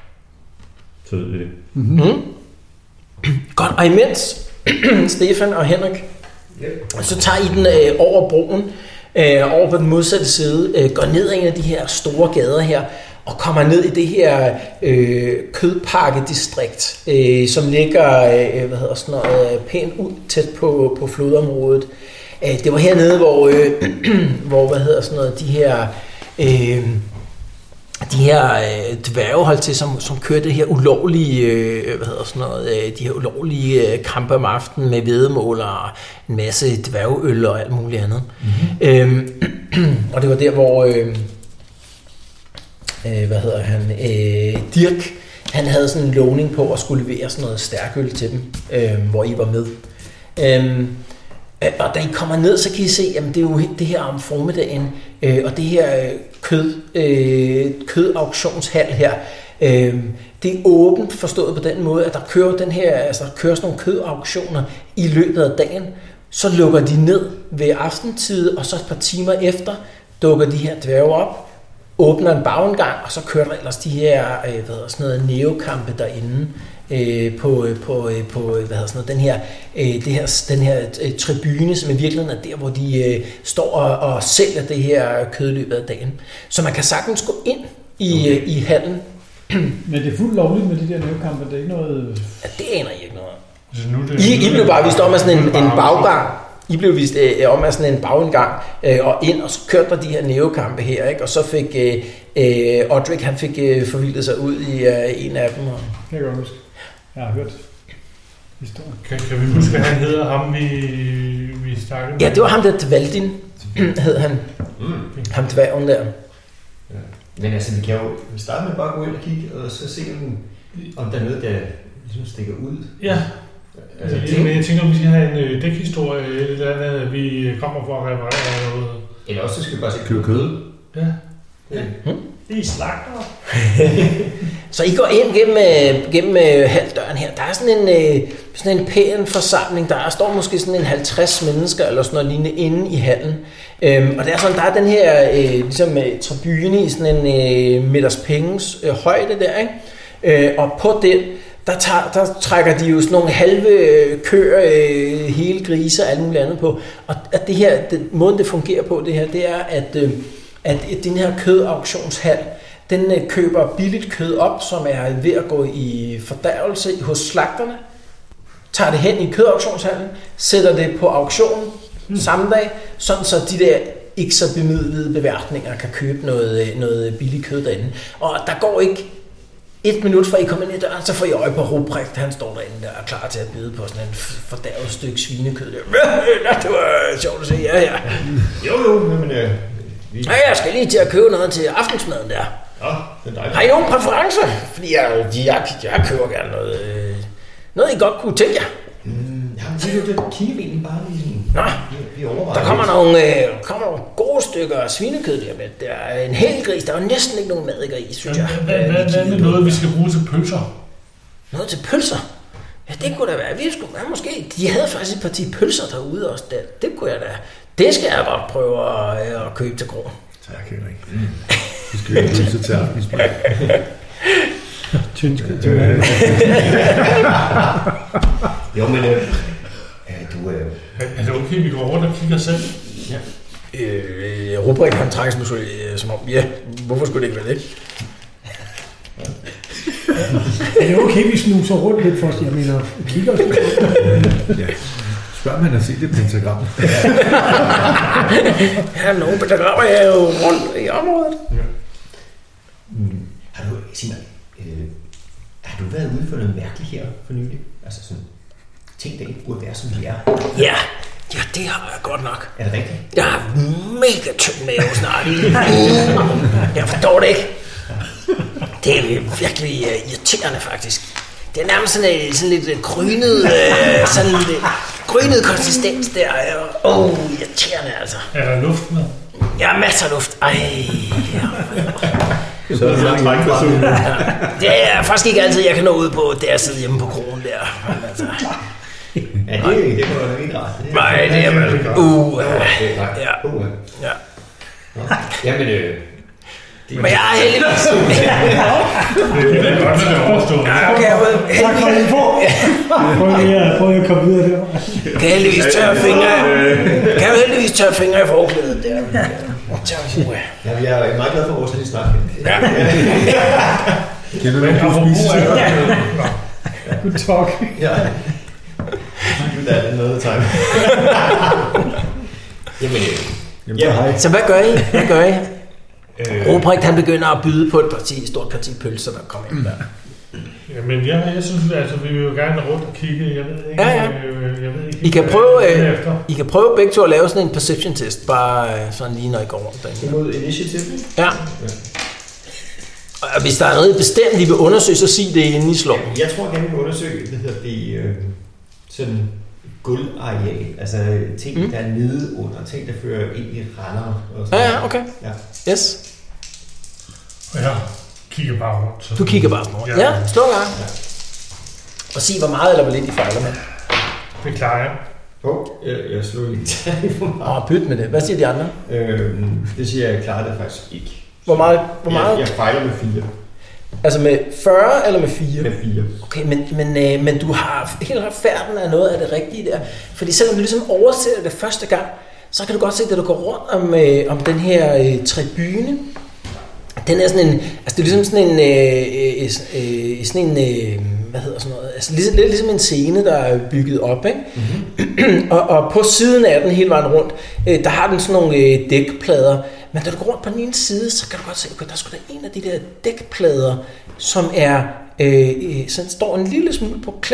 Så ved vi det. Mm-hmm. Mm. Godt, og imens Stefan og Henrik, yep. så tager I den øh, over broen, øh, over på den modsatte side, øh, går ned ad en af de her store gader her, og kommer ned i det her øh, kødpakkedistrikt, øh, som ligger øh, hvad hedder sådan noget, pænt ud tæt på, på flodområdet. Øh, det var hernede, hvor, øh, hvor hvad hedder sådan noget, de her øh, de her øh, dværge holdt til, som, som kørte det her ulovlige, øh, hvad hedder sådan noget, øh, de her ulovlige øh, kampe om aftenen med væddemål og en masse dværgeøl og alt muligt andet. Mm-hmm. Øh, og det var der, hvor øh, Øh, hvad hedder han, øh, Dirk, han havde sådan en lovning på at skulle levere sådan noget stærkøl til dem, øh, hvor I var med. Øh, og da I kommer ned, så kan I se, at det er jo det her om formiddagen, øh, og det her kød, øh, kødauktionshal her, øh, det er åbent forstået på den måde, at der kører, den her, altså, der kører sådan nogle kødauktioner i løbet af dagen, så lukker de ned ved aftentid, og så et par timer efter dukker de her dværge op, åbner en bagindgang, og så kører der ellers de her øh, hvad hedder sådan noget, neokampe derinde øh, på, på, på hvad hedder sådan noget, den her, øh, det her, den her øh, tribune, som i virkeligheden er der, hvor de øh, står og, og sælger det her kødløbet af dagen. Så man kan sagtens gå ind i, okay. øh, i hallen. Men det er fuldt lovligt med de der neokampe, det er ikke noget... Ja, det aner I ikke noget om. Altså, nu det, I, I blev bare vist om af sådan en, en baggang. I blev vist øh, om af sådan en bagindgang øh, og ind, og så kørte der de her neokampe her, ikke? Og så fik øh, øh, Odrik, han fik øh, forvildet sig ud i øh, en af dem. Og... Det kan jeg huske. Jeg har hørt historien. Kan, kan vi huske, hvad han hedder, ham vi, vi snakkede med? Ja, det var ham der Dvaldin, hed han. Mm. Ham dværgen der. Ja. Men altså, vi kan jo starte med bare gå ind og kigge, og så se, om, om der er noget, der ligesom stikker ud. Ja. Altså, jeg, men jeg tænker, om vi skal have en øh, dækhistorie, eller andet, vi kommer for at reparere noget. Eller også skal vi bare se købe kød. Ja. Ja. Hmm? Det er slagter. Så I går ind gennem, øh, gennem øh, halvdøren her. Der er sådan en, øh, sådan en pæn forsamling. Der står måske sådan en halvtreds mennesker eller sådan noget lignende inde i hallen. Øhm, og det er sådan, der er den her øh, ligesom, øh, tribune i sådan en øh, midters penges øh, højde der, ikke? Øh, og på den, der, tager, der trækker de jo sådan nogle halve køer, øh, hele grise og alt muligt andet på. Og at det her, den måden det fungerer på det her, det er, at, øh, at den her kødauktionshal, den øh, køber billigt kød op, som er ved at gå i fordærvelse hos slagterne, tager det hen i kødauktionshallen, sætter det på auktionen mm. samme dag, sådan så de der ikke så bemidlede beværtninger kan købe noget, noget billigt kød derinde. Og der går ikke et minut fra I kommer ind i døren, så får I øje på Ruprecht. Han står derinde der og er klar til at bide på sådan en fordærvet stykke svinekød der. Det var sjovt at se, ja, ja. Jo, jo, men... Øh, vi... Ja, jeg skal lige til at købe noget til aftensmaden der. Ja, det er dejligt. Har I nogen præferencer? Fordi jeg, jeg, jeg køber gerne noget, noget I godt kunne tænke jer. Mm, jamen, det er jo det kigger vi egentlig bare lige. Nå, vi, vi overvejer. Der kommer nogle, øh, kommer nogle gode stykker svinekød der med. Der er en hel gris. Der er jo næsten ikke nogen mad i, synes jeg. Hvad, hvad, hvad, hvad med noget, vi skal bruge til pølser? Noget til pølser? Ja, det kunne da være. Vi skulle, ja, måske. De havde faktisk et parti pølser derude også. Der. Det kunne jeg da. Det skal jeg godt prøve at, at købe til kronen. Tak, Henrik. Mm. Vi skal jo pølser til aftensmad. Tyndskød til mad. Jo, men... Øh, du, øh... Er det okay, vi går rundt og kigger selv? Ja. Øh, Ruprecht, han trækker sig måske øh, som om, ja, hvorfor skulle det ikke være det? Er det okay, vi snuser rundt lidt for os? Jeg mener, kigger os lidt. Ja. Spørg, man har set det pentagram. Ja, nogle pentagrammer er jo rundt i området. Ja. Mm. Har du, sig mig, øh, har du været ude for noget mærkeligt her for nylig? Altså sådan, ting, der ikke burde være, som de er? Ja, ja, det har jeg godt nok. Er det rigtigt? Jeg har mega tynd mave snart. Jeg forstår det ikke. Det er virkelig uh, irriterende, faktisk. Det er nærmest sådan, uh, sådan lidt grynet, uh, sådan lidt uh, grynet konsistens der. Åh, uh, oh, irriterende altså. Er der luft med? Ja, masser af luft. Ej, ja. Så er det meget trækperson. Ja, det er faktisk ikke altid, jeg kan nå ud på, der jeg sidder hjemme på kronen der. Altså. Ja, det, det var jo ikke rart. Det Nej, det er vel... Uh, uh, ja. Uh, ja. Jamen, øh... Det... Men jeg er heldigvis... Det er godt, at det er overstået. Ja, okay, jeg er Tak for det på. Prøv lige at, prøv at komme videre der. Kan jeg heldigvis tørre fingre... Kan jeg heldigvis tørre fingre i forklædet der. Ja, jeg er meget glad for vores lille snak. Ja. Kender du ikke spise? Good talk. Ja. Du er da noget time. Jamen, Jamen, ja. Hej. Så hvad gør I? Hvad gør I? Øh... Ruprecht, han begynder at byde på et parti, et stort parti pølser, der kommer ind der. Jamen, jeg, jeg synes, altså, vi vil jo gerne rundt og kigge. Jeg ved ikke, ja, ja. Øh, jeg ved ikke I kan prøve, øh, I kan prøve begge to at lave sådan en perception test, bare øh, sådan lige når I går rundt derinde. Mod initiativ? Ja. ja. Og hvis der er noget bestemt, I vil undersøge, så sig det inden I slår. Jeg tror gerne, vi vil undersøge, hvad hedder det, øh, sådan guldareal, altså ting, mm. der er nede under, ting, der fører ind i render. Og sådan. Ja, ja, okay. Ja. Yes. Og jeg kigger bare rundt. Så du kigger bare rundt. Ja, ja, slå gang. Ja. Og sig, hvor meget eller hvor lidt I fejler med. Det klarer jeg. Åh, oh, jeg, jeg slår lige for meget. Åh, byt med det. Hvad siger de andre? Øhm, det siger jeg, jeg klarer det faktisk ikke. Hvor meget? Hvor meget? Jeg, jeg fejler med fire. Altså med fyrre eller med fire? Med fire. Okay, men, men, øh, men du har helt retfærden af noget af det rigtige der. Fordi selvom du ligesom oversætter det første gang, så kan du godt se, at du går rundt om, øh, om den her øh, tribune. Den er sådan en, altså det er ligesom sådan en, øh, øh, sådan en, øh, hvad hedder sådan noget, altså lidt, lidt ligesom en scene, der er bygget op, ikke? Mm-hmm. og, og på siden af den hele vejen rundt, øh, der har den sådan nogle øh, dækplader. Men da du går rundt på den ene side, så kan du godt se, okay, der er sgu da en af de der dækplader, som er, øh, sådan står en lille smule på klem,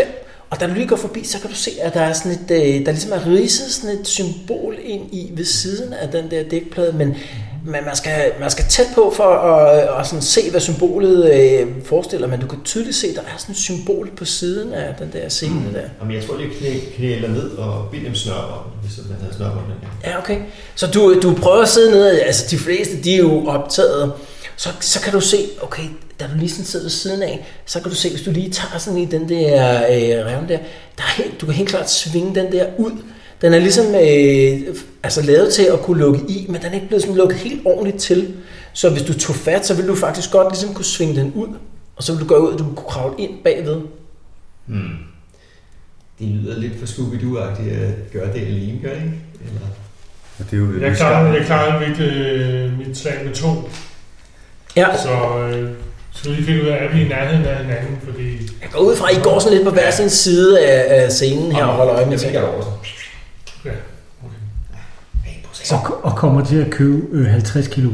Og da du lige går forbi, så kan du se, at der er sådan et, øh, der ligesom er ridset sådan et symbol ind i ved siden af den der dækplade, men, men man, skal, man skal tæt på for at, at sådan se, hvad symbolet øh, forestiller, men du kan tydeligt se, at der er sådan et symbol på siden af den der scene mm. der. Jamen, jeg tror lige, knæ, knæler ned og bind dem snør hvis man havde snør om den. Ja, okay. Så du, du prøver at sidde nede, altså de fleste, de er jo optaget, så, så kan du se, okay, da du lige sådan sidder ved siden af, så kan du se, hvis du lige tager sådan i den der øh, revne der, der er helt, du kan helt klart svinge den der ud. Den er ligesom øh, altså lavet til at kunne lukke i, men den er ikke blevet sådan lukket helt ordentligt til. Så hvis du tog fat, så ville du faktisk godt ligesom kunne svinge den ud, og så ville du gå ud, og du kunne kravle ind bagved. Hmm. Det lyder lidt for Scooby-Doo-agtigt at gøre det alene, gør det ikke? Eller? Det er jo, jeg klarer, jeg klarer mit, øh, mit slag med to. Ja. Så øh, skal vi lige finde ud af, at vi er i nærheden af hinanden, fordi... Jeg går ud fra, at I går sådan lidt på hver sin side af, af scenen her og holder øje med ting. Jeg over så. Ja, okay. Og, og kommer til at købe øh, halvtreds kilo.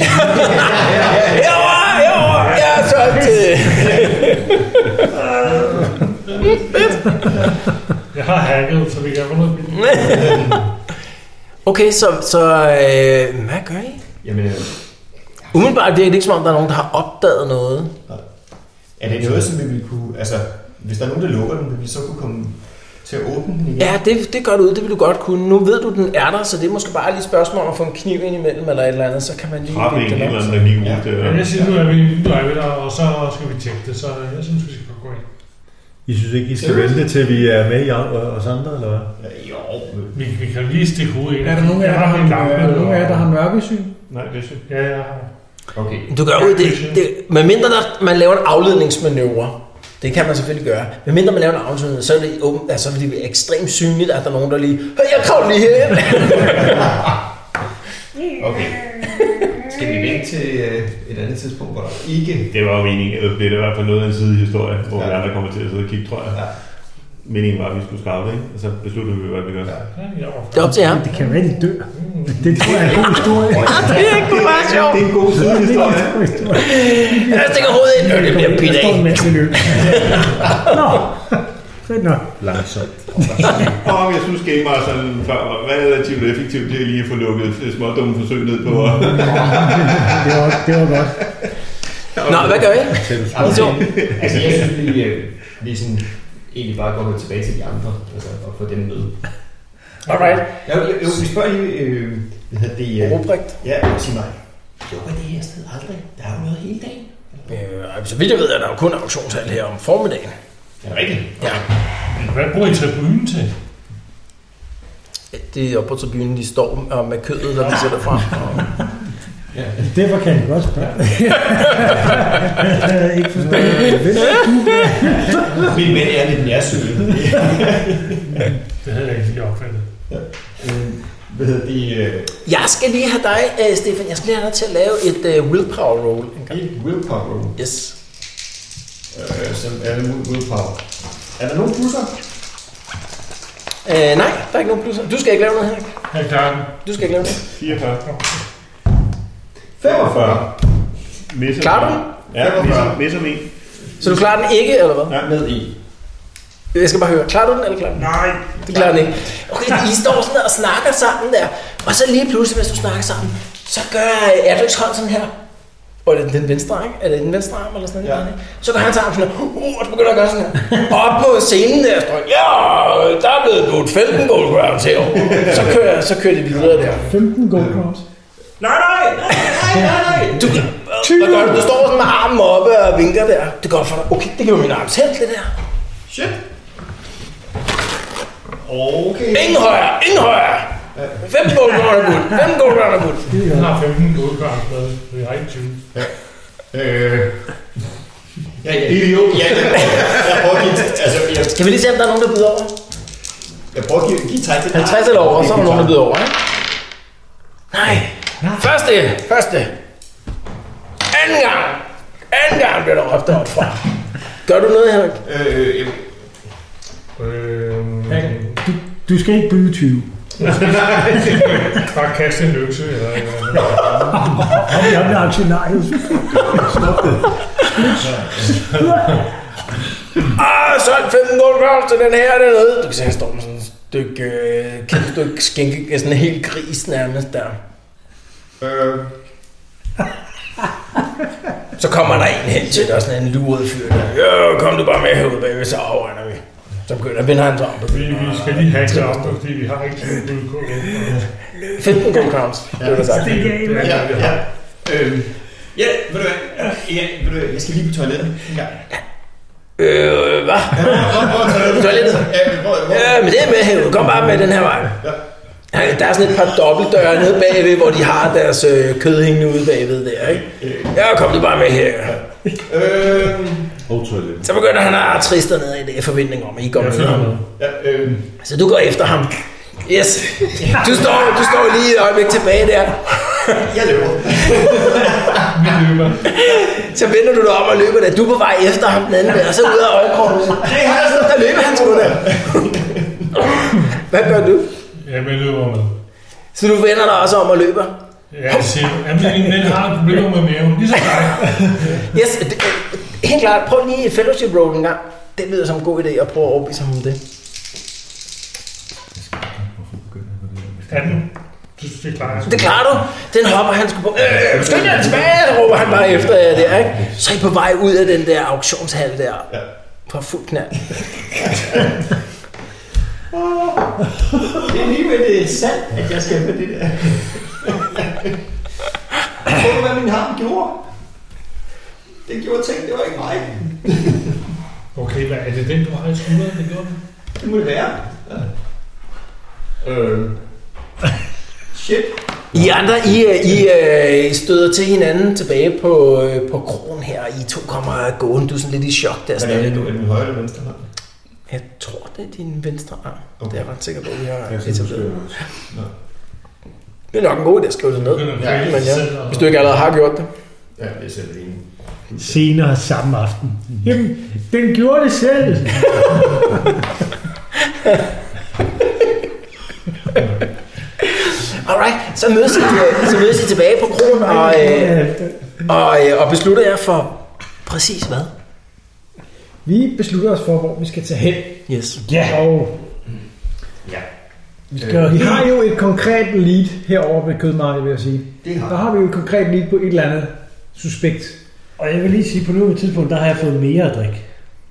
Herovre, herovre! Jeg er solgt til... Jeg har hacket, så vi kan få noget billigt. Okay, så, så øh, hvad gør I? Jamen, øh, umiddelbart virker det ikke som om, der er nogen, der har opdaget noget. Er det noget, som vi vil kunne... Altså, hvis der er nogen, der lukker den, vil vi så kunne komme til at åbne den igen? Ja, det, det gør du ud. Det vil du godt kunne. Nu ved du, den er der, så det er måske bare lige et spørgsmål om at få en kniv ind imellem eller et eller andet, så kan man lige... Har vi en eller anden, der lige ud det? Ja, jeg siger, nu er vi, nu er vi der, og så skal vi tjekke det, så jeg synes, vi skal gå ind. I synes ikke, I skal vente til, vi er med i os andre, eller hvad? Ja, jo. Vi, vi kan lige stikke hovedet ind. Er der nogen af jer, der har, nogen af jer, der har mørkesyn? Nej, det er sygt. Ja, jeg har. Okay. Du gør ud det, det med mindre der, man laver en afledningsmanøvre. Det kan man selvfølgelig gøre. Men mindre man laver en afledningsmanøvre, så er det åbent, altså fordi det er ekstremt synligt, at der er nogen, der lige, hey, jeg kravler lige herind. Okay. Skal vi vente til et andet tidspunkt, hvor der ikke... Det var jo meningen, eller det er i hvert fald noget af en sidehistorie, hvor ja. vi andre kommer til at sidde og kigge, tror jeg. Ja. Meningen var, at vi skulle scoute, ikke? Og så besluttede vi, hvad vi gør. Ja. Det er op til jer. Det kan være, de dør. Det tror jeg er en god historie. Det er ikke bare sjovt. Det er en god sidehistorie. Jeg stikker hovedet ind, og det bliver pidt af. Nå, fedt nok. Langsomt. Og jeg synes, game var sådan før, hvad er relativt effektivt, det er lige at få lukket små dumme forsøg ned på. det, var, det var godt. Nå, hvad gør I? Altså, altså jeg synes, vi, vi sådan, egentlig bare går tilbage til de andre, altså, og få dem med. Alright. Ja, jo, jo, vi spørger lige, øh, hvad hedder det? Øh, Ruprecht. Ja, sig mig. Lukker det her sted aldrig? Der er jo noget hele dagen. Øh, så vidt jeg ved, er der jo kun auktionshal her om formiddagen. Er det rigtigt? Ja. Hvad bruger I tribunen til? Det er oppe på tribunen, de står med kødet, der de sætter frem. Ja. Derfor kan jeg godt spørge. Jeg ikke forstå. Min mænd er lidt nærsøgende. Det havde jeg ikke lige opfattet. Ja. Hvad hedder det? Jeg skal lige have dig, Stefan. Jeg skal lige have dig til at lave et uh, willpower roll. Et willpower roll? Yes. Øh, som er det willpower. Er der nogen plusser? Uh, nej, der er ikke nogen plusser. Du skal ikke lave noget her. Jeg klarer den. Du skal ikke lave noget. fireogfyrre. femogfyrre. Klarer du den? Ja, misser, misser min. Så du klarer den ikke, eller hvad? Ja, med i. Jeg skal bare høre, klarer du den, eller klarer du den? Nej. Du klarer den ikke. Okay, I står sådan der og snakker sammen der, og så lige pludselig, hvis du snakker sammen, så gør Erdriks hånd sådan her. Og er det den venstre, ikke? Er det den venstre arm, eller sådan noget? Ja. Så går han sammen sådan her, uh, og så begynder at gøre sådan her. Og op på scenen der, står ja, der er blevet budt femten gold crowns herovre. Så kører, så kører det videre der. femten gold crowns? Nej, nej, nej, nej, nej. Du, hvad gør du? Du står sådan med armen oppe og vinker der. Det går for dig. Okay, det giver min arm selv, det der. Shit. Okay. Ingen højere, ingen højere. femten gold crowns er budt. femten gold crowns er budt. Jeg har femten gold crowns med. Vi har ikke tyve. Ja. Øh... Ja, ja. Idiot. Ja, jeg, jeg prøver at give... Altså, jeg... Kan vi lige se, om der er nogen, der byder over? Jeg prøver at give, give træk til... halvtreds eller over, så er der nogen, der byder over, ikke? Nej. Første, første. Anden gang. Anden gang bliver der råbt deroppe fra. Gør du noget, Henrik? Øh... Øh... Du, du skal ikke byde tyve. Bare kaste en løkse, eller... Kom, jeg bliver aktionarius. Stop det. Ah, så er det fem femten gold crowns til den her dernede. Du kan se, han står med sådan et stykke, øh, kæmpe stykke skænke, sådan en helt gris nærmest der. Øh. Så kommer der en hen til dig, sådan en luret fyr der. Ja, kom du bare med herude bagved, så afregner vi. Så begynder vender han sig om. Vi, vi skal lige have det op, fordi vi har ikke sådan en bud. femten gold crowns, det er det sagt. Det er ikke Ja, ja. Øh. Ja, ved du hvad? Ja, ved du hvad? Jeg skal lige på toilettet en gang. Øh, hvad? Toilettet? Ja, men det er med herude. Kom bare med den her vej. Ja, der er sådan et par dobbeltdøre nede bagved, hvor de har deres øh, kød hængende ude bagved der, ikke? Ja, kom du bare med her. Øh. Og toilettet. Så begynder han at triste ned i det forventning om, at I går med ham. Ja, øh. Så du går efter ham. Yes. Du står, du står lige et øjeblik tilbage der. Jeg løber. Vi løber. Så vender du dig om og løber der. Du er på vej efter ham den anden der, og så ud af øjenkrogen. Der løber han sgu der. Hvad gør du? Ja, men jeg løber med. Så du vender dig også om og løber? Ja, jeg siger, at min ven har problemer med maven. Ligesom dig. Yes, det, helt klart. Prøv lige et fellowship roll en gang. Det lyder som en god idé at prøve at overbevise ham om det. atten. Du synes, det klarer jeg. Det klarer du. Den hopper han sgu på. Øh, skynd jer tilbage, råber han bare efter jer der, ikke? Så er I på vej ud af den der auktionshal der. Ja. Fra fuld knald. Det er lige med det sandt, at jeg skal med det der. Tror du, hvad min arm gjorde? Det gjorde ting, det var ikke mig. Okay, hvad er det den, du har i skulderen, det gjorde det? Det må det være. Ja. Øh. Shit. I andre, I, I, I støder til hinanden tilbage på, på krogen her. I to kommer gående. Du er sådan lidt i chok der stadig. Er det min højre eller venstre hånd? Jeg tror, det er din venstre arm. Okay. Det er jeg ret sikker på, at vi har Jeg synes, etableret. Nå. Det er nok en god idé at skrive det ned. Ja, Men ja, hvis du ikke allerede har gjort det. Ja, det er selv enig. senere samme aften. Jamen, den gjorde det selv. Alright, så mødes I, så mødes I tilbage på kronen og, øh, og, øh, og beslutter jer for præcis hvad? Vi beslutter os for, hvor vi skal tage hen. Yes. Ja. Og Ja. vi, skal, vi har jo et konkret lead herovre ved kødmarkedet, vil jeg sige. Det har Der har vi jo et konkret lead på et eller andet suspekt. Og jeg vil lige sige, på nuværende tidspunkt, der har jeg fået mere at drikke.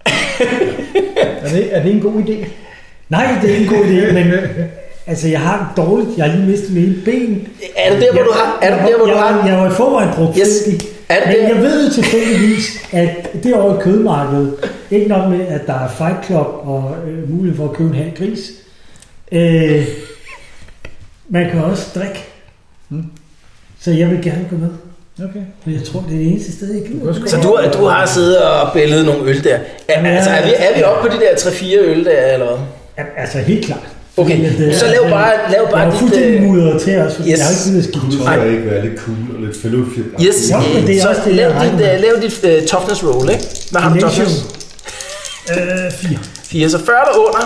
Er det, er det en god idé? Nej, det er ikke en god idé, men altså, jeg har det dårligt. Jeg har lige mistet mine ben. Er du der, hvor jeg, du har? Er du der, hvor jeg, du har? Jeg, jeg var i forvejen brugt Yes. fældig. Er det Men der? jeg ved jo tilfældigvis, at det over i kødmarkedet, ikke nok med, at der er Fight Club og øh, mulighed for at købe en halv gris. Øh, man kan også drikke. Hmm. Så jeg vil gerne gå med. Okay. For jeg tror, det er det eneste sted, jeg kan. Så du, du har siddet og bællet nogle øl der. Er, Ja. altså, er vi, er vi oppe på de der tre fire øl der, eller hvad? Ja, altså helt klart. Okay, Fordi, at, øh, så lav bare, lav bare jeg var dit... fuldstændig øh, mudret til os, fordi yes. jeg har ikke givet at Kunne skifte. det ikke være lidt cool og lidt fellowship? Yes, Jo, men det er så også det, lav jeg dit, regner med. uh, lav dit uh, toughness roll, ikke? Hvad har du Dimension. toughness? Øh, fire. fire, så fyrre der under.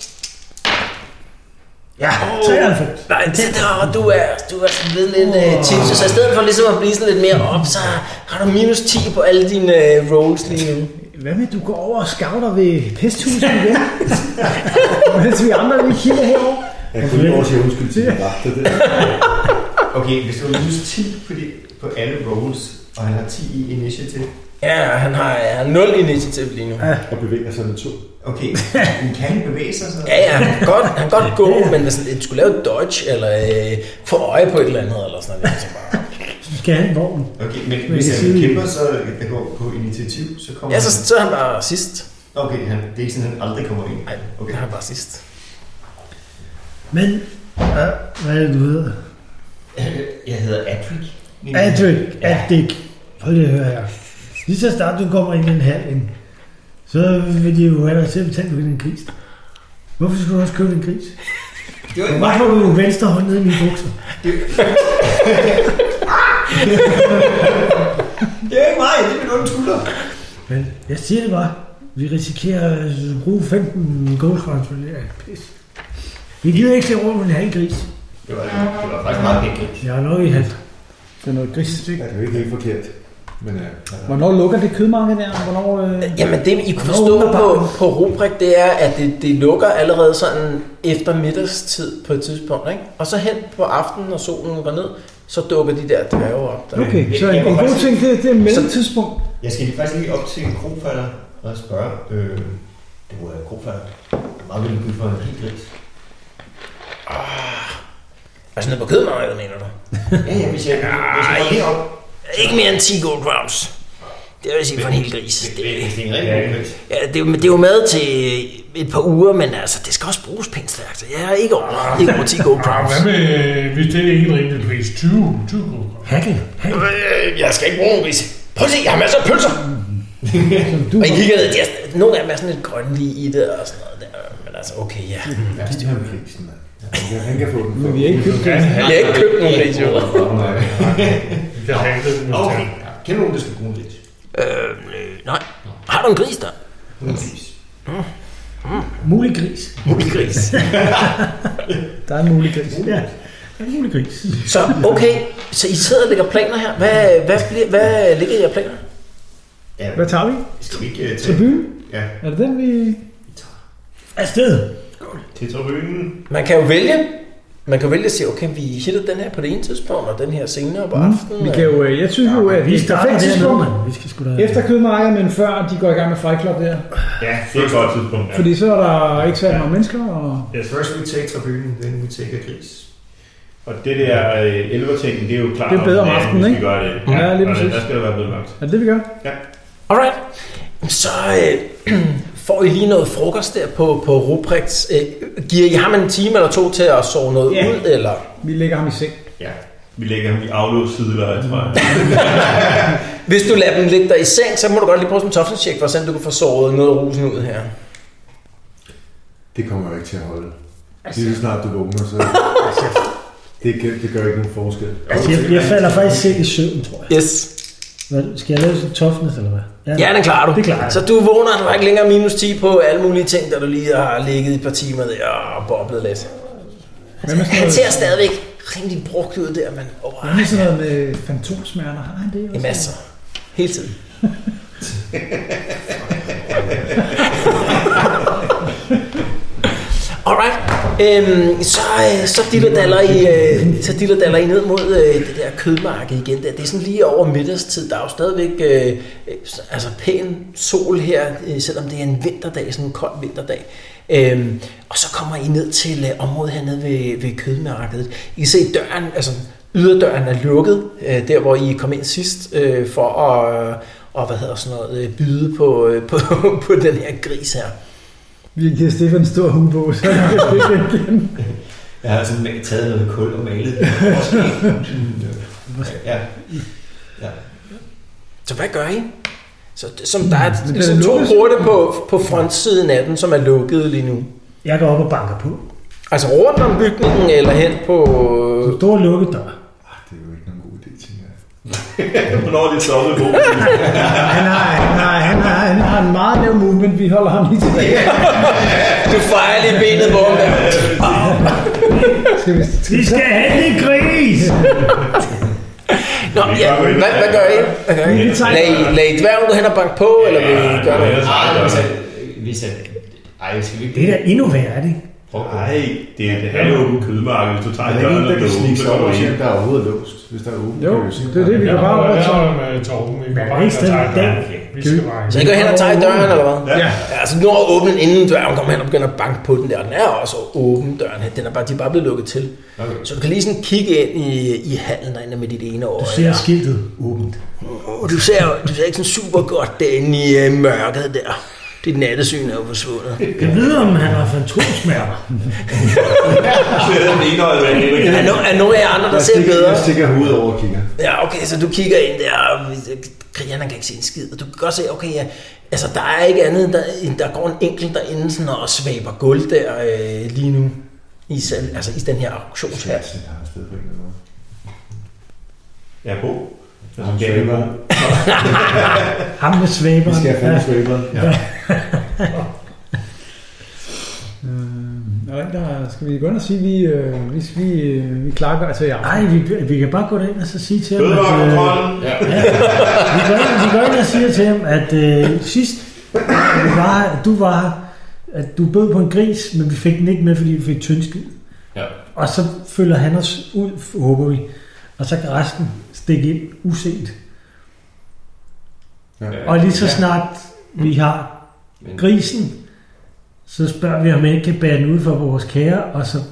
Ja, treoghalvfems. Nej, det der, du er, du er sådan lidt, lidt uh, tipset, så i stedet for ligesom at blive sådan lidt mere op, så har du minus ti på alle dine uh, rolls lige nu. Hvad med, du går over og scouter ved pesthuset igen? Mens vi andre, vi kigger herovre. Jeg kunne lige også sige undskyld til din vagt. Det der. Okay, hvis du har minus ti på, de, på alle rolls, og han har ti i initiativ. Ja, han har ja, nul initiativ lige nu. Ja, Og bevæger sig med to. Okay, men kan han bevæge sig så? ja, han kan godt, han kan godt gå, men hvis han skulle lave et dodge, eller øh, få øje på et eller andet, eller sådan noget, så bare... Du skal have en vogn. Okay, men hvis jeg han sige- kæmper, så der går på initiativ, så kommer Ja, så, han... så er han bare sidst. Okay, han, det er ikke sådan, at han aldrig kommer ind. Nej, okay. Okay. Han er bare sidst. Men, ja, hvad er det, du hedder? Jeg hedder Adric. Adric, Ja. Adric. Hold lige at høre her. Lige så snart du kommer ind i en halv, så vil de jo have dig til at betale for en gris. Hvorfor skulle du også købe en gris? Det var ikke Hvorfor mig. får du venstre hånd ned i mine bukser? Det er ikke mig, det er min onde skulder. Men jeg siger det bare. Vi risikerer at bruge femten goldcoins for det her pis. Vi gider ikke se rundt med en halv gris. Det var, det var faktisk meget pænt. Jeg har nok i halvt. Det er noget gris. Ja, det er jo ikke helt forkert. Men, ja, hvornår lukker det kødmarked der? Hvornår, øh... Jamen det, I kunne forstå på, på Rubrik, det er, at det, det lukker allerede sådan efter middagstid på et tidspunkt, ikke? Og så hen på aftenen, når solen går ned, så dukker de der dværge op. Der. Okay, så en, en god ting, det, det er mellemtidspunkt. Jeg skal faktisk lige op til en krogfatter og spørge. Øh, det var krogfatter. Hvor meget vil du give for en helt gris? Ah, altså nede på kødmarkedet, mener du? Ja, ja, hvis jeg, hvis jeg ikke, op. ikke mere end ti gold crowns. Det vil jeg sige for en hel gris. Det, det er en rigtig gris. Ja, det, er jo, det er jo mad til et par uger, men altså, det skal også bruges pænt stærkt. Så jeg er ikke over, ikke over ti gold crowns. Hvad med, hvis det er ikke en rimelig pris? tyve, tyve gold crowns. Hakkel. Jeg skal ikke bruge en gris. Prøv at se, jeg har masser af pølser. du og I kigger ned, de nogle af dem er sådan lidt grønlige i det og sådan noget der. Men altså, okay, ja. Ja, det har vi prisen, mand. Han kan få den. Men vi har ikke købt den. Jeg har ikke købt nogen gris, jo. Jeg har ikke den. Okay, kender du, der skal bruge en gris? Øh, nej. Har du en gris der? En gris. Mulig gris. Mulig gris. Der er en mulig gris. Ja, en mulig gris. Så okay, så I sidder og lægger planer her. Hvad, hvad, bliver, hvad ligger I af planer? Ja, Hvad tager vi? skal vi ikke uh, tage? Tribune? Ja, Er det den, vi... Afsted. til tribunen. Man kan jo vælge. Man kan jo vælge at sige, okay, vi hitter den her på det ene tidspunkt, og den her senere på aftenen. Vi kan jo, øh, jeg synes jo, at Vi det er et starter perfekt dernede, tidspunkt. mand. Vi skal sgu da... Efter kødmarkedet, men før de går i gang med Fight Club der. Ja, Det er et godt tidspunkt, ja. Fordi så er der ikke særlig mange mennesker. Og... Yes, first we take tribunen, then we take a gris. Og det der øh, elverting, det er jo klart, Det er bedre om natten, aftenen, hvis ikke? vi gør det. Ja, lige og præcis. der skal der være blevet mørkt. Er det det, vi gør? Alright. Så øh, får I lige noget frokost der på, på Ruprechts. Øh, giver I ham en time eller to til at sove noget Ja. ud, eller? Vi lægger ham i seng. Ja, vi lægger ham i aflåssideleje, tror jeg. Hvis du lader dem ligge der i seng, så må du godt lige prøve sådan en toughness-check, for at se, om du kan få sovet noget af rusen ud her. Det kommer jo ikke til at holde. Lige så snart du vågner, så... det, kan, det gør ikke nogen forskel. Altså, jeg, jeg falder faktisk selv i søvn, tror jeg. Yes. Hvad, skal jeg lave sådan toughness, eller hvad? Ja, den klarer du. Det klarer jeg. Så du vågner, du har ikke længere minus ti på alle mulige ting, der du lige har ligget et par timer der og boblet lidt. Hvad med sådan Han noget, ser stadigvæk rimelig brugt ud der, men oh, hvad med sådan noget med fantomsmerter? Har han det i også? masser. Hele tiden. Alright. Øhm, så, øh, så dillerdaller I, øh, så dillerdaller I ned mod øh, det der kødmarked igen. Der. Det er sådan lige over middagstid. Der er jo stadigvæk øh, øh, altså pæn sol her, øh, selvom det er en vinterdag, sådan en kold vinterdag. Øhm, og så kommer I ned til øh, området hernede ved, ved kødmarkedet. I kan se døren, altså yderdøren er lukket, øh, der hvor I kom ind sidst, øh, for at øh, og, hvad hedder sådan noget, øh, byde på, øh, på, på den her gris her. Vi giver Stefan en stor hue på, så han kan stikke igen. Jeg har sådan taget noget kul og malet det. Ja. Ja. Så hvad gør I? Så, som der er Men ligesom den er to lukket. porte på, på frontsiden af den, som er lukket lige nu. Jeg går op og banker på. Altså rundt om bygningen eller hen på... En stor lukket dør. Det er jo ikke nogen god idé, tænker jeg. Hvornår er det stoppet på? Han har, han, har, han, har, han har en meget lav movement, vi holder ham lige tilbage. Du fejrer lige benet på ham der. Skal vi, skal vi Vi skal have en gris! Nå, ja, hvad, hvad gør I? Hvad gør I? Lad I, lad I dværgen gå hen og banke på, eller vil I gøre noget? Ej, hvis jeg... Hvis jeg ej, skal vi ikke... Det er da endnu værre, er det ikke? Nej, det er det halvåbent kødmarked. Hvis du tager Der er døren ingen, der og kan lukker, snige så sig går over, du og ind. der er overhovedet låst. Hvis der er åbent, Jo, kan vi jo se. det er det, vi kan bare over. Jeg er med Torben. Vi Men kan er bare det ind og stedet tage den? døren. Vi skal bare Så I går hen og tager i døren, eller hvad? Ja. Ja, altså nu er åbent, inden døren kommer hen og begynder at banke på den der. Den er også åben, døren her. Den er bare, de er bare blevet lukket til. Okay. Så du kan lige sådan kigge ind i, i hallen derinde med dit ene øje. Du ser skiltet åbent. Og du ser, du ser ikke sådan super godt derinde i uh, mørket der. Dit nattesyn er jo forsvundet. Jeg ved, om han har fantomsmerter. Det er den ene øje, hvad Henrik. Er, no, er nogle af jer andre, der Jeg ser stikker, bedre? jeg stikker hovedet over og kigger. Ja, okay, så du kigger ind der, og krigeren kan ikke se en skid. Og du kan godt se, okay, ja, altså der er ikke andet, der, der går en enkelt derinde sådan, og svaber guld der øh, lige nu. I, selv, altså i den her auktionshal. Jeg sætter ham afsted på en eller anden måde. Ja, Bo. Ham svæber. Ham med svæberen. Vi skal have fandme svæber. Ja. Øh, der, skal vi gå ind og sige, vi, øh, vi, vi, vi klakker til jer? Nej, vi, vi kan bare gå ind og så sige til ham, at... Fødevarekontrollen! Ja. Ja, vi, går ind, vi går ind og siger til ham, at øh, sidst vi var, du var at du bød på en gris, men vi fik den ikke med, fordi vi fik tyndskid. Ja. Og så følger han os ud, håber vi. Og så kan resten stikke ind uset. Ja. Og lige så snart vi har grisen, så spørger vi, om han ikke kan bære den ud for vores kære, og så...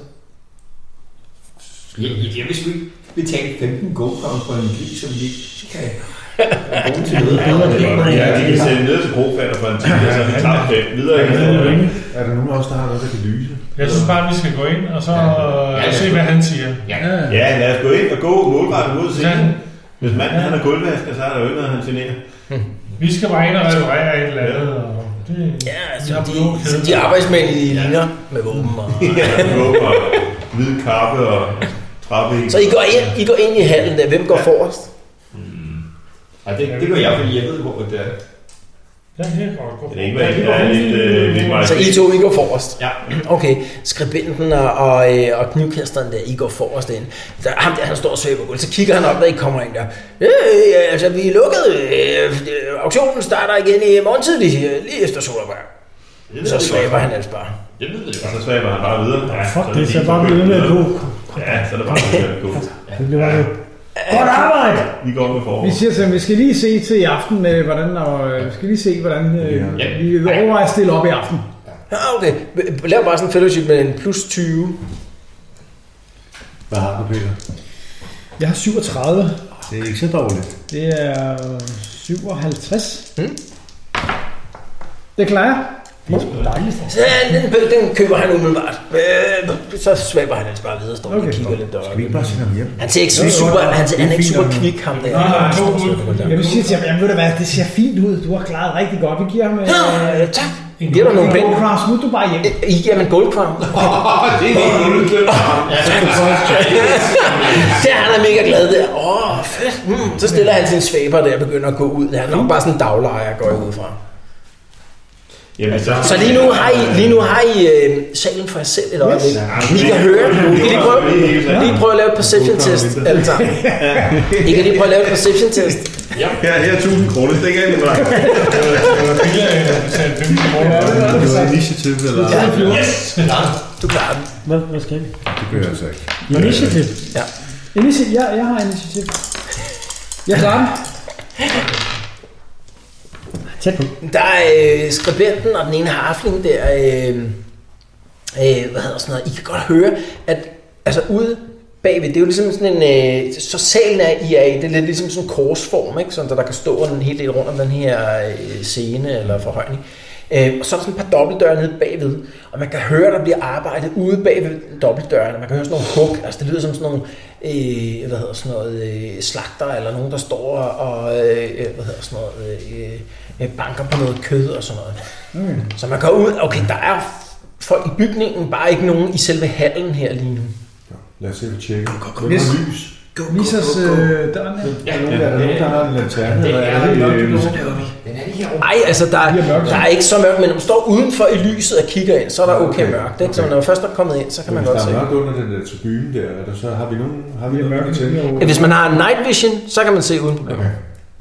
Ja, jeg vil sgu ikke betale femten goldpound for en gris, som vi kan bruge til noget. Ja, de kan sælge ned til brofatter for en tid, og så er vi klart fem videre. Er der nogen af os, der har noget, der kan lyse? Jeg synes bare, vi skal gå ind og så ja, ja. se, hvad han siger. Ja, ja lad os gå ind og gå målrettet mod scenen. Hvis manden han er gulvvasker, så er der jo ikke noget, han generer. Vi skal bare ind og reparere et eller andet. Og det, ja, altså de, så de arbejdsmænd i ja. ligner med våben og... ja, med våben og hvid kappe og trappe. Så I går ind, I går ind i hallen der. Hvem går forrest? Mm. Ej, det, det går jeg, fordi jeg ved, hvor det er. Ja, det går det er ikke, hvad jeg er lidt, øh, lidt meget. Så I to, I går forrest? Ja. Okay, skribenten og, og, og knivkasteren der, I går forrest ind. Der, ham der, han står og svæber gulv, så kigger han op, da I kommer ind der. Øh, altså, vi er lukket. Øh, auktionen starter igen i morgentid, lige efter Solarberg. Så svæber han altså bare. Det ved jeg. Og så svæber han bare videre. Ja, fuck det, så bare blive med at gå. Ja, så er det bare med at gå. Det bliver bare godt arbejde! Vi går med forår. Vi siger til vi skal lige se til i aften, med, hvordan, og, vi skal lige se, hvordan øh, ja. vi vil overveje at stille op i aften. Ja, okay. Lav bare sådan en fellowship med en plus tyve. Hvad har du, Peter? Jeg har syvogtredive. Det er ikke så dårligt. Det er syvoghalvtreds. Hmm? Det klarer jeg. Det er sgu dejligt. Så den, den køber han umiddelbart. Så svæber han altså bare videre og står okay. og kigger lidt deroppe. Skal vi ikke bare sende ham hjem? Han ser ikke super, super, han, han er ikke super kvik, ham der. Jeg vil sige til ham, ved du hvad, det ser fint ud. Du har klaret rigtig godt. Vi giver ham... Ja, tak. Giver du nogle penge? Goldcrown, smut du bare hjem. I giver ham en goldcrown. Det er helt glemt. Der han er mega glad der. Åh, fedt. Mm. Så stiller han sin svæber der og begynder at gå ud. Han er nok bare sådan en daglejer, går jeg ud fra. Jamen, så, så lige nu har I, lige nu har I øh, salen for jer selv et øjeblik. I kan høre. I kan lige prøve, lige prøve at lave et perception test alle sammen. I kan lige prøve at lave et perception test. Ja, her er tusind kroner. Det er ikke andet bare. Det var initiativ, eller? Yes. Du klarer den. Hvad, hvad skal vi? Det gør jeg altså ikke. Initiativ? Ja. Initiativ? Ja, jeg har initiativ. Jeg klarer den. Tæt på. Der er øh, skribenten og den ene harfling der, øh, øh, hvad hedder sådan noget, I kan godt høre, at altså ude bagved, det er jo ligesom sådan en, øh, så salen er I er i, det er lidt ligesom sådan en korsform, ikke? Sådan, der, der kan stå en hel del rundt om den her øh, scene eller forhøjning. Øh, og så er der sådan et par dobbeltdøre nede bagved, og man kan høre, der bliver arbejdet ude bagved dobbeltdørene. Man kan høre sådan nogle hug, altså det lyder som sådan nogle øh, hvad hedder sådan noget, øh, slagter, eller nogen, der står og øh, hvad hedder sådan noget, øh, banker på noget kød og sådan noget. Mm. Så man går ud, okay, der er folk i bygningen, bare ikke nogen i selve hallen her lige nu. Ja, lad os se, vi tjekker. Gå, gå, gå, Hvis gå. lys. Vis os øh, døren her. Ja, er der nogen, der har en lanterne? Det er det Nej, altså der, der er ikke så mørkt, men når man står udenfor i lyset og kigger ind, så er der okay mørkt. Ikke? Så når man først er kommet ind, så kan man godt se. Hvis der er mørkt under den der tribune der, er der så har vi nogen, har vi mørkt til? Ja, hvis man har night vision, så kan man se uden problem. Okay.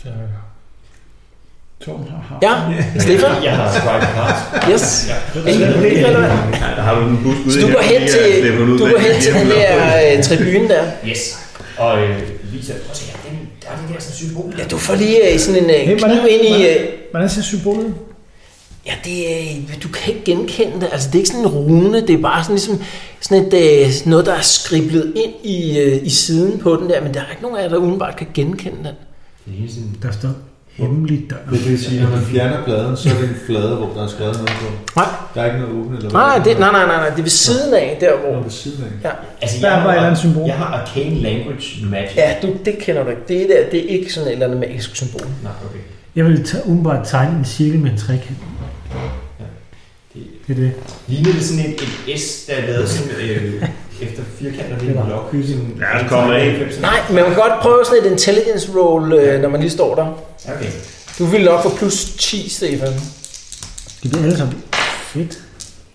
Ja, Stefan? Jeg har strike cards. Yes. Der har du en busk ude. Så du går hen til, du går hen til den der uh, tribune der. Yes. Og øh, Lisa, prøv at se her, der er det der sådan symbol. Ja, du får lige uh, sådan en uh, kniv ind i... Uh, Hvordan ser symbolet? Ja, det, uh, du kan ikke genkende det. Altså, det er ikke sådan en rune, det er bare sådan, ligesom, sådan et, uh, noget, der er skriblet ind i, uh, i siden på den der, men der er ikke nogen af jer, der udenbart kan genkende den. Det er hele tiden. Der står hemmelig dør. Det vil sige, når man fjerner bladen, så er det en flade, hvor der er skrevet noget på. Nej. Der er ikke noget åbent eller nej, det, nej, nej, nej, nej, det er ved siden af, der hvor... Det er ved siden af. Ja. Altså, der jeg var et eller andet symbol. Jeg har arcane language magic. Ja, du, det kender du ikke. Det er, der, det er ikke sådan et eller andet magisk symbol. Nej, okay. Jeg vil tage, umiddelbart tegne en cirkel med en trekant. Ja. Det, det er det. Ligner det sådan et, et S, der er lavet sådan, øh, efter firkanter, det er en blok. Ja, det kommer af. Nej, men man kan godt prøve sådan et intelligence roll, øh, når man lige står der. Okay. Du vil nok få plus ti, Stefan. Det bliver alle sammen fedt.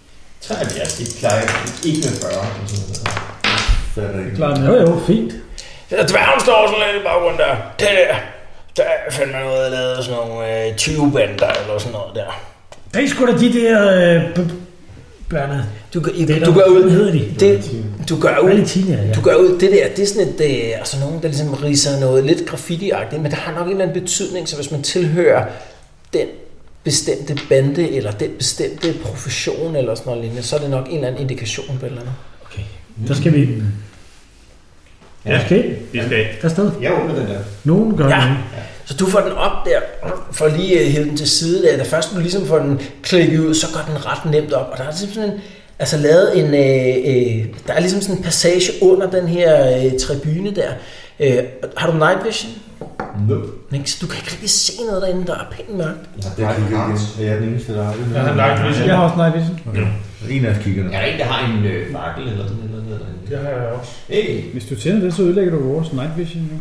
treoghalvfjerds, det klarer jeg ikke med fyrre. Klar, jo, jo, fint. Dværgen står sådan lidt i baggrunden der. Det der, der fandt man noget at lave sådan nogle øh, tyve-bander eller sådan noget der. Det er sgu da de der... Øh, Bernard. Du, du, det du, du gør ud... hedder de? Det, du gør ud... Valentina, ja. Du gør ud... Det der, det er sådan et... Det er altså nogen, der ligesom ridser noget lidt graffiti-agtigt, men der har nok en eller anden betydning, så hvis man tilhører den bestemte bande, eller den bestemte profession, eller sådan noget lignende, så er det nok en eller anden indikation på et eller andet. Okay. Så skal vi... Ja, okay. vi skal. Afsted. Jeg åbner den der. Nogen gør ja. det. Så du får den op der, for lige at hæve den til side der. Da først du ligesom får den klikket ud, så går den ret nemt op. Og der er ligesom sådan en, altså lavet en, øh, øh, der er ligesom sådan en passage under den her øh, tribune der. Øh, har du night vision? No. Du kan ikke rigtig se noget derinde, der er pænt mørkt. Ja, det er jeg den eneste, der har det. Jeg har night vision. Jeg har også night vision. Okay. En af os kigger der. Er der en, der har en øh, fakkel eller sådan noget? Eller det har jeg også. Hey. Hvis du tænder det, så ødelægger du vores night vision jo.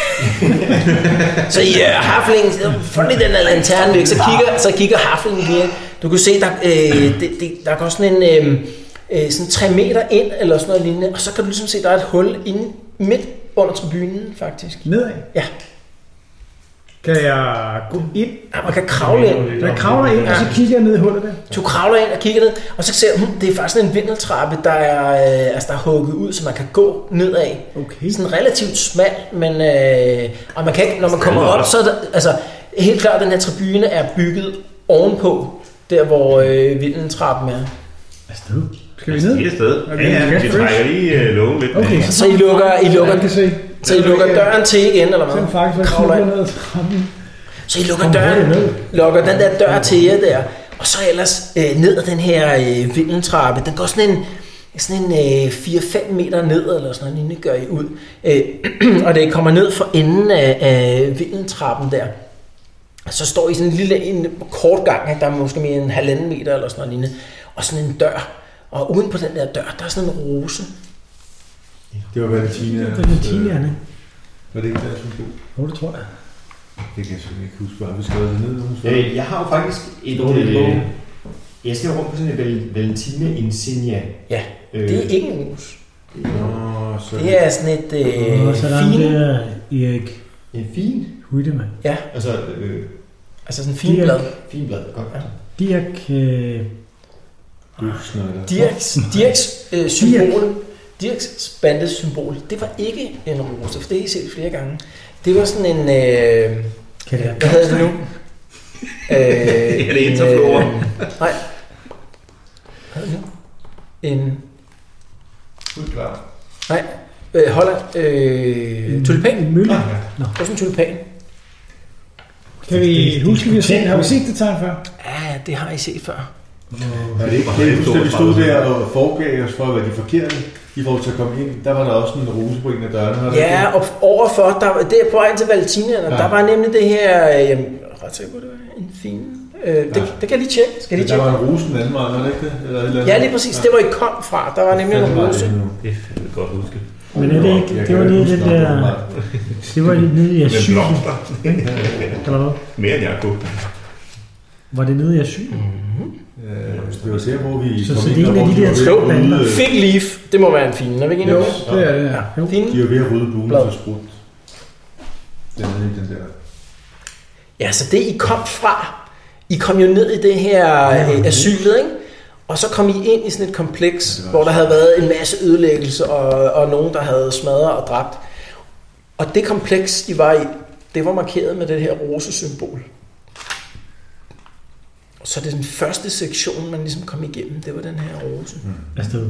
Så i uh, Harflingen, få lige den der lanterne væk, så kigger, så kigger Harflingen lige. Du kan se, der, øh, det, det, der går sådan en øh, øh, sådan tre meter ind, eller sådan noget lignende, og så kan du ligesom se, der er et hul inde midt under tribunen, faktisk. Nedad? Ja. Kan jeg gå ind? Ja, man kan kravle ind. Så jeg kravler ind, og så kigger jeg ned i hullet der. Du kravler ind og kigger ned, og så ser du, hmm, det er faktisk en vindeltrappe, der er, øh, altså, der er hugget ud, så man kan gå nedad. Okay. Sådan relativt smal, men øh, og man kan ikke, når man kommer op, så er der, altså helt klart, den her tribune er bygget ovenpå, der hvor øh, vindeltrappen er. Afsted. Skal vi ned? Et sted. Okay, ja, ja, vi trækker lige uh, lågen lidt. Okay, så, så I lukker, I lukker, kan se. så I lukker døren til igen, eller hvad? Så faktisk kravler ind. Ned ad trappen. Så I lukker døren, lukker den der dør til jer der, og så ellers øh, ned ad den her øh, vindeltrappe. Den går sådan en, sådan en øh, fire fem meter ned, eller sådan noget, inden gør I ud. Øh, og det kommer ned for enden af, af vindeltrappen der. Så står I sådan en lille en kort gang, ikke? Der er måske mere en halvanden meter, eller sådan noget lignende. Og sådan en dør. Og uden på den der dør, der er sådan en rose. Det var Valentina. Det var Valentinaerne. Var det ikke der, som du? Jo, det tror jeg. Det kan jeg selvfølgelig ikke huske, hvor har vi skrevet det ned? Øh, jeg har jo faktisk et... Øh, jeg skal rundt på sådan en Valentina Insignia. Ja, øh, det er ikke en mus. Nå, så... Det er sådan et øh, og så er fin... der Erik En fin? Huidemann. Ja. Altså... Øh, altså sådan en fin blad. Fin blad, godt. Ja. Dirk... Øh, Dirks, Dirks øh, symbol, Dirks bandes symbol, det var ikke en rose, for det har I set flere gange. Det var sådan en, øh, kan det hvad hedder det nu? Øh, er det interflora? Øh, nej. Hvad hedder det nu? En... Udklar. Nej, øh, Holland. Øh, tulipan. En mølle. Ja. Det var sådan en tulipan. Kan vi huske, vi har set, har vi set det tegn før? Ja, det har I set før. Er det ikke det, at vi stod der og foregav os for at være de forkerte i forhold til at komme ind? Der var der også en rose på en af dørene. Ja, og overfor, der, det er på vej til Valentinaerne, ja. Der var nemlig det her, øh, jamen, ret sikker på, det var en fin, øh, det, ja. det kan jeg lige tjekke. Skal jeg lige der tjekke? var en rose den anden vej, var det ikke det? Eller et eller andet? Ja, lige præcis, ja. Det var I kom fra, der var nemlig en rose. Det er fandme godt huske. Men er det ikke, det var lige den der, det var lige nede i asyl. Eller hvad? Mere end jeg kunne. Var det nede i asyl? Det var der, hvor vi så, kom så ind, det er en af de der tre bander. Fig Leaf, det må være en fin, er vi ikke Jo, endnu? det er det, ja. Ja. Fin. De er ved at rydde buen for sprut. Den er den der. Ja, så det I kom fra, I kom jo ned i det her øh, asylet, ikke? Og så kom I ind i sådan et kompleks, ja, hvor der havde været en masse ødelæggelse, og, og nogen, der havde smadret og dræbt. Og det kompleks, I var i, det var markeret med det her rosesymbol. Så det er den første sektion, man ligesom kom igennem, det var den her rose. Mm. Afsted.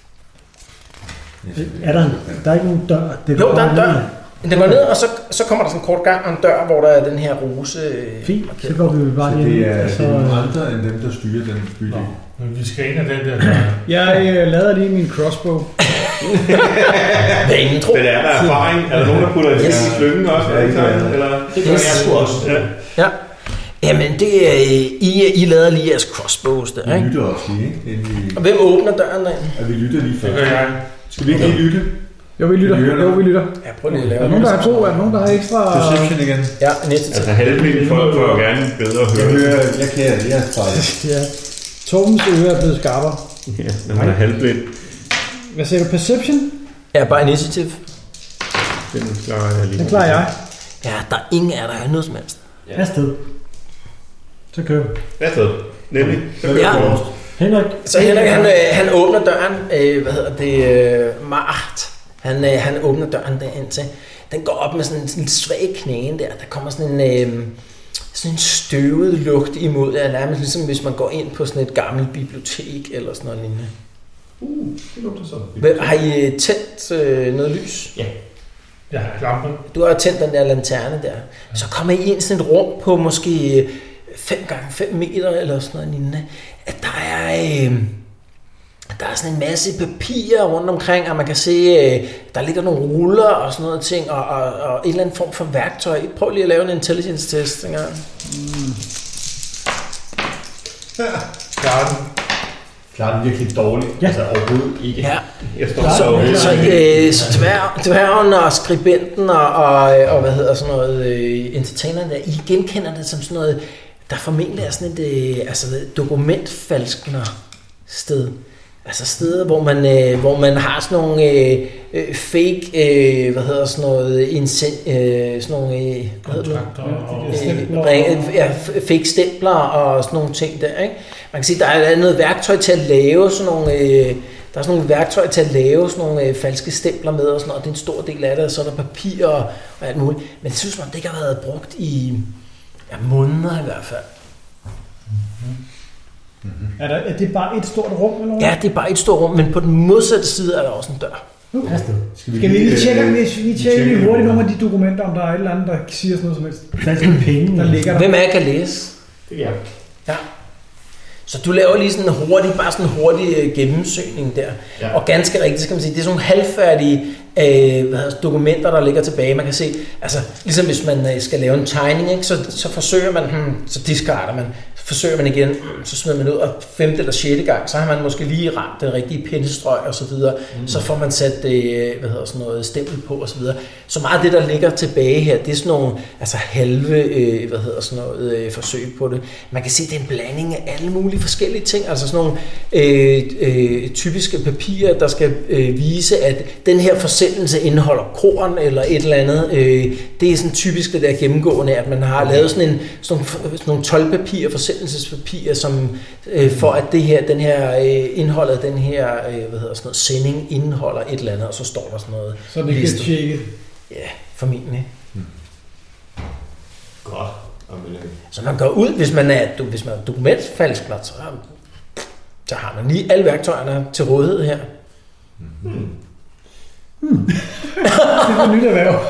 Er der, der er ikke nogen dør? Det jo, der er en dør. Den går ned, og så, så kommer der sådan en kort gang og en dør, hvor der er den her rose. Fint, så går vi bare lige ind. Det er, så... det er nogle andre end dem, der styrer den bygning. Men vi skal ind af den der. Jeg øh, lader lige min crossbow. Hvad ingen tro. Men er der erfaring? Er der nogen, der putter i yes. slyngen også? Ja, eller? Eller? Det gør yes. jeg sgu også. Ja. Ja. Jamen, det er, I, I lader lige jeres crossbows der, ikke? Vi lytter også lige, ikke? I... Og hvem åbner døren derinde? Ja, vi lytter lige først. Det gør jeg. Skal vi ikke lige lytte? Jo, vi lytter. Jo, vi lytter. Ja, prøv lige at lave. Er der nogen, der er god? Er der nogen, der har ekstra... Perception igen. Ja, næste tid. Altså halvdelen folk får jo gerne bedre at høre. Jeg hører, jeg kan, jeg er fejl. Ja. Torbens øre er blevet skarpere. Ja, når man er halvblind. Hvad siger du? Perception? Ja, bare initiativ. Den klarer jeg lige. Den klarer jeg. Ja, der er ingen af der har noget som helst. Ja. Afsted. Så kører vi. Afsted. Nemlig. Så kører Ja. forrest. Henrik. Så Henrik, han, øh, han åbner døren. Øh, hvad hedder det? Øh, Mart. Han, øh, han åbner døren derind til. Den går op med sådan en, sådan en svag knæen der. Der kommer sådan en, øh, sådan en støvet lugt imod. Det er nærmest ligesom hvis man går ind på sådan et gammelt bibliotek eller sådan noget lignende. Uh, det lugter sådan. Hvad- Har I tændt øh, noget lys? Ja. Jeg har lampen. Du har tændt den der lanterne der. Så kommer I ind i sådan et rum på måske fem gange fem meter eller sådan noget lignende. At der er, øh, der er sådan en masse papirer rundt omkring, og man kan se, øh, der ligger nogle ruller og sådan noget ting, og, og, og en eller anden form for værktøj. Prøv lige at lave en intelligence test en gang. Mm. Klarer den. Klarer den virkelig dårligt? Ja. Altså overhovedet ikke. Ja. Jeg står Så, så så øh, så dværg, dværgen og skribenten og, og, og hvad hedder sådan noget, øh, entertaineren der, I genkender det som sådan noget, der formentlig er sådan et øh, altså, dokumentfalskner sted. Altså steder, hvor man, øh, hvor man har sådan nogle øh, øh, fake, øh, hvad hedder sådan noget, insen, øh, sådan nogle, øh, hvad hedder det? Kontrakter og... Øh, ringe- ja, fake stempler og sådan nogle ting der, ikke? Man kan sige, der er noget værktøj til at lave sådan nogle, øh, der er sådan nogle værktøj til at lave sådan nogle øh, falske stempler med og sådan noget, og det er en stor del af det, og så er der papir og, og alt muligt. Men det synes man, det ikke har været brugt i ja, måneder i hvert fald. Mm-hmm. Er, der, er det bare et stort rum eller noget? Ja, det er bare et stort rum, men på den modsatte side er der også en dør. Okay. Afsted. Skal vi lige tjekke, hvis vi tjekker lige hurtigt nogle af de dokumenter, om der er et eller andet, der siger sådan noget som helst. Falske penge. Der ligger der. Hvem af jer kan læse? Det kan jeg. Ja. Så du laver lige sådan en hurtig, bare sådan en hurtig øh, gennemsøgning der. Ja. Og ganske rigtigt, skal man sige, det er sådan nogle halvfærdige øh, hvad hedder, dokumenter, der ligger tilbage. Man kan se, altså ligesom hvis man øh, skal lave en tegning, ikke, så, så forsøger man, hmm, så discarder man. Så forsøger man igen, hmm, så smider man ud, og femte eller sjette gang, så har man måske lige ramt den rigtige pennestrøg og så videre. Mm. Så får man sat øh, hvad hedder sådan noget stempel på og så videre. Så meget af det, der ligger tilbage her, det er sådan nogle altså halve øh, hvad hedder sådan noget, øh, forsøg på det. Man kan se, det er en blanding af alle mulige forskellige ting, altså sådan nogle øh, øh, typiske papirer, der skal øh, vise, at den her forsendelse indeholder korn eller et eller andet. Øh, det er sådan typisk det der gennemgående, at man har lavet sådan, en, sådan nogle, sådan nogle toldpapirer, forsendelsespapirer, som øh, for at det her, den her øh, indholdet af den her øh, hvad hedder sådan noget, sending indeholder et eller andet, og så står der sådan noget. Så det kan tjekke. Ja, formentlig. Godt. Så man går ud, hvis man er, hvis man er dokumentfalskner, så, så har man lige alle værktøjerne til rådighed her. Hmm. Hmm. Det er et nyt erhverv.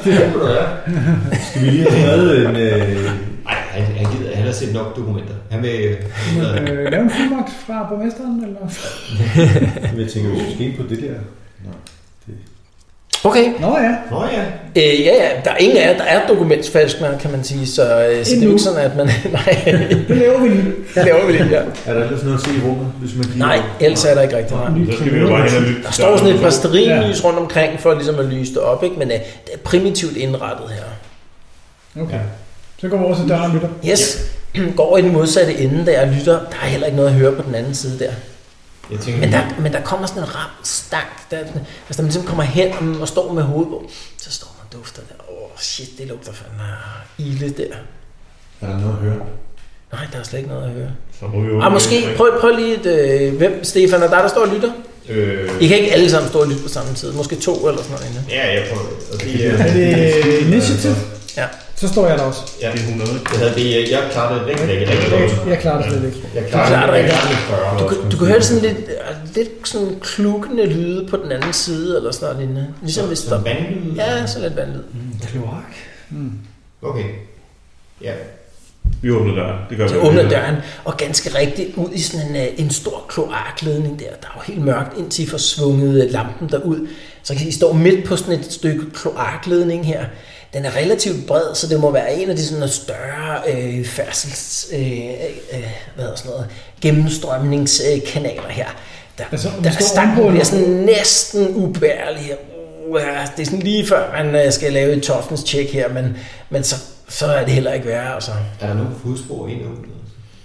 Skal vi lige have lavet en... Øh... Nej, han, han gider. Han har set nok dokumenter. Han vil... Øh, lave en fuldmagt fra borgmesteren, eller? Jeg tænker, vi skal ind på det der. Nå, det... Okay. Nå ja. Nå ja. Øh, ja, ja. Der er ingen af jer, der er dokumentsfalskner, kan man sige. Så, så det er jo ikke sådan, at man... Nej. Det laver vi lige. Det laver vi lige, ja. Er der ellers noget at se i rummet, hvis man giver... Nej, ellers er der ikke rigtig meget. Så skal vi jo bare hen og lytte. Der står sådan et par stearinlys rundt omkring, for ligesom at lyse det op, ikke? Men uh, det er primitivt indrettet her. Okay. Så går vi over til døren og lytter. Yes. Går over i den modsatte ende der og lytter. Der er heller ikke noget at høre på den anden side der. Jeg tænker, Men der, men der kommer sådan en ram stank. Der, altså, når man ligesom kommer hen og står med hovedet på, så står man og dufter der. Åh, oh, shit, det lugter fandme af ilde der. Er der noget at høre? Nej, der er slet ikke noget at høre. Så må vi jo... Ah, måske, prøv, prøv lige et... Øh, hvem, Stefan, er der, der står og lytter? Øh... I kan ikke alle sammen stå og lytte på samme tid. Måske to eller sådan noget. Ja, jeg prøver. Og det, er det initiativ? Ja. Så står jeg der også. Ja, det er hundrede. Jeg, havde det, jeg klarer det rigtig, rigtig, rigtig godt. Jeg klarer det slet ikke. Jeg klarer det rigtig godt. Du, du, du kan høre sådan lidt, lidt sådan klukkende lyde på den anden side, eller sådan noget lignende. Ligesom hvis der... vandlyd? Ja, så lidt vandlyd. Mm, kloak. Mm. Okay. Ja. Vi åbner døren. Det gør vi. Så åbner døren, og ganske rigtigt ud i sådan en, en stor kloakledning der. Der er jo helt mørkt, indtil I får svunget lampen derud. Så kan I stå midt på sådan et stykke kloakledning her. Den er relativt bred, så det må være en af de sådan større øh, færdsels, øh, øh, hvad hedder sådan noget, gennemstrømningskanaler her. Der, altså, der er stanken bliver sådan næsten ubærlig her. Uh, det er sådan lige før man skal lave et toughness check her, men, men så, så er det heller ikke værre. Altså. Er der nogen fodspor ind under?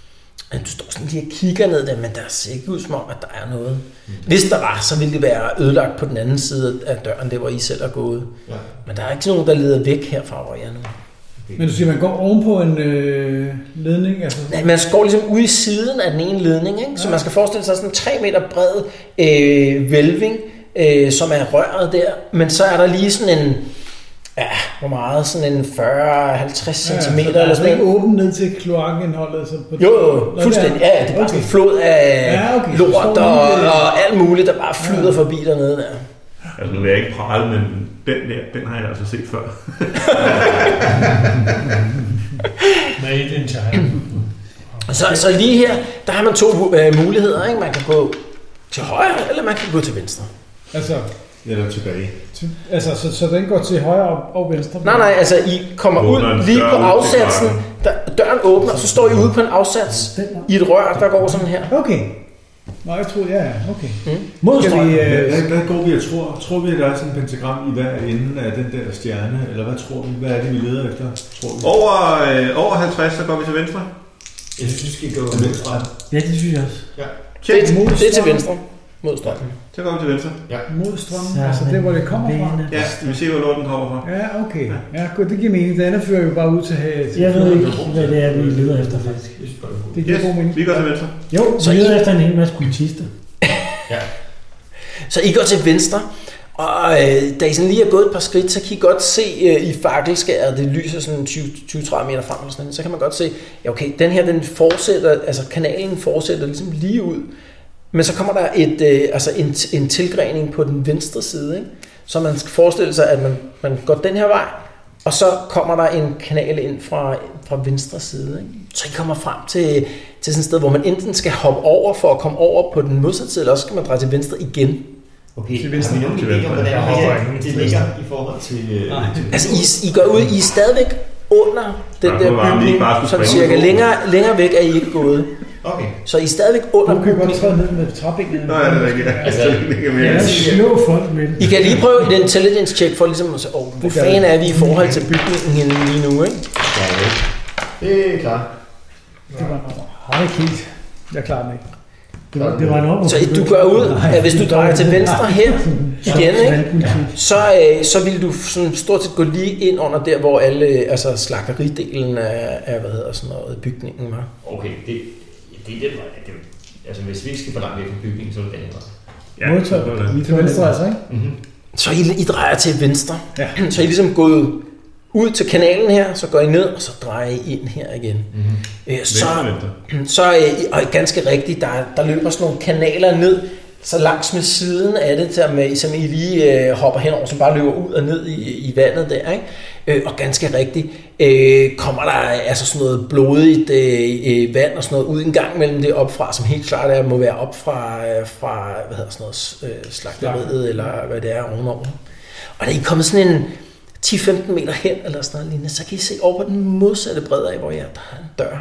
Du står sådan lige og kigger ned der, men der ser ikke ud som om, at der er noget. Hvis der var, så ville det være ødelagt på den anden side af døren, det hvor I selv er gået. Ja. Men der er ikke nogen, der leder væk herfra, hvor jeg er nu. Okay. Men du siger, man går ovenpå en øh, ledning? Altså... Nej, man går ligesom ude i siden af den ene ledning, ikke? Så ja. Man skal forestille sig sådan en tre meter bred øh, hvælving, øh, som er røret der. Men så er der lige sådan en... Ja, hvor meget? Sådan en fyrre til halvtreds centimeter ja, eller sådan noget. Er det ikke åbent ned til kloakindholdet? Så på jo, jo, fuldstændig. Ja, det er bare okay. Sådan en flod af ja, okay. lort og, og alt muligt, der bare flyder ja. Forbi dernede der. Altså nu vil jeg ikke prale, men den der, den har jeg altså set før. Made in China. Så, så lige her, der har man to uh, muligheder, ikke? Man kan gå til højre, eller man kan gå til venstre. Altså... Eller tilbage. Altså, så, så den går til højre og, og venstre? Nej, nej, altså I kommer ud lige på afsatsen. Der, døren åbner, og så står I ude på en afsats i et rør, der går sådan her. Okay. Nå, jeg tror, ja, okay. Mm. Modstrøm. Vi, øh, hvad, hvad går vi og tror? Tror vi, at der er sådan en pentagram i hver ende af den der stjerne? Eller hvad tror vi? Hvad er det, vi leder efter? Tror vi? Over, øh, over halvtreds, så går vi til venstre. Jeg synes, vi skal gå til venstre. Ja, det synes jeg også. Ja. Det, det er til venstre. Mod strømmen. Så går vi til venstre. Ja. Mod strømmen, altså det, hvor det kommer fra. Ja, vi ser, hvor lorten kommer fra. Ja, okay. Ja, godt, det giver mening. Det andet fører jo bare ud til havet. Jeg ved ikke, hvad det er, vi leder efter faktisk. Det giver yes, god mening. Vi går til venstre. Jo, så vi leder efter en hel masse kultister. Ja. Så I går til venstre, og øh, da I sådan lige er gået et par skridt, så kan I godt se øh, i fakkelskæret, det lyser sådan tyve til tredive meter frem, eller sådan, så kan man godt se, ja okay, den her, den fortsætter, altså kanalen fortsætter ligesom lige ud. Men så kommer der et, øh, altså en, en tilgrening på den venstre side, ikke? Så man skal forestille sig, at man, man går den her vej, og så kommer der en kanal ind fra, fra venstre side. Ikke? Så I kommer frem til, til sådan et sted, hvor man enten skal hoppe over for at komme over på den modsatte side, eller også skal man dreje til venstre igen. Okay, til venstre. Har vi nogen idé om, hvordan det ligger i forhold til... Nej. Altså, I, I går ud, I er stadigvæk under den ja, der bygning, så cirka længere, længere væk er I ikke gået. Okay. Så I er stadigvæk under bygningen. Du kan godt træde ned med træbenene. Nå, ja, det er rigtigt. Altså, ja, slå folk med det. I kan lige prøve et intelligence check for ligesom at sige, oh, hvor fanden er vi i forhold til bygningen lige nu, ikke? Ja, det er klart. Det var meget helt. Jeg klarer den ikke. Det var, det var en op, så du går ud, at hvis du drejer til venstre her igen, ikke, så, øh, så vil du sådan stort set gå lige ind under der, hvor alle, altså slagteridelen af, af hvad hedder sådan noget, bygningen var. Okay, det, det er den vej. Det, altså hvis vi ikke skal for langt væk fra bygningen, så er det den vej. Ja, modtaget. Lige til venstre altså, ikke? Mm-hmm. Så I, I drejer til venstre. Ja. Så I ligesom gået ud til kanalen her, så går I ned, og så drejer I ind her igen. Mm-hmm. Øh, så, så og ganske rigtigt, der, der løber sådan nogle kanaler ned, så langs med siden af det, der med, som I lige øh, hopper henover, som bare løber ud og ned i, i vandet der, ikke? Øh, og ganske rigtigt, øh, kommer der altså sådan noget blodigt øh, vand og sådan noget ud en gang mellem det opfra, som helt klart er, må være op fra, fra hvad hedder sådan noget, øh, slagteriet, eller hvad det er ovenover. Og da I er kommet sådan en ti til femten meter hen, eller sådan noget lignende, så kan I se over på den modsatte bredde af, hvor jeg der er en dør.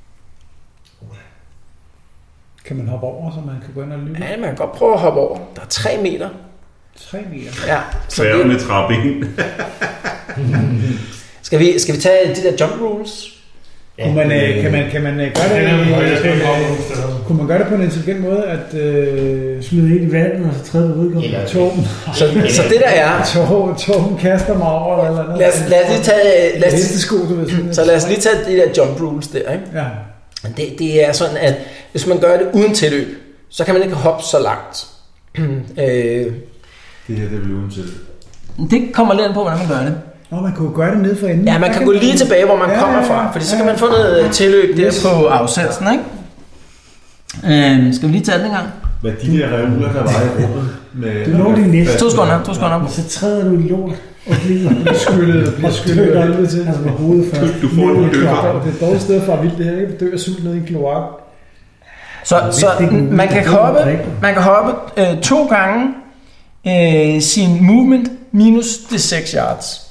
Kan man hoppe over, så man kan gå ind og lytte? Ja, man kan godt prøve at hoppe over. Der er tre meter. Tre meter? Ja. Så det... med trappen. skal, vi, skal vi tage de der jump rules? Ja. Kunne man, øh, kan, man, kan man gøre det? Øh, kunne man gøre det på en intelligent måde, at øh, smide ind i vandet og så træde på udgående? Torben. Så, så det der er... Torben kaster mig over eller noget. Lad os, lad os lige tage... Lad os, sko, du ved, så lad os lige tage de der jump rules der, ikke? Ja. Det, det er sådan, at hvis man gør det uden tilløb, så kan man ikke hoppe så langt. øh, det her, det er vel uden tilløb. Det kommer lidt an på, hvordan man gør det. Nå, man kunne gøre det ned for enden. Ja, man kan gå lige tilbage, hvor man ja, kommer fra, fordi så kan man få noget tilløb der yes. på afsatsen, ikke? Øh, skal vi lige tage den en gang? Hvad de der reoler, der var i rummet med... Du når de næste. To sekunder, to sekunder. Så træder du i lort og glider. Du skylder, bliver skyllet og helvede til. Altså med hovedet først. Du får en dør. Det er et dårligt sted for at vildt det her, ikke? Dør sult ned i en kloak. Så, så man kan hoppe, man kan hoppe øh, to gange øh, sin movement minus det seks yards.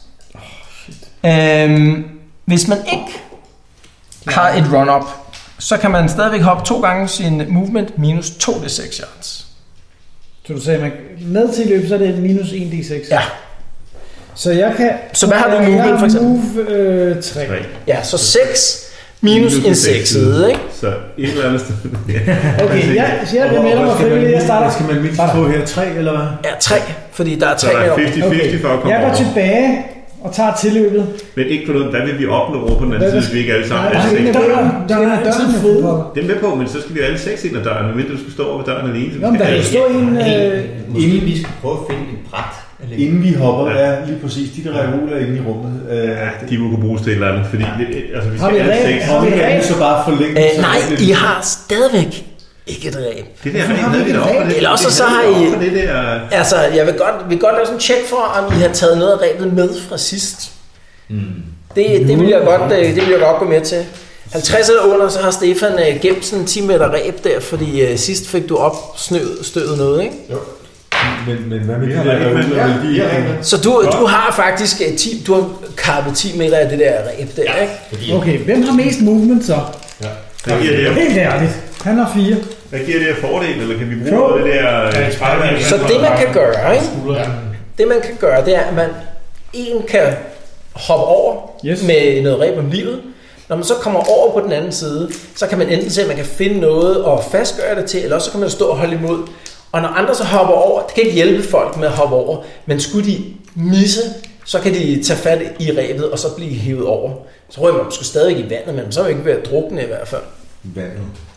Øhm, hvis man ikke har et run-up, så kan man stadigvæk hoppe to gange sin movement minus to d seks yards. Så du sagde, at med til løb, så er det minus en d seks? Ja. Så jeg kan... Så hvad har du movement for eksempel? Move øh, tre. Ja, så seks. minus en seks side, ikke? Så et eller andet sted. Okay, jeg siger, at jeg melder mig frivilligt. Jeg starter. Skal man mindst få her tre, eller hvad? Ja, tre, fordi der er Så tre der er med over. halvtreds halvtreds for at komme Jeg går over. tilbage og tager tilløbet. Men ikke for noget, hvad vil vi opnå over på den anden Hvad- side, hvis vi ikke alle sammen Nej, er nej, seks? nej. Døren, Der er døren, altid døren, fede. døren. Det er med på, men så skal vi alle seks ind ad døren, medmindre du skal stå over ved døren alene. Så vi Nå, men skal der kan alle- stå en... Øh, Måske vi skal prøve at finde et bræt. Eller Inden vi hopper, Ja. ja, lige præcis, de der reoler inde i rummet. Øh, Ja, de må kunne bruges til et eller andet, fordi det, altså, vi Har skal vi alle ræb? seks. Har og vi vi ræb? kan så bare forlænge. Øh, så nej, lidt- I har stadigvæk ikke et ræb. Det der, Hvorfor det har vi havde vi ikke da op, ræb? det- Eller også det så havde har vi I- op for det der. Altså, jeg vil godt, vi vil godt lave sådan en check for, om I har taget noget af ræbet med fra sidst. Mm. Det, det, vil jeg godt, øh, det vil jeg godt gå med til. halvtreds eller under, så har Stefan øh, gemt sådan en ti meter ræb der, fordi øh, sidst fik du opstøvet noget, ikke? Jo. Men, men hvad med Vi de har der ræb, men- reoler? Vil de Ja, ikke- ja. Så du, du har faktisk øh, ti, du har kappet ti meter af det der ræb der, ikke? Fordi, Okay, hvem har mest movement så? Hvad giver det her, Helt ærligt. Han har fire. hvad giver det her fordel, eller kan vi bruge Jo. noget af det der øh, Spider-Man? Så det man kan gøre, ikke? Skulderen. Det man kan gøre, det er, at man en kan hoppe over Yes. med noget ræb om livet. Når man så kommer over på den anden side, så kan man enten se, at man kan finde noget og fastgøre det til, eller også så kan man stå og holde imod. Og når andre så hopper over, det kan ikke hjælpe folk med at hoppe over, men skulle de misse, så kan de tage fat i ræbet og så blive hævet over. Så ryger man måske stadig i vandet, men så er man ikke ved at drukne i hvert fald. Vandet.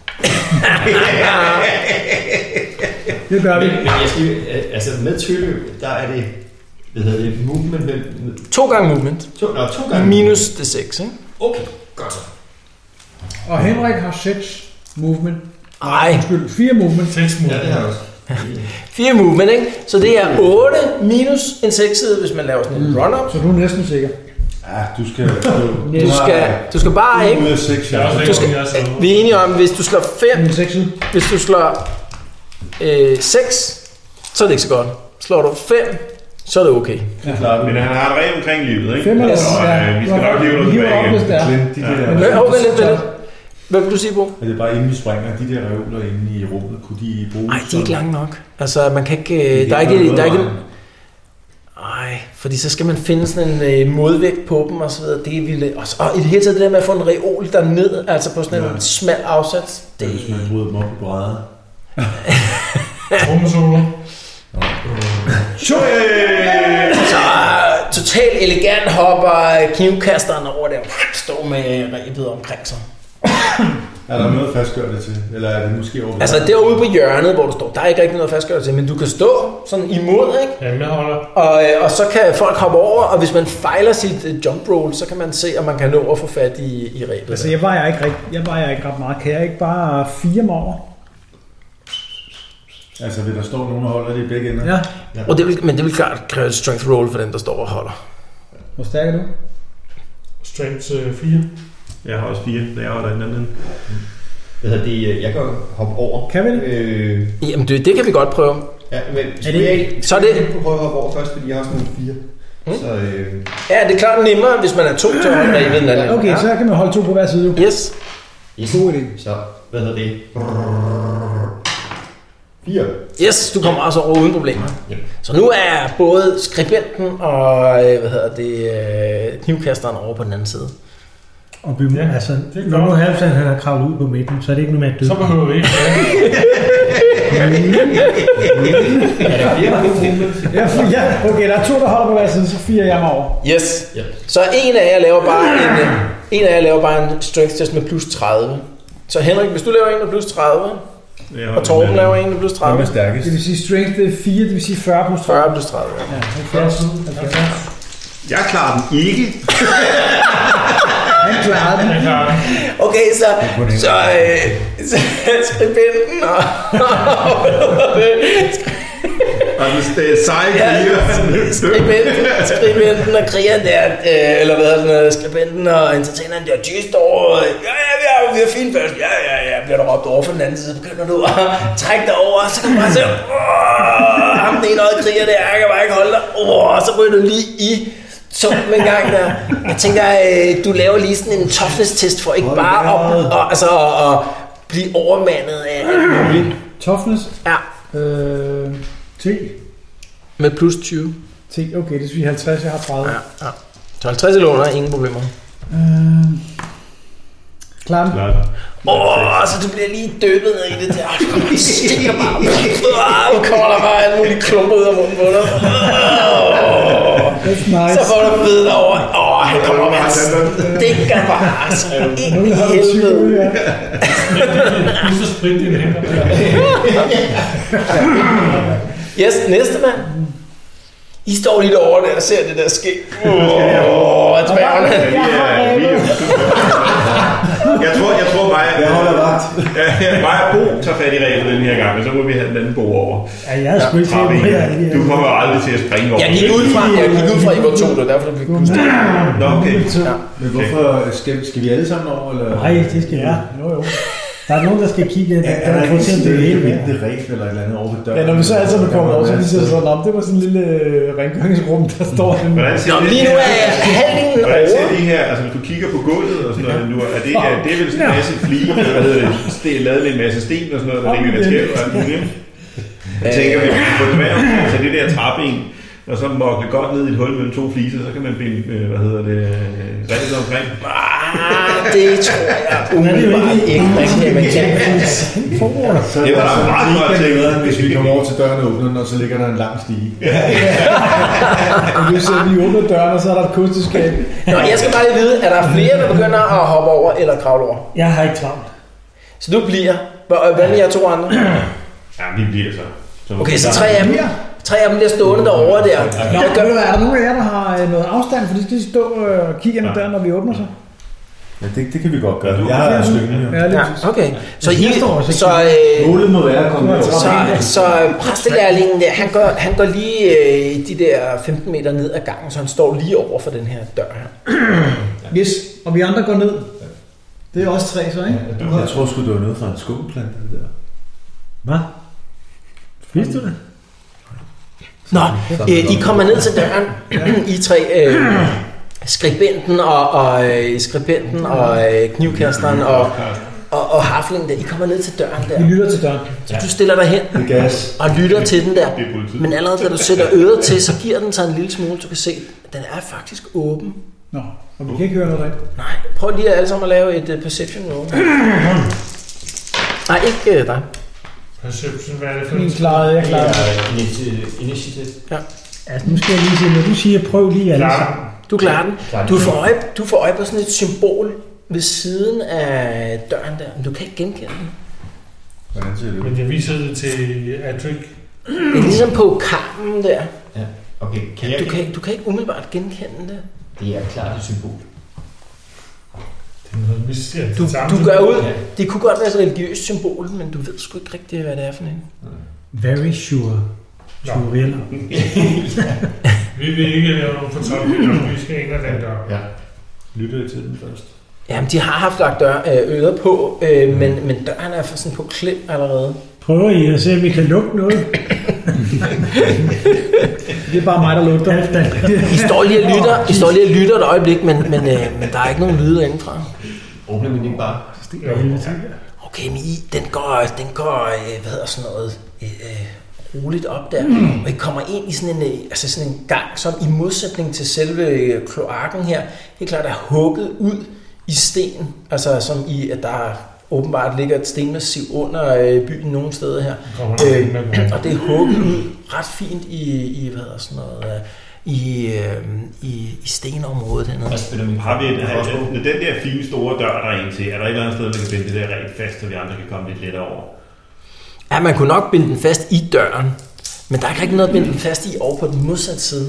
Det gør vi. men, men jeg skal, øh, altså med tølløb, der er det, hvad hedder det, movement med, med To gange movement. to, nå, to gange. Minus det seks, ikke? Okay, godt så. Og Henrik har seks movement. Ej, Undskyld, fire movement. Seks Ja, mål. det har jeg også. fire movement, ikke? Så det er otte minus en seks-side, hvis man laver sådan en run-up. Så du er næsten sikker. Ja, du skal... Du, Du skal, du skal bare ikke... Ud af seks, Jeg er også ja. ikke, skal- om jeg er så Vi er enige om, hvis du slår fem, En sekser. hvis du slår øh, seks, så er det ikke så godt. Slår du fem, så er det okay. Det klarer du. Men han har et ræb omkring livet, ikke? Fem eller Så ja. øh, vi skal nok hive noget Vi hiver tilbage op, igen. hvis det er. Glem de Ja. der... Men, Men- oh, vent lidt, vent lidt. Hvad vil du sige, Bo? Er det bare inden vi springer, de der reoler inde i rummet, kunne de bruges? Nej, de er som- ikke lange nok. Altså, man kan ikke... De Øh, der er kan ikke... gøre Der er ikke noget. Ej, fordi så skal man finde sådan en øh, modvægt på dem og så videre. Det er vildt. Og, så- og i det hele taget det der med at få en reol der ned, altså på sådan en Ja. smal afsats. Det... Det, Hvis man bryder dem op i brædder. Trommesolo. så øh, totalt elegant hopper knivkasteren over der, står med rebet omkring sig. Er der noget at fastgøre det til? Eller er det måske over... Altså derude på hjørnet, hvor du står, der er ikke rigtig noget at fastgøre til, men du kan stå sådan imod, ikke? Jamen, jeg holder. Og, øh, og så kan folk hoppe over, og hvis man fejler sit øh, jump roll, så kan man se, om man kan nå at få fat i, i rebet. Altså, jeg vejer ikke, rigt- jeg vejer ikke ret meget. Kan jeg ikke bare fire mig over? Altså vil der stå nogen og holder det i begge ender? Ja. Og det vil, men det vil klart kræve et strength roll for den, der står og holder. Hvor stærk er du? Strength øh, fire. Jeg har også fire, da jeg var der i den anden. Hvad hedder det, jeg kan hoppe over. Kan vi det? Øh, Jamen det, det kan vi godt prøve. ja, men Er det- jeg, så er det- Jeg prøve at hoppe over først, fordi jeg har sådan nogle fire. Mm. Så øh, Ja, det er klart nemmere, hvis man er to til at holde rebet end den anden. Okay, så kan man holde to på hver side. jo. Yes. yes. God idé. Så, hvad hedder det? Fire. Yes, du kommer også over uden problemer. Ja. Så nu er både skribenten og øh, hvad hedder det, øh, knivkasteren over på den anden side. Og vi må, Ja, altså, det er når nu godt. Halvdan han har kravlet ud på midten, så er det ikke noget med at dø. Så behøver vi ikke. Er der flere movement? Ja, for- ja, okay, der er to, der holder på hver side, så fire jeg mig over. Yes. Ja. Så en af jer laver bare en, øh, en af jer laver bare en strength test med plus tredive. Så Henrik, hvis du laver en med plus tredive, Jeg har og Torben den laver en med plus Hvem tredive, er stærkest? Det vil sige strength det er fire, det vil sige fyrre plus tredive. fyrre plus tredive. Ja, halvfjerds. halvfjerds. Jeg klarer den ikke. Han klarede den. Jeg klarer Okay, så, så, øh, så skribenten og, Og den er seje ja, kriger. skribenten, skribenten og krigeren der, øh, eller hvad hedder sådan, skribenten og entertaineren der, de står, øh, ja, ja, vi har, vi har fint først, ja, ja, ja, bliver der råbt over for den anden side, begynder du at trække dig over, så kan du bare se, åh, ham den ene øjet kriger der, jeg kan bare ikke holde dig, åh, så ryger du lige i sumpen en gang der. Jeg tænker, øh, du laver lige sådan en toughness-test for ikke bare at, og, altså, at, at blive overmandet af alt muligt. Toughness. Ja, Øh, T. med plus tyve. T. Okay, det vil sige halvtreds, jeg har tredive. Ja, ja. Så halvtreds eller under, ingen problemer. Øh, Klar. Åh, oh, så du bliver lige døbet ned i det der. Det stikker bare. Åh, oh, kommer der bare alle mulige klumper ud af munden på dig. Oh, nice. Så får du bid over. Åh, oh, han kommer bare. Stikker bare. Så ind i helvede. Du så sprit dine hænder. Yes, næste mand. I står lige derovre der og ser det der ske. Åh, oh, dværgene. Jeg tror, jeg tror mig, jeg holder vagt. Mig og Bo tager fat i reglen den her gang, og så må vi have den anden Bo over. Ja, jeg er sgu ikke sikker på det. Du kommer aldrig til at springe over. Jeg gik ud fra, jeg gik ud fra, I var to, det er derfor, du fik pustet. Nå, okay. Ja. Men hvorfor skal, skal vi alle sammen over? Eller? Nej, det skal jeg. Jo, jo. Der er nogen, der skal kigge. Ja, er der ikke sådan en vinterregel eller et eller andet over ved døren? Ja, når vi så altid kommer over, så vi siger sådan, om det var sådan en lille rengøringsrum, der står den. Nå, lige nu er halvdelen over. Hvordan ser de her, altså hvis du kigger på gulvet og sådan noget nu, er det, er, det er vel sådan en masse flige, eller hvad hedder det, det er lavet med en masse sten og sådan noget, der ligger der skæv og alt muligt. Jeg tænker, at vi kan få det med, så det der trappen, og så mokle godt ned i et hul mellem to fliser, så kan man binde, hvad hedder det, rigtig omkring. Ah, det tror jeg umiddelbart ikke rigtigt, man kan. Det var da meget godt tænkt. Hvis vi kommer over til døren og åbner den, og så ligger der en lang stige. Hvis vi åbner døren, og så er der et kosteskab. Nå, jeg skal bare lige vide, er der flere, der begynder at hoppe over eller kravle over? Jeg har ikke travlt. Så du bliver. Hvad med jer to andre? Ja, vi bliver så. Okay, så tre af dem. Tre af dem bliver stående derovre der. Nå, gør, er der nogen af jer, der har noget afstand, for de skal stå og kigge ind ad døren, når vi åbner så? Ja, det, det kan vi godt gøre. Jeg har slyngen jo. Ja, okay. Så I, så, øh, målet må være at komme over. Så, så præstelærlingen der, han går, han går lige øh, de der femten meter ned ad gangen, så han står lige over for den her dør her. Yes, og vi andre går ned. Det er også tre, så ikke? Jeg tror sgu, det var noget fra en skumplante, det der. Hvad? Spiste du det? Nå, øh, I kommer ned til døren, I tre, øh, skribenten og, og øh, skribenten og øh, knivkasteren og, og, og haflingen der, I kommer ned til døren der. Vi lytter til døren. Så du stiller dig hen og lytter til den der, men allerede da du sætter øret til, så giver den sig en lille smule, du kan se, den er faktisk åben. Nå, og vi kan ikke høre noget derinde. Nej, prøv lige alle sammen at lave et uh, perception roll. Nej, ikke uh, dig. Perception, hvad er det for Min klarede, jeg klarede. Initiativ. Ja. Altså, nu skal jeg lige se, når du siger, prøv lige alle sammen. Du klarer den. Du får øje, du får øje på sådan et symbol ved siden af døren der, men du kan ikke genkende den. Hvordan ser det ud? Men jeg viser det til Adric. Det er ligesom på karmen der. Ja, okay. Kan jeg du, kan, du kan ikke umiddelbart genkende det. Det er klart et symbol. Du, du gør ud. Det kunne godt være et religiøst symbol, men du ved sgu ikke rigtigt, hvad det er for en. Very sure. Sure. Vi vil ikke lave nogen fortolkninger, vi skal ind ad den dør. Ja. Lytter I til den først? Jamen, de har haft lagt dør, øh, øder på, øh, men, men døren er sådan på klem allerede. Prøver I at se, om vi kan lugte noget? Det er bare mig, der lugter. I står lige og lytter, I står lige og lytter et øjeblik, men, men, øh, men der er ikke nogen lyde indenfra. Åbner vi den ikke bare? Okay, men I, den går, den går øh, hvad hedder sådan noget, øh, roligt op der, og I kommer ind i sådan en, altså sådan en gang, som i modsætning til selve kloakken her, helt klart er hugget ud i sten, altså som i, at der åbenbart ligger et stenmassiv under øh, byen nogle steder her, øh, og det er hugget ud ret fint i, i hvad hedder sådan noget, øh, i, øh, i, i stenområdet hernede. Har vi et, den der fine store dør, der er en til, er der et eller andet sted, man kan binde det der rent fast, så vi andre kan komme lidt lettere over? Ja, man kunne nok binde den fast i døren, men der er ikke rigtig noget at binde den fast i over på den modsatte side.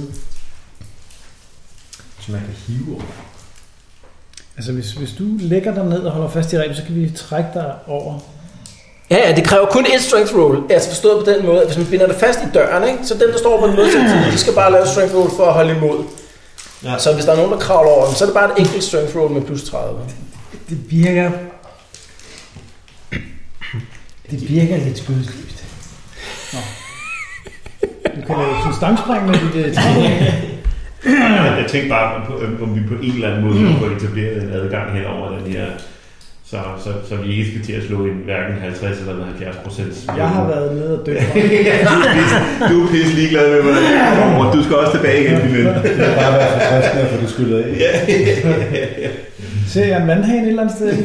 Så man kan hive over. Altså, hvis, hvis du lægger dig ned og holder fast i rebet, så kan vi trække dig over. Ja, ja, det kræver kun et strength roll. Altså forstået på den måde, at hvis man binder det fast i døren, ikke, så dem, der står på den modsatte side, de skal bare lave strength roll for at holde imod. Ja. Så hvis der er nogen, der kravler over dem, så er det bare et enkelt strength roll med plus tredive. Det virker... Det virker lidt skudsløst. Nå. Du kan lave sådan en stangspring med dit uh, Jeg tænkte bare, på, om vi på en eller anden måde mm. får etableret en adgang hen over den her, så, så, så vi ikke skal til at slå en hverken halvtreds eller halvfjerds procent. Jeg har været nede og dø. Du er pisse ligeglad med, hvordan det kommer. Du skal også tilbage igen. Det er bare være forfriskende at få det skyllet af. Ser jeg en vandhane et eller andet sted?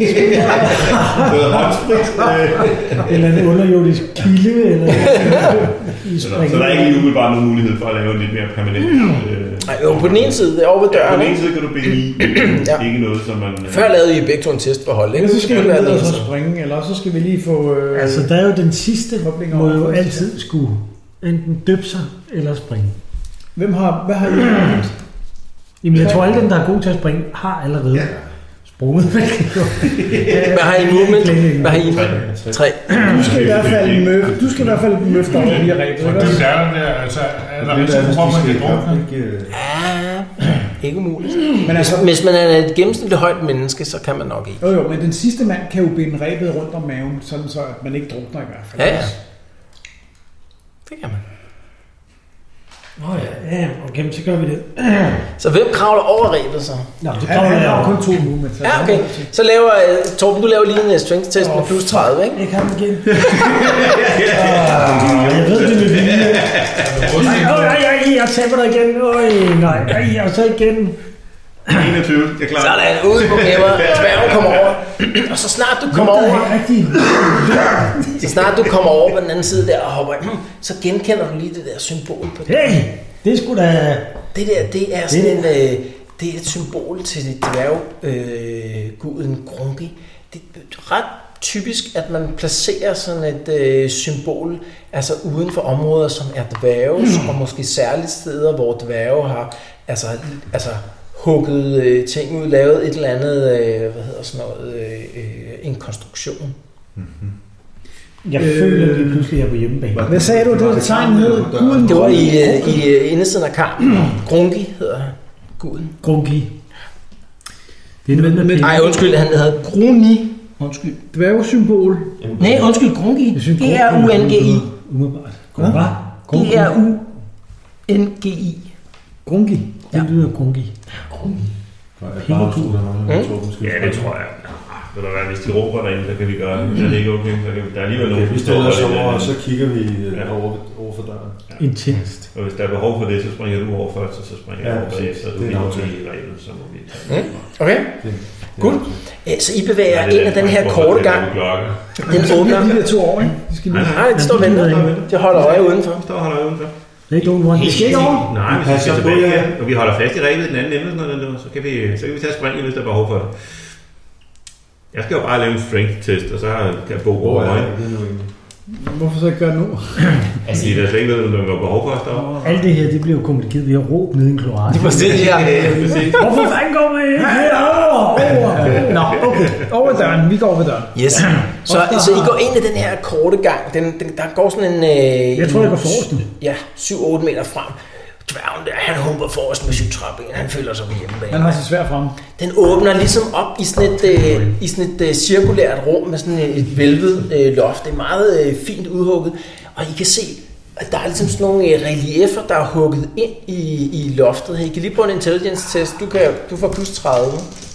Eller en underjordisk kilde, eller i så, så der er ikke umiddelbart nogen mulighed for at lave en lidt mere permanent... Nej, jo, på den ene side, det er over ved døren. Ja, på den ene side kan du bede i. ja. Ikke noget, som man... Før lavede I begge to en test for hold, ikke? Ja, så skal vi ned og så springe, eller så skal vi lige få... Øh, altså, der er jo den sidste, må jo altid skulle enten døbe sig eller springe. Hvem har... Hvad har I gjort? Jamen, jeg tror, alle dem, der er gode til at springe, har allerede ja. sprunget. Hvad har I movement? Hvad har I? Tre. Du skal i hvert fald møfte, du skal i hvert fald møfte over via rebet. Og det er der, altså, er der risiko for, at man kan drukne? Ja, ikke umuligt. Men altså, hvis man er et gennemsnitligt højt menneske, så kan man nok ikke. Jo jo, men den sidste mand kan jo binde rebet rundt om maven, sådan så at man ikke drukner i hvert fald. Ja, ja. Det kan man. Nå ja, ja, okay, så gør vi det. Så hvem kravler over rebet så? Nå, det kravler jeg. Han har kun to movements. Ja, okay. Så laver uh, Torben, du laver lige en strength test med plus tredive, ikke? Jeg kan den igen. Jeg ved det med vilje. Nej, jeg taber dig igen. Øj, nej, og så igen. enogtyve, det er klart. Sådan, ude på gemmer. Dværgen kommer over. Og så snart du kommer over... Så snart du kommer over på den anden side der og hopper ind, så genkender du lige det der symbol på det. Hey, det er sgu da... Det der, det er sådan en... Øh, det er et symbol til dværgguden øh, Grungi. Det er ret typisk, at man placerer sådan et øh, symbol altså uden for områder, som er dværges, mm. og måske særligt steder, hvor dværge har altså, altså hugget øh, ting ud, lavet et eller andet, øh, hvad hedder sådan noget, øh, en konstruktion. Mm-hmm. Jeg øh, føler lige pludselig, at jeg er på hjemmebane. Hvad sagde du, det var tegn hed? Guden? Det var i, i, i indersiden af kampen. Grungi hedder guden. Grungi. Det er noget med... Nej, undskyld, han hedder Gruni. Undskyld. Dværgesymbol. Nej, undskyld, Grungi. G R U N G I. Umiddelbart. G R U N G I. Grungi. Det lyder Grungi. Grungi. Ja, det tror jeg. Vil der være, hvis de råber derinde, så kan vi gøre det. Er det ikke okay? Så kan vi, der er alligevel nogen, vi stiller os over, og så kigger vi ja. over, over for døren. Ja. Intenst. Og hvis der er behov for det, så springer du over først, og så springer jeg ja, over bagefter, så du bliver over i rebet, så må vi tage det. Mm. Okay, godt. Så I bevæger ind af den her korte gang. Den åbner. De der to år, ikke? De skal lige... Nej, de står og venter. De holder øje udenfor. De står og holder øje udenfor. They don't want to skille over. Nej, vi skal tilbage, og vi holder fast i rebet i den anden ende, så kan vi, så kan vi tage springet, hvis der er behov for det. Jeg skal jo bare lave en strength test, og så kan jeg bo over øjne. Hvorfor så ikke gøre det nu? Altså, det er slet ikke noget, der er behov for os derovre. Alt det her, det bliver jo komplikeret ved at råbe nede i en kloak. Det er præcis, ja. Hvorfor fanden går man ikke herover? Nå, okay. Over døren. Vi går over døren. Yes. Så, så I går ind i den her korte gang. Den, den, der går sådan en... Øh, jeg tror, jeg går forrest nu. Ja, syv otte meter frem. Dværgen der, han humper forrest med syv trappen. Han føler sig på hjemmebane. Han har sit sværd frem. Den åbner ligesom op i sådan et, øh, i sådan et øh, cirkulært rum med sådan et, et vælvet øh, loft. Det er meget øh, fint udhugget. Og I kan se, at der er ligesom sådan nogle øh, relieffer, der er hugget ind i, i loftet. I kan lige prøve en intelligence test. Du, kan, du får plus tredive.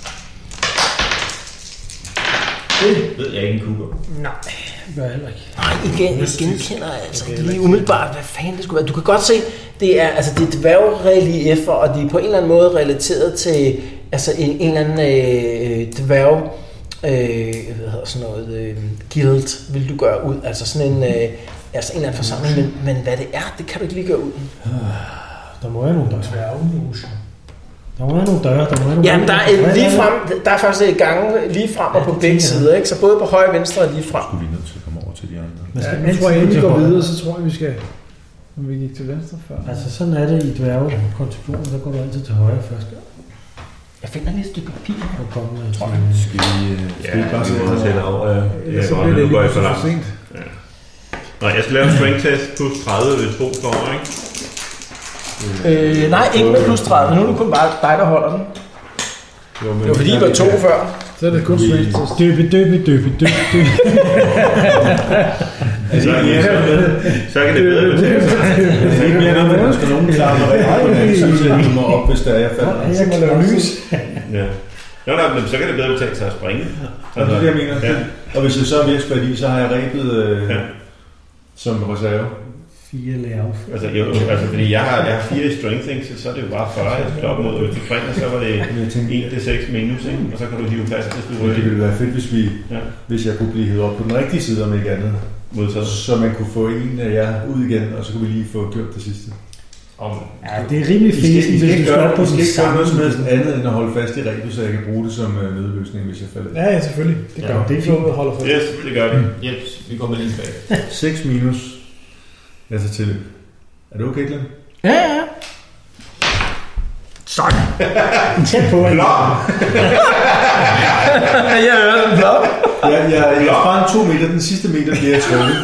Det ved jeg ikke en kugle. Nej. Det gør jeg heller ikke. Nej, igen, jeg genkender altså ikke lige umiddelbart, hvad fanden det skulle være. Du kan godt se, det er, altså, det er dværgrelieffer, og de er på en eller anden måde relateret til altså, en, en eller anden øh, dværg, øh, hvad hedder sådan noget, øh, guild, vil du gøre ud. Altså sådan en, øh, altså en eller anden forsamling, men, men hvad det er, det kan du ikke lige gøre ud. Der må være nogle dværge. Der må være nogle døre, der må være nogle Jamen, der er, lige frem, der er faktisk et gange lige frem og ja, på begge sider, ikke? Så både på højre og venstre og lige frem. Skulle vi nødt til at komme over til de andre? Ja, jeg tror, inden vi går videre, så tror jeg, vi skal... Om vi gik til venstre før. Altså, sådan er det i dværgekonstruktionen, der går du altid til højre først. Jeg finder lige et stykke papir. Og kommer tror jeg. Skal vi, skal vi bare sætte os over? Ja, ja, så bliver det lige for sent. Nej, jeg skal lave en strength test plus tredive, hvis Bo står over, ikke? Øh, nej, ikke med plus tredive. Nu er det kun bare dig, der holder den. Jo, det var fordi, I var to før. Så er det kun strength test. Døbe, døbe, døbe, døbe, døbe. Så kan det bedre betale sig. Det er ikke mere noget, der skal nogen klare mig. Så må op, hvis der er jeg falder. Så må lave lys. Ja. Jo, nej, men så kan det bedre betale sig at springe. Og det er det, jeg mener. Og hvis jeg så er ved at springe i, så har jeg rebet som reserve. fire layoff. Altså, jo, altså fordi jeg har, jeg har fire i strength, så, så er det jo bare fyrre, jeg skal op mod til spring, og så var det en til seks minus, ikke? Og så kan du hive fast, hvis du rører. Det ville være fedt, hvis, vi, ja. hvis jeg kunne blive hævet op på den rigtige side, om ikke andet. Modtaget. Så man kunne få en af jer ud igen, og så kunne vi lige få gjort det sidste. Om, ja, det er rimelig fint, hvis du skal op på den samme noget som helst andet end at holde fast i reglen, så jeg kan bruge det som uh, nødløsning, hvis jeg falder. Ja, ja, selvfølgelig. Det gør ja, det er fint. Holder fast. Yes, det gør vi. Yes, vi går med lige tilbage. seks minus. Jeg tager tilløb. Er det okay, Glenn? Ja, ja. Sådan. Tæt på en. Klar. Jeg hører den blå. Jeg, jeg, jeg sprang to meter, den sidste meter bliver jeg trukket.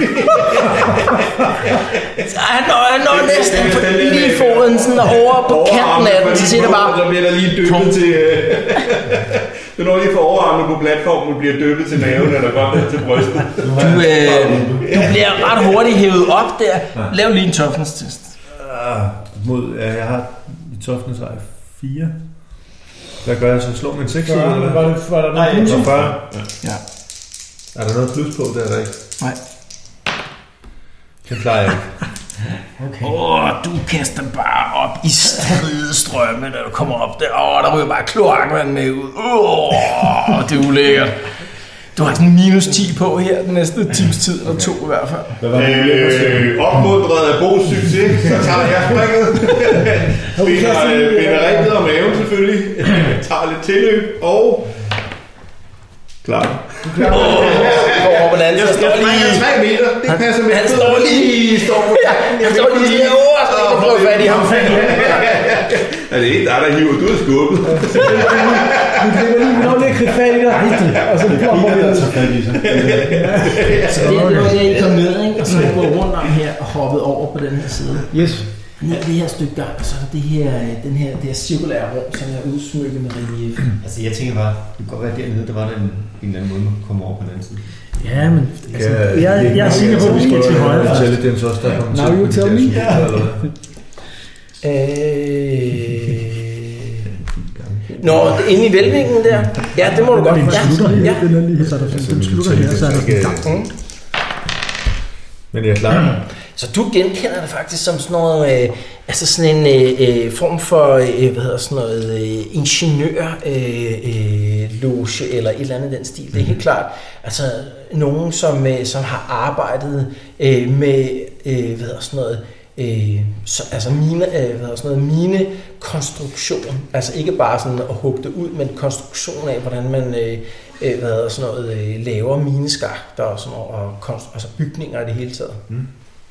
Han når, han når næsten lige foden sådan over på kanten af den, så siger det bare... Så bliver der lige dyppet til... Så når lige for overarmen på platformen bliver dyppet til maven, eller godt ned til brystet. Du, øh, du bliver ret hurtigt hævet op der. Lav lige en toughness test. Uh, mod, ja, jeg har i toughness har jeg fire. Hvad gør jeg så? Slå med en seks? Var det, var det, var der Nej, plus? fyrre. Ja. Er der noget plus på, der er der ikke? Nej. Det plejer jeg ikke. Okay. Åh, oh, du kaster bare op i stridestrømme, da du kommer op der. Åh, oh, der ryger bare kloakvand med ud. Åh, oh, det er ulækkert. Du har sådan minus ti på her den næste times tid, eller to i hvert fald. Hvad var det? Øh, opmuntret af Bo's succes, så tager jeg springet. Binder, binder ringet om maven selvfølgelig. Tager lidt tilløb, og... Klar. Åh, oh, hvordan jeg står lige... tre meter, det passer med. Han står lige... Står på jakken. Han står lige over, så jeg får fat i ham. Er det ikke dig, der hiver du ud af skubbet? Vi bliver lige vi når lige at kridte fat i dig. Og så kommer vi der. Så fat i sig. Så det er noget, jeg kom ned, ikke? Og så er jeg gået rundt om her og hoppet over på den her side. Yes. Ned det her stykke der, og så er der det her, den her, det her cirkulære rum, som er udsmykket med relief. Altså jeg tænker bare, det kan godt være dernede, der var der en, en eller anden måde, man kunne komme over på den anden side. Ja, men altså, ja, jeg, jeg er sikker på, at vi skal til højre først. Intelligence også, der kommer til. Now you tell me. Øh... Nå, inde i vælvingen der. Ja, det må du godt. Den slutter her, ja. den er lige, så er der, den slutter her, så er der en gang. Mm. Men jeg er klar. Så du genkender det faktisk som sådan noget, øh, altså sådan en øh, form for, øh, hvad hedder sådan noget, øh, ingeniørloge øh, øh, eller et eller andet den stil. Det er helt klart, altså nogen, som, øh, som har arbejdet øh, med, øh, hvad hedder sådan noget, øh, så, altså mine, øh, hvad hedder sådan noget, minekonstruktion. Altså ikke bare sådan at hugge det ud, men konstruktion af, hvordan man øh, øh, hvad hedder sådan noget, øh, laver mineskakter og sådan noget, og konst, altså bygninger i det hele taget. Mm.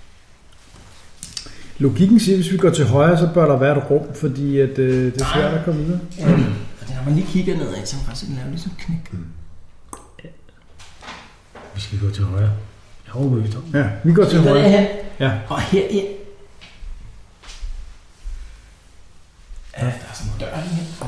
Logikken siger, at hvis vi går til højre, så bør der være et rum, fordi at, øh, det er svært at komme videre. Ja, fordi når man lige kigger nedad, så kan man faktisk lave ligesom knæk. Mm. Ja. Vi skal gå til højre. Jeg håber, vi tager. Ja, vi går til så højre. Derhen, ja. Og herind. Ja, der er sådan en dør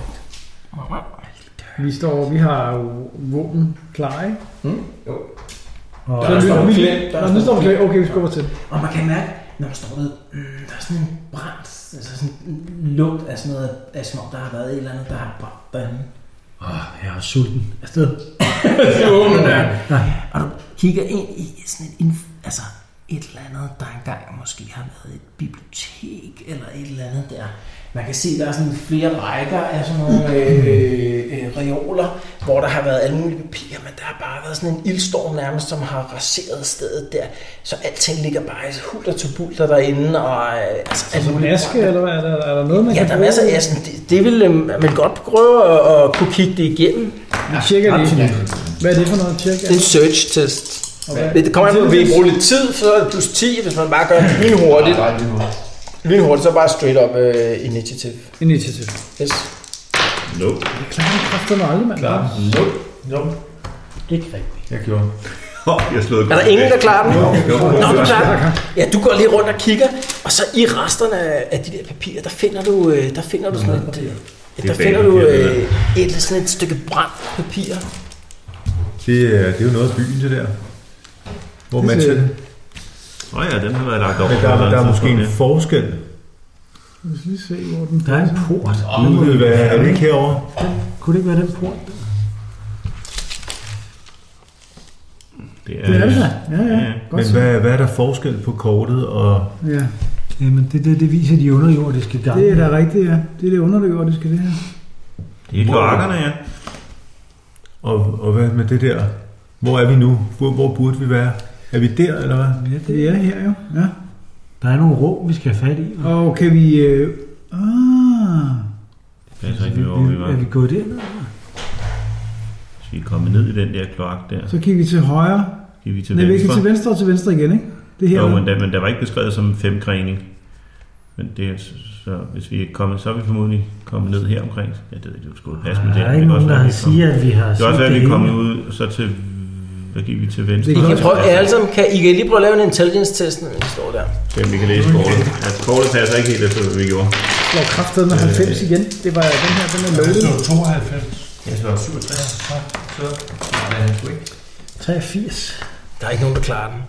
her. Vi står, vi har jo våben klar, ikke? Mm. Jo. Og der, der står vi klædt. Der, der står vi klædt. Okay, vi skubber til. Og man kan mærke, når der står der, mm, der er sådan en brand, altså sådan en lugt af sådan noget, af som om der har været et eller andet, der har brændt derinde. Åh, oh, jeg er sulten. Afsted. Så åbner der. Og du kigger ind i sådan et, altså et eller andet, der engang måske har været et bibliotek, eller et eller andet der. Man kan se, der er sådan flere rækker af sådan nogle øh, øh, reoler, hvor der har været alle mulige papirer, men der har bare været sådan en ildstorm nærmest, som har raseret stedet der. Så alting ligger bare i hulter til bulter derinde. Og, øh, altså, altså en aske, brand. Eller hvad? Er der, er der noget, man ja, kan der er masser af aske. Det, det vil man godt prøve at, at kunne kigge det igennem. Vi tjekker det. Hvad er det for noget? Tjek? Det er en search-test. Okay. Det kommer an på, at vi bruger lidt tid, så er det plus ti, hvis man bare gør det lynhurtigt. Lynhurtigt, så bare straight up uh, initiative. Initiative. Yes. Nope. Det klarer vi kræfterne aldrig, mand. Klar. Nope. Nope. Ikke rigtigt. Jeg gjorde. Jeg slået er der ingen, der klarer den? Jo, jo. Nå, du klarer den. Ja, du går lige rundt og kigger, og så i resterne af de der papirer, der finder du, der finder du sådan et, der finder du et, sådan et stykke brændt papir. Det er, det er jo noget af byen, det der. Hvor matcher det? Nå ja, den har været lagt op. Men der, der er måske en forskel. Lad os lige se, hvor den... Der er en port. Nu vil det være, er det ikke herovre? Kunne det ikke være den port der? Det er Det er det da. Ja, ja. Ja. Godt Men så. hvad, hvad er der forskel på kortet og... Ja, Jamen, det, det, det viser de underjordiske gange. det er da rigtigt, ja. Det er det underjordiske, det her. Det er kloakkerne, ja. Og, og hvad med det der? Hvor er vi nu? Hvor, hvor burde vi være? Er vi der, eller hvad? Ja, Det det, er her jo, ja. der er nogle rum, vi skal have fat i. Og kan vi... Øh, ah, Det passer Er ikke vi, med, hvor vi var. er vi gået derned? Så vi er kommet ned i den der kloak der. så kigger vi til højre. Skal vi til Nej, vi kan venstre? til venstre og til venstre igen, ikke? Det her. Jo, men der, men der var ikke beskrevet som en femgrening. Men det er, så hvis vi er kommet, så er vi formodentlig kommet ned her omkring. Ja, det, det skulle passe med Der det. er Det ikke kan også nogen, der være, vi siger, at vi har kom- Det er også set være, at vi er hele. kommet ud, og så til... Hvad gik vi til venstre? I Det kan, også prøve, ja, alle sammen, kan, I kan lige prøve at lave en intelligence-test, når vi står der. Så vi kan læse kortet. Altså, kortet passer ikke helt efter, hvad vi gjorde. Slår kraftet med halvfems igen. Det var den her, den er Det loaded. var tooghalvfems. Jeg slår syvogtres. Så nej, han skulle ikke. treogfirs. Der er ikke nogen, der klarer den.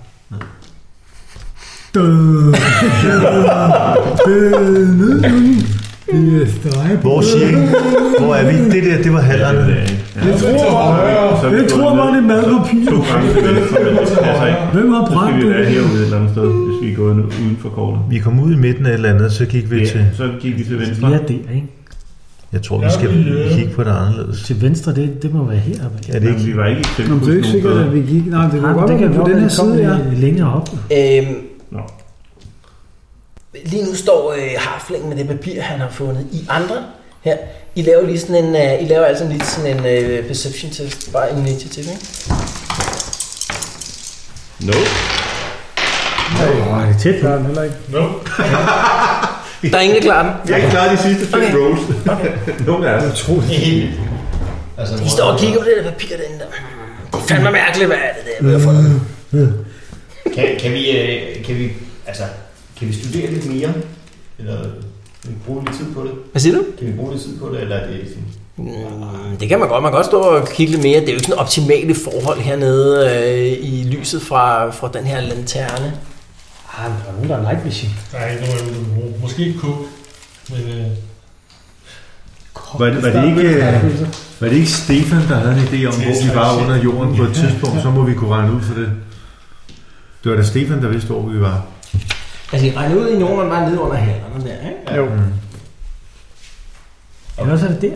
Hvor siger I? Hvor er vi? Det der, det var halverne. Jeg tror, jeg tror var det madpapir. To gange til venstre, men det passer ikke. Hvem har Så skal brændt vi være det? herude et eller andet sted, hvis vi er gået uden for kortet. Vi kom ud i midten af et eller andet, så gik vi Ja, til... så gik vi til Vi venstre. er der, ikke? Jeg tror, vi skal kigge på det anderledes. Til venstre, det, det må være her. Er det Men ikke? vi var ikke i Nå, men det er ikke sikkert, at vi gik. Nej, det kunne Nej, godt det være kan på godt den være, her det kommer side, ja. lidt længere op. Øhm, Nå. lige nu står øh, harflingen med det papir, han har fundet. I andre her, I laver lige sådan en, uh, I laver altså lige sådan en uh, perception test, bare en initiativ, ikke? No. Åh, det er tæt. Klarer den heller ikke. No. Der er ingen, der klarer den. Vi har ikke klaret de sidste fem Okay. rolls. Nogle af os. Altså, I står og kigger på det der papir derinde der. Det er fandme mærkeligt, hvad er det der, vi har fundet. Kan, kan, vi, øh, kan, vi, altså, kan vi studere lidt mere? Eller kan vi bruge lidt tid på det? Hvad siger du? Kan vi bruge lidt tid på det, eller er det sådan... Mm, det kan man godt. Man kan godt stå og kigge lidt mere. Det er jo ikke sådan optimale forhold hernede øh, i lyset fra, fra den her lanterne. Ah, men der er nogen, der er night vision. Der er ikke nogen, jeg vil bruge. Måske ikke cook, men... Øh, Var det, var, det ikke, var det ikke Stefan, der havde en idé om, hvor vi var under jorden på et tidspunkt? Så må vi kunne regne ud for det. Det var da Stefan, der vidste, hvor vi var. Altså, I regner ud i nogen, man bare nede under hænderne der, ikke? Jo. Eller også er det der.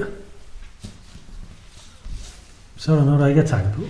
Så er der noget, der ikke er tegnet på.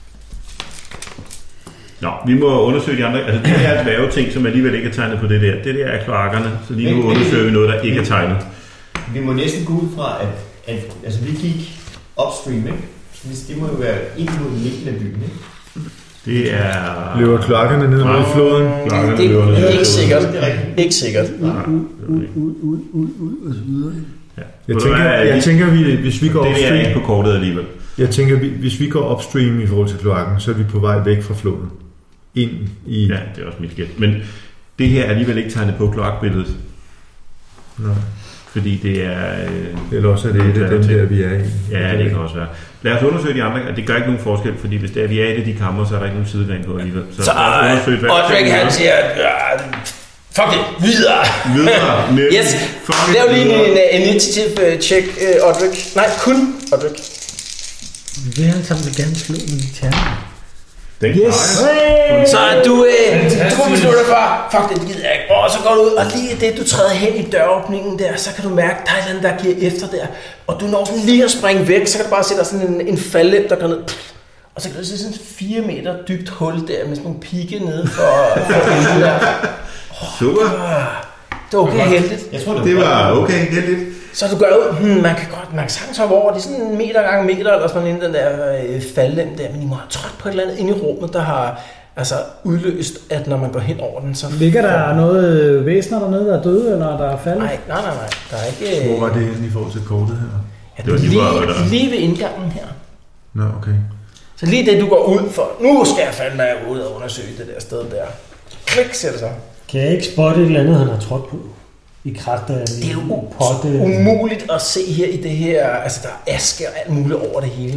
Nå, vi må undersøge de andre. Altså, det her er dværgeting, som alligevel ikke er tegnet på det der. Det der er kloakkerne, så lige nu undersøger vi noget, der ikke er tegnet. Vi må næsten gå ud fra, at, at altså, vi gik upstream, ikke? Det- Det må jo være ind mod midten af byen, ikke? Det er... Løber kloakkerne ned mod floden? Kloakkerne Det løber ned. er ikke sikkert. Det er rigtigt. Ikke sikkert. Ud, ud, ud, ud, ud, ud, og så videre. Ja. Jeg Ved du tænker, hvad, jeg vi- tænker vi, hvis vi går Det er ikke upstream, på kortet alligevel. jeg tænker, vi- hvis vi går upstream i forhold til kloakken, så er vi på vej væk fra floden. Ind i... Ja, det er også mit gæt. Men det her er alligevel ikke tegnet på kloakbilledet. Nå. Fordi det er... Øh, Eller også er det et af dem der, vi er i. Ja, det kan også være. Lad os undersøge de andre. Det gør ikke nogen forskel, fordi hvis det er, vi er i det, de kammer, så er der ikke nogen sidegren på alligevel. Så lad os undersøge, hvad Odrik, han siger, "Ja, fuck det, videre. Videre. Nemlig. Yes, Fuck it, lav lige videre. en uh, initiative uh, check, uh, Odrik. Nej, kun Odrik. Vi vil alle sammen gerne slå med de terner. Den Yes. klarer jeg. Så du, øh, Fantastisk. du beslutter dig for, fuck det, det gider jeg ikke. Og så går du ud, og lige det, du træder hen i døråbningen der, så kan du mærke, der er et eller andet, der giver efter der. Og du når sådan lige at springe væk, så kan du bare se, der er sådan en, en faldlem, der går ned. Og så kan du se sådan et fire meter dybt hul der, med sådan nogle pigge nede for, for enden der. Super. Det var okay heldigt. Jeg tror, det, Det var okay, heldigt. Så du gør ud, hmm, man kan godt, man kan sagtens hoppe over, det er sådan en meter gange meter, eller sådan inden den der øh, faldlem der, men I må have trådt på et eller andet inde i rummet, der har altså udløst, at når man går hen over den, så... Ligger der noget væsener dernede, der er døde, eller der er faldet? Nej, nej, nej, nej, der er ikke... Hvor var det henne i forhold til kortet her? Ja, Det var lige bare, lige, der- lige ved indgangen her. Nå, okay. Så lige det, du går ud for, nu skal jeg fandme ud og undersøge det der sted der. Klik, siger det så. Kan jeg ikke spotte et eller andet, han har trådt på? I kraft af Det er jo min potte. umuligt at se her i det her, altså der er aske og alt muligt over det hele.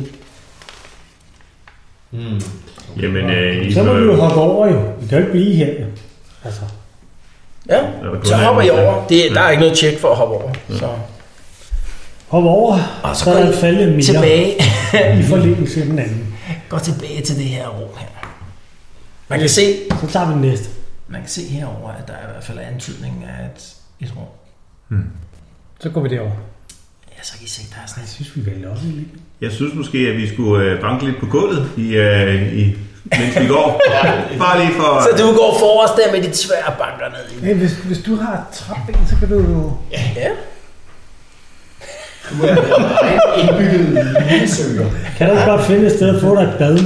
Mm. Jamen, øh, I Så må må vi jo jo... hoppe over jo. Vi kan jo ikke blive her. jo. Altså, Ja, kun så en- hopper I over. Det, der Ja. er ikke noget tjek for at hoppe over. Så hop over, Og så så er går der I et falde mere tilbage. i forlængelse af den anden. Gå tilbage til det her rum her. Man kan se, Så tager vi den næste. man kan se herover, at der er i hvert fald antydning af et, et rum. Hmm. Så går vi derover. Ja, så kan I se, der er sådan Jeg et... synes, vi vælger også lidt. Jeg synes måske, at vi skulle øh, banke lidt på gulvet, i, øh, i, mens vi går. Bare lige for... Så du går forrest der med dit svære banker ned i. Hey, hvis, hvis du har trapben, så kan du jo... Ja. Du er en indbygget lydesøger. Kan du ikke bare finde et sted og få dig et bad?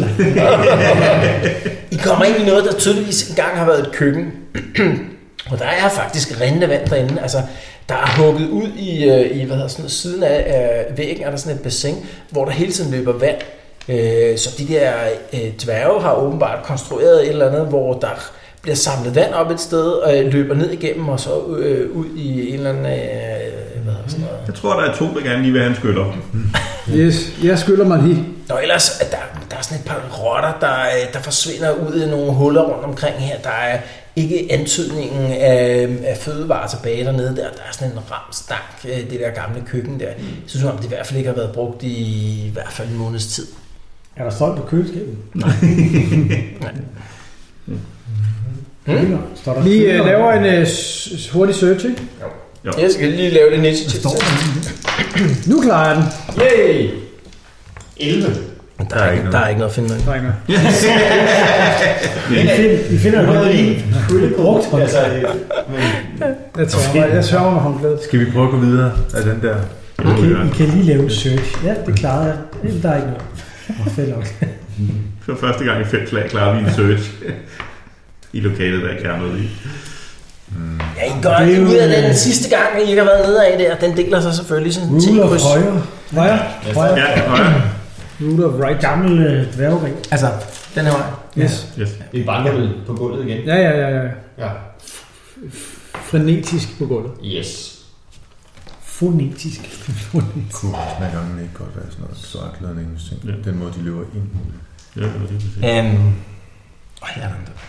I kommer ind i noget, der tydeligvis engang har været et køkken. Og der er faktisk rindende vand derinde. Altså, der er hugget ud i, i hvad hedder sådan noget, siden af, af væggen, er der sådan et bassin, hvor der hele tiden løber vand. Øh, så de der øh, dværge har åbenbart konstrueret et eller andet, hvor der bliver samlet vand op et sted, og øh, løber ned igennem, og så øh, ud i en eller anden... Øh, hvad hedder sådan noget. Jeg tror, der er to, der gerne lige vil have en skyller. Yes, jeg skylder mig lige. Nå, ellers, der, der er sådan et par rotter, der, der forsvinder ud i nogle huller rundt omkring her. Der er ikke antydningen af, af fødevarer tilbage dernede der. Der er sådan en ram stank, det der gamle køkken der. Jeg synes, at det i hvert fald ikke har været brugt i, i hvert fald en måneds tid. Er der strøm på køleskabet? Nej. Hmm? Står der Vi køler? uh, laver en uh, s- hurtig search, ikke? Jo. Jeg skal lige lave det initiativ. Står der? Nu klarer jeg den. Yay! elleve. Der er, ikke, der er ikke noget at finde med. Der er ikke noget. I finder, I finder Du havde noget lige lige brugt. Altså, men Jeg tørrer mig, jeg tørrer mig håndklædet. Skal vi prøve at gå videre af den der? I kan, I kan lige lave en search. Ja, det klarede jeg. Der er ikke noget. Åh, fedt nok. For første gang i fem slag klarer vi en search i lokalet, der ikke er noget i. Ja, I gør det ud af den sidste gang, I ikke har været nede af der. Den deler sig selvfølgelig sådan Rule ti of kryds. højre. Højre. Højre. Ja, højre. Rule of right. Gammel øh, dværgring. Altså, den her vej. Yes. Yes. vi banker vel på gulvet igen. Ja, ja, ja, ja. Ja. Frenetisk på gulvet. Yes. Fonetisk. Kunne hver gang ikke godt være sådan noget svartklædningsting. Ja. Den måde, de løber ind. Ja, det var det, vi sagde. Øhm. Åh, her er den der.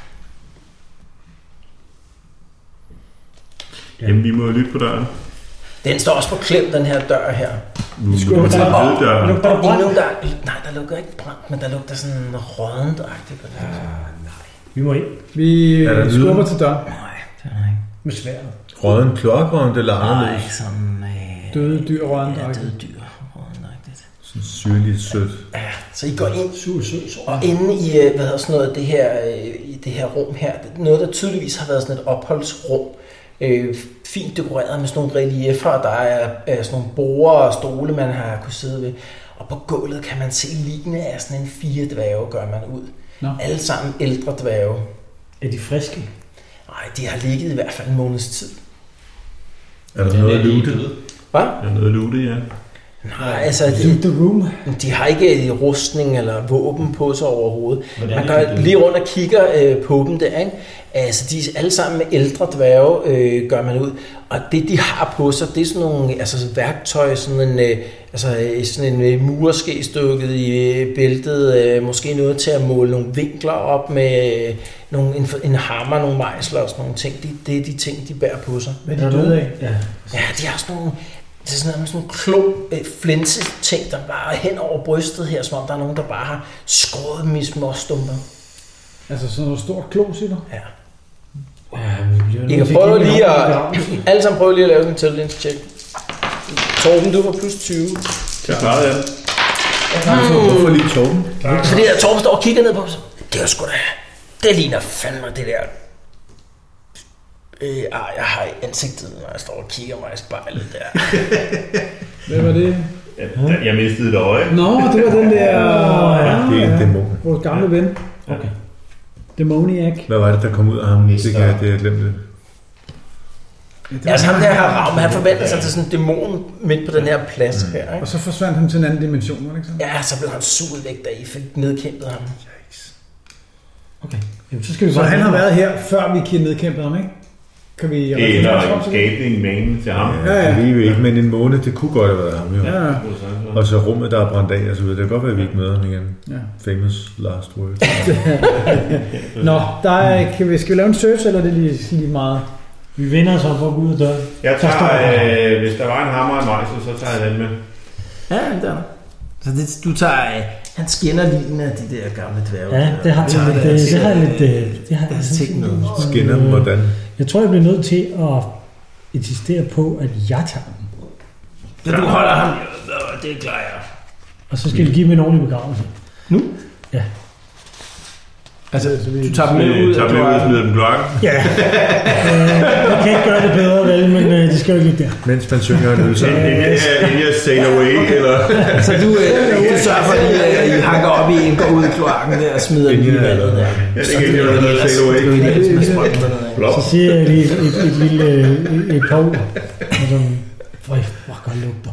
Jamen, vi må jo lytte på døren. Den står også på klem, den her dør her. Nu Skål. må vi tage døren. Lugter der Og brand? endnu der, nej, der lugter ikke brændt, men der lugter sådan rådent-agtigt. Ja. Vi må ind Vi Er der lyde? skubber til døren. Nej, det er der ikke. med sværet. Røden kloakvogn, eller Nej, anderledes. sådan... Øh, Døde dyr, rådent Ja, agtigt. døde dyr. Rådent-agtigt. Sådan syrligt sødt. Ja, så I går ind, Sur, sød, sød. og inde i, øh, hvad hedder sådan noget, det her, øh, i det her rum her, noget der tydeligvis har været sådan et opholdsrum, øh, fint dekoreret med sådan nogle relieffer, der er øh, sådan nogle borde og stole, man har kunne sidde ved. Og på gulvet kan man se lignende af sådan en fire dværge, gør man ud. Nå. Alle sammen ældre dværge. Er de friske? Nej, de har ligget i hvert fald en måneds tid. Er der noget at lute? Hvad? Der er noget at lute, ja. Nej, altså, Loot de, the room. de har ikke rustning eller våben på sig overhovedet. Hvordan Man er går det? lige rundt og kigger øh, på dem der, ikke? Altså, de er alle sammen med ældre dværge, øh, gør man ud. Og det, de har på sig, det er sådan nogle altså, værktøj, sådan en, øh, altså, øh, sådan en øh, murske stukket i øh, bæltet, øh, måske noget til at måle nogle vinkler op med øh, nogle, en, en hammer, nogle mejsler og sådan nogle ting. Det, det er de ting, de bærer på sig. Hvad er de døde af? Ja. Ja, de har sådan nogle, det er sådan noget, sådan nogle klo, øh, flinse ting, der bare er hen over brystet her, som om der er nogen, der bare har skåret dem i små stumper. Altså sådan noget stort klo, siger du? Ja. Ja, I kan prøve lige at, alle sammen prøve lige at lave sådan en intelligence check. Torben, du var plus tyve. Det klarede jeg. Hvorfor lige Torben? Fordi at Torben står og kigger ned på sig. Det er sgu da, det ligner fandme det der. Øh, ah, jeg har i ansigtet, når jeg står og kigger mig i spejlet der. Hvad var det? Jeg, jeg mistede et øje. Nå, det var den der... Ja, det er en dæmon. Vores gamle ven. Okay. Demoniac. Hvad var det, der kom ud af ham? Det kan jeg, det jeg glemte. Ja, altså ham der har Ravn, han forvandler sig til sådan en dæmon midt på den her plads mm. her, ikke? Og så forsvandt han til en anden dimension, var det ikke sådan? Ja, så blev han suget væk, da I fik nedkæmpet ham. Okay. Jamen, så skal vi Så bare han har været her, før vi nedkæmpede ham, ikke? Kan vi... Eller en skabning manen til ham. Ja, ja. Det ved vi ikke, men en måned, det kunne godt have været ham jo. Ja, ja. Og så rummet, der er brændt af og så videre. Det kan godt være, at vi ikke møder ham igen. Ja. Famous last word. Nå, der er, kan vi, skal vi lave en search, eller er det lige, lige meget? Vi vender os op for at gå ud af døren. Jeg Så står tager, øh, hvis der var en hammer og en mejsel, så tager jeg den med. Ja, det er der. Så det, du tager, Han skinner lignende af de der gamle dværge. Ja, det har jeg lidt... Det, det har jeg lidt... Det har jeg lidt... Skinner dem, hvordan? Jeg tror, jeg bliver nødt til at insistere på, at jeg tager dem. Ja, du holder ham. Det klarer jeg. Og så skal vi give dem en ordentlig begravelse. Nu? Ja. Altså, du tager dem med ud, tager dem med ud og smider dem klokken? Ja. Jeg kan ikke gøre det bedre, vel, men øh, det skal jo ikke der. Mens man synger en øl. Inden jeg sail away, eller? Så du, øh, du sørger for, at I, I hakker op i en, går ud i kloakken der og smider den i vandet der. Ja, det kan ikke være noget sail away. Så siger jeg lige et, et, et lille et, et par ord. Hvor godt lugter.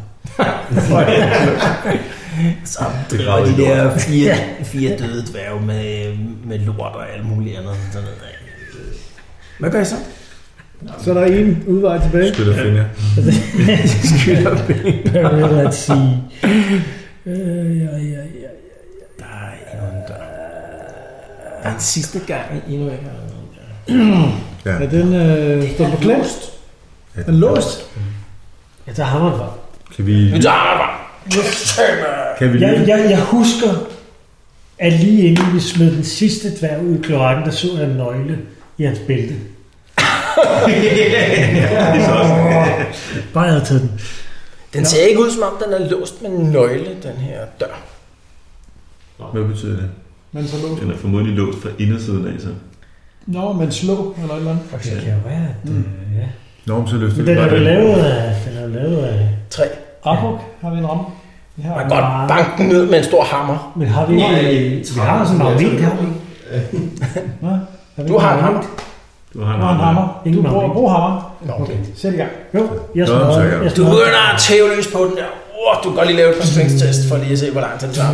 Så driver de der fire, fire døde dværge med, med lort og alt muligt andet. Sådan noget. Hvad gør I så? Så er der en udvej tilbage. Skyld og finde. Skyld og finde. Hvad vil jeg sige? Øh, ja, ja, ja, ja. Der er endnu en dør. Der er en sidste gang endnu ikke. Ja. Er den øh, stået på klem? Er den låst? Ja, der har man bare. Kan vi... Vi tager bare. Kan vi jeg, jeg, jeg husker, at lige inden vi smed den sidste dværg ud i kloakken, der så jeg en nøgle i hans bælte. Bare jeg havde taget den. Den ser ikke ud, som om den er låst med en nøgle, den her dør. Hvad betyder det? Men så låst. Den er formodentlig låst fra indersiden af, så. Nå, men slå, eller et eller andet. Okay, det kan jo være, at... Mm. Ja. Nå, så løfter den er jo lavet af... Den er jo lavet af... Tre. Rammuk, har vi en ramme? Man kan godt banke den ned med en stor hammer. Men har vi ikke... Vi har sådan en magnet, har vi ikke? Du har en hammer. Du har en hammer. hammer. Ingen du bruger, bruger hammer. Okay. Sæt i gang. Jo, jeg Nå, så jeg. Du begynder at tæve løs på den der. Oh, du kan godt lige lave et par strengths test for lige at se, hvor langt den tager.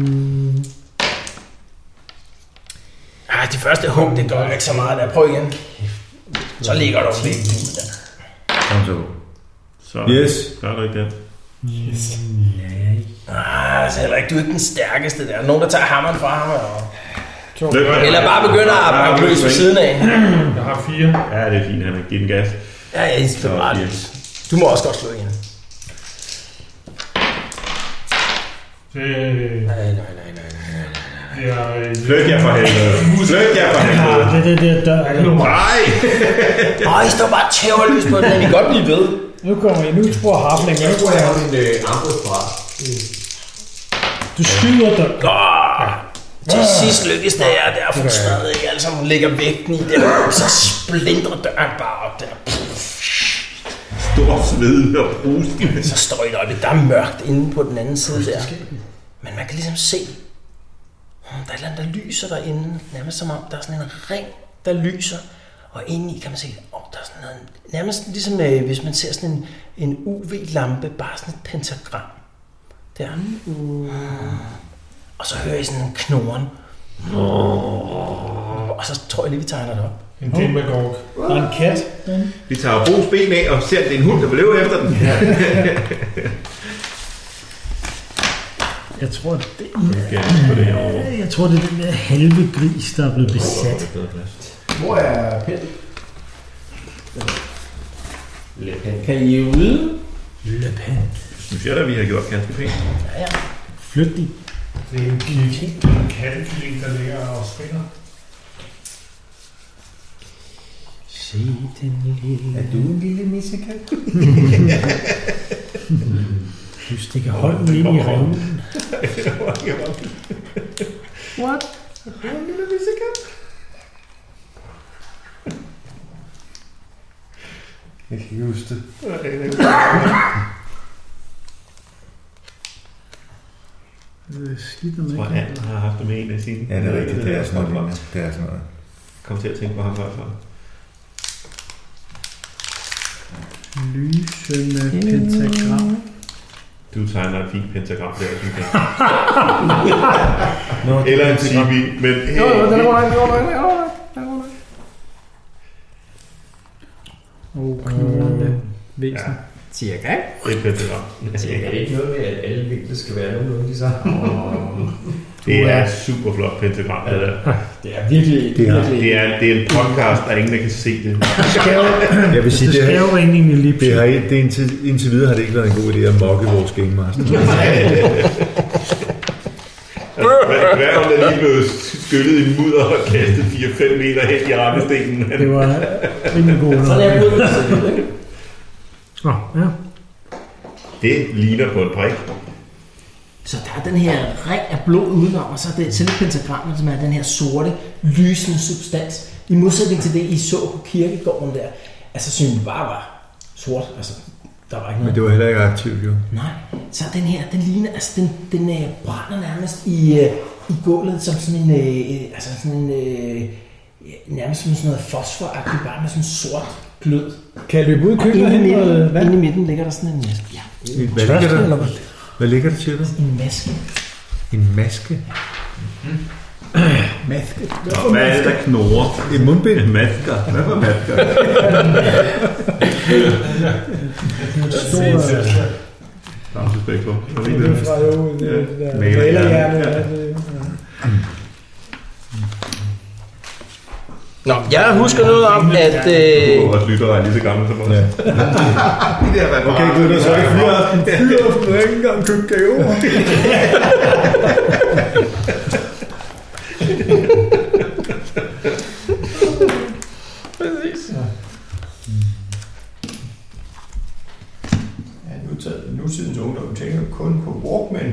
Ah, de første hug, det gør ikke så meget der. Prøv igen. Så ligger du væk. Kom så. Så yes. gør du ikke det. Yes. Ah, så heller ikke. Du er ikke den stærkeste der. Nogen, der tager hammeren fra ham. Og... Eller bare begynder at banke løs ved siden af. Jeg har fire. Ja, det er fint, Henrik. Giv den gas. Ja, ja, I skal bare. Du må også godt slå igen. Det... Nej, nej, nej, nej. Det er... Flyt jer for helvede. Flyt jer for helvede. Det er det der dør. Nej! Åh, I står bare tæver løs på den, men I kan godt blive ved. Nu kommer jeg. Nu tror jeg harfling. Jeg tror, jeg har en øh, armbrudt fra. Du skyder dør. Åh, til sidst lykkes det jer der for smadret, ikke? Altså, hun lægger vægten i det, så splindrer døren bare op der. Stor sved og brusen. Så står I deroppe, der er mørkt inde på den anden side der. Men man kan ligesom se, der er et eller andet, der lyser derinde. Nærmest som om, der er sådan en ring, der lyser. Og indeni kan man se, åh, der er sådan noget, nærmest ligesom øh, hvis man ser sådan en, en U V-lampe, bare sådan et pentagram. Der. Mm. Og så hører I sådan en knoren. Mm. Og så tror jeg lige, vi tegner det op. En demagog. Der er en kat. Vi tager Brugs ben af og ser, at det er en hund, der vil løbe efter den. Jeg tror, det er, jeg tror, det er den der halve gris, der er blevet besat. Hvor er Pelle? Le Pen. Kan I ude? Le Pen. Nu siger jeg, at vi har gjort ganske pænt. Ja, ja. Flyt de. Det er en kattekilling, der ligger og springer. Se den lille... Er du en lille missekat? Du stikker hånden ind i revnen. What? Er du en lille missekat? Jeg kan ikke huske det. Skidt, når man Jeg tror, ikke han har haft det med en af sine. Ja, det er rigtigt. Det er sådan noget. Det er sådan noget. Kom til at tænke på ham før. lysende pentagram. Du tegner et fint pentagram der, synes jeg. Eller en tibi, men... Hey, jo, jo, den er god nok, den er god nok, den er god nok, den er god nok. Åh, knurrende væsen. Cirka. Et pentagram. Altså, er det ikke noget med, at alle vinkler skal være nogenlunde de samme? Det er super flot pentagram, det der. Det er virkelig... Det er, virkelig det er, det er en podcast, der ingen der kan se det. jeg vil sige, det skal jo egentlig lige det har, det indtil, indtil videre har det ikke været en god idé at mokke vores Game Master. dværgen er lige blevet skyllet i mudder og kastet fire fem meter hen i rammestenen. Det var rimelig god. Sådan er jeg blevet ikke? Nå, ja. Det ligner på en prik. Så der er den her ring af blod udenom, og så er det selve pentagrammet, som er den her sorte, lysende substans. I modsætning til det, I så på kirkegården der, altså synes det bare var sort. Altså, der var ikke noget. Men det var heller ikke aktivt, jo. Nej, så den her, den ligner, altså den, den øh, brænder nærmest i, øh, i gulvet som sådan en, øh, altså sådan en, øh, nærmest som sådan noget fosforagtigt, bare med sådan en sort glød. Kan jeg løbe ud i Og køkkenet inde i hen midten, noget vand? inde i midten ligger der sådan en, ja, Hvad ligger tørste, der? eller hvad? Hvad ligger der til dig? En maske. En maske? Maske. Og hvad er det, der knurrer? En mundbind? Masker. Hvad var masker? Stor, Samme spektrum. Det er fra jo det der Malerhjerne. malerhjerne. Nå, jeg husker noget om, at... Øh, Vores lyttere er lige så gamle som os. Ja. De der, hvad Okay, gutter, så er det fyreaften. Fyreaften, du har ikke engang købt gaver. Præcis. Ja, nu tager nutidens ungdom tænker kun på Walkman.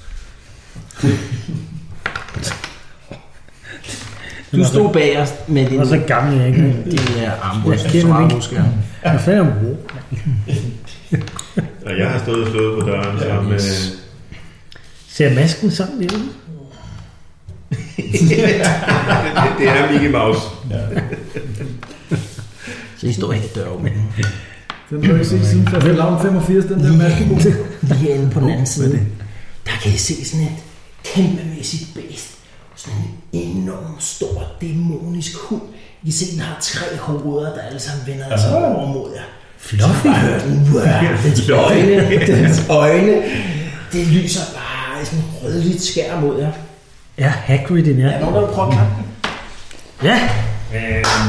Du stod bag os med din, og så gammel jeg ikke. din uh, armbryst. Jeg kender som den armbryst, ikke. ja. Hvad fanden er det? Og jeg har stået og slået på døren sammen med... Ser masken sådan lidt ud? det, det er Mickey Mouse. Så I står her i døren. Den må I se siden fra Lavn femogfirs, den der maskebo. Lige herinde på den anden side, der kan I se sådan et kæmpemæssigt bæst. Sådan en enorm, stor, dæmonisk hund. I kan se, den har tre hoveder, der alle sammen vender sig over mod jer. Fluffy. Dens øjne, dens øjne, det lyser bare i sådan en rødligt skær mod jer. Ja, Hagrid den Er der her. nogen, der vil prøve at klappe? Ja. Øhm,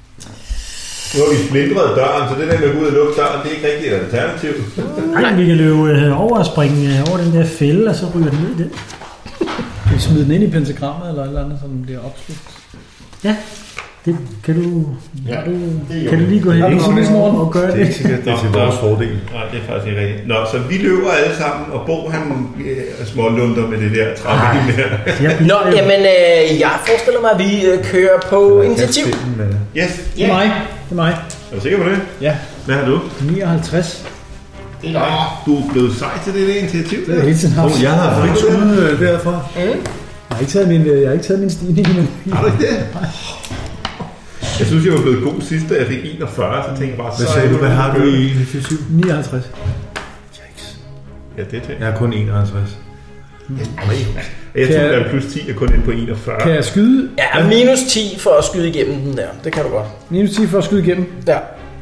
nu har vi splindret døren, så det der med at gå ud og lukke døren, det er ikke rigtig et alternativ. Nej, vi kan løbe øh, over og springe øh, over den der fælde, og så ryger den ned i den. Kan vi smide den ind i pentagrammet eller et eller andet, så den bliver opslugt? Ja, det kan du... Ja, du det er kan du lige gå hen Har du og, Silesnoren? og gøre Det er ikke det? sikkert, det er til vores fordel. Nej, det er faktisk ikke rigtigt. Nå, så vi løber alle sammen, og Bo han øh, smålunder med det der trappe der. Jeg Nå, jamen, øh, jeg forestiller mig, at vi øh, kører på initiativ. Yes, Det er mig. Det er mig. er du sikker på det? Ja. Hvad har du? nioghalvtreds. Det er dig. Du er blevet sej til det der initiativ. Det er hele tiden haft. Oh, jeg har frit skud derfra. Jeg har ikke taget min, jeg har ikke taget min stigning endnu. Har du ikke det? Jeg synes, jeg var blevet god sidst, da jeg fik enogfyrre, så tænkte jeg bare... Hvad så sagde er du, hvad det har du i initiativ? nioghalvtreds. Ja, det er det. Jeg har kun enoghalvtreds. Jeg Kan tror, jeg- der er plus ti, jeg kun inde på enogfyrre. Kan jeg skyde? Ja, minus ti for at skyde igennem den der. Det kan du godt. minus ti for at skyde igennem. Ja.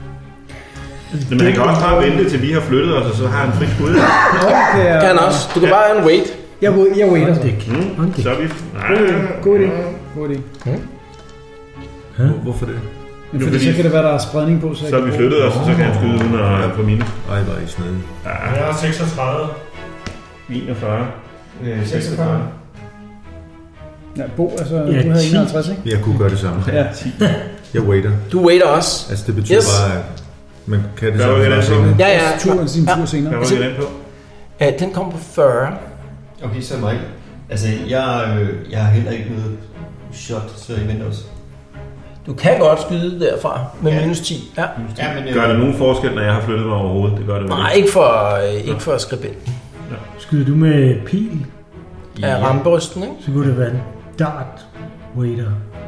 Men han kan også bare vente, til vi har flyttet os, og så har han fri skud. Nå, kan jeg... Kan han også. Du kan bare have en wait. Jeg, jeg waiter så. Mm, så er vi... God idé. God idé. Hvorfor det? Men fordi så kan det være, der er spredning på. Så, Så har vi flyttet os, og så kan han skyde uden at få minus. Ej, var I snedig. Ja, Jeg har seksogtredive. enogfyrre. Øh, seksogfyrre. Ja, Bo, altså, Ja, du havde ti. enoghalvtreds, ikke? Jeg kunne gøre det samme. Ja. Jeg waiter. Du waiter også. Altså, det betyder Yes. bare, at man kan det Hvad var samme. det, der som så? senere. Ja, ja. Tur, sin tur Ja. senere. Hvad var det den på? Ja, den kommer på fyrre. Okay, så er mig. Altså, jeg, øh, jeg har heller ikke noget shot, så jeg venter også. Du kan godt skyde derfra med Ja. minus ti. Ja. Ja, men, øh, Gør det nogen forskel, når jeg har flyttet mig overhovedet? Det gør det vel Nej, ikke. ikke for, øh, ikke for skribenten. Skyder du med pil, Af rampebrysten, ikke? så kunne det være en dart waiter.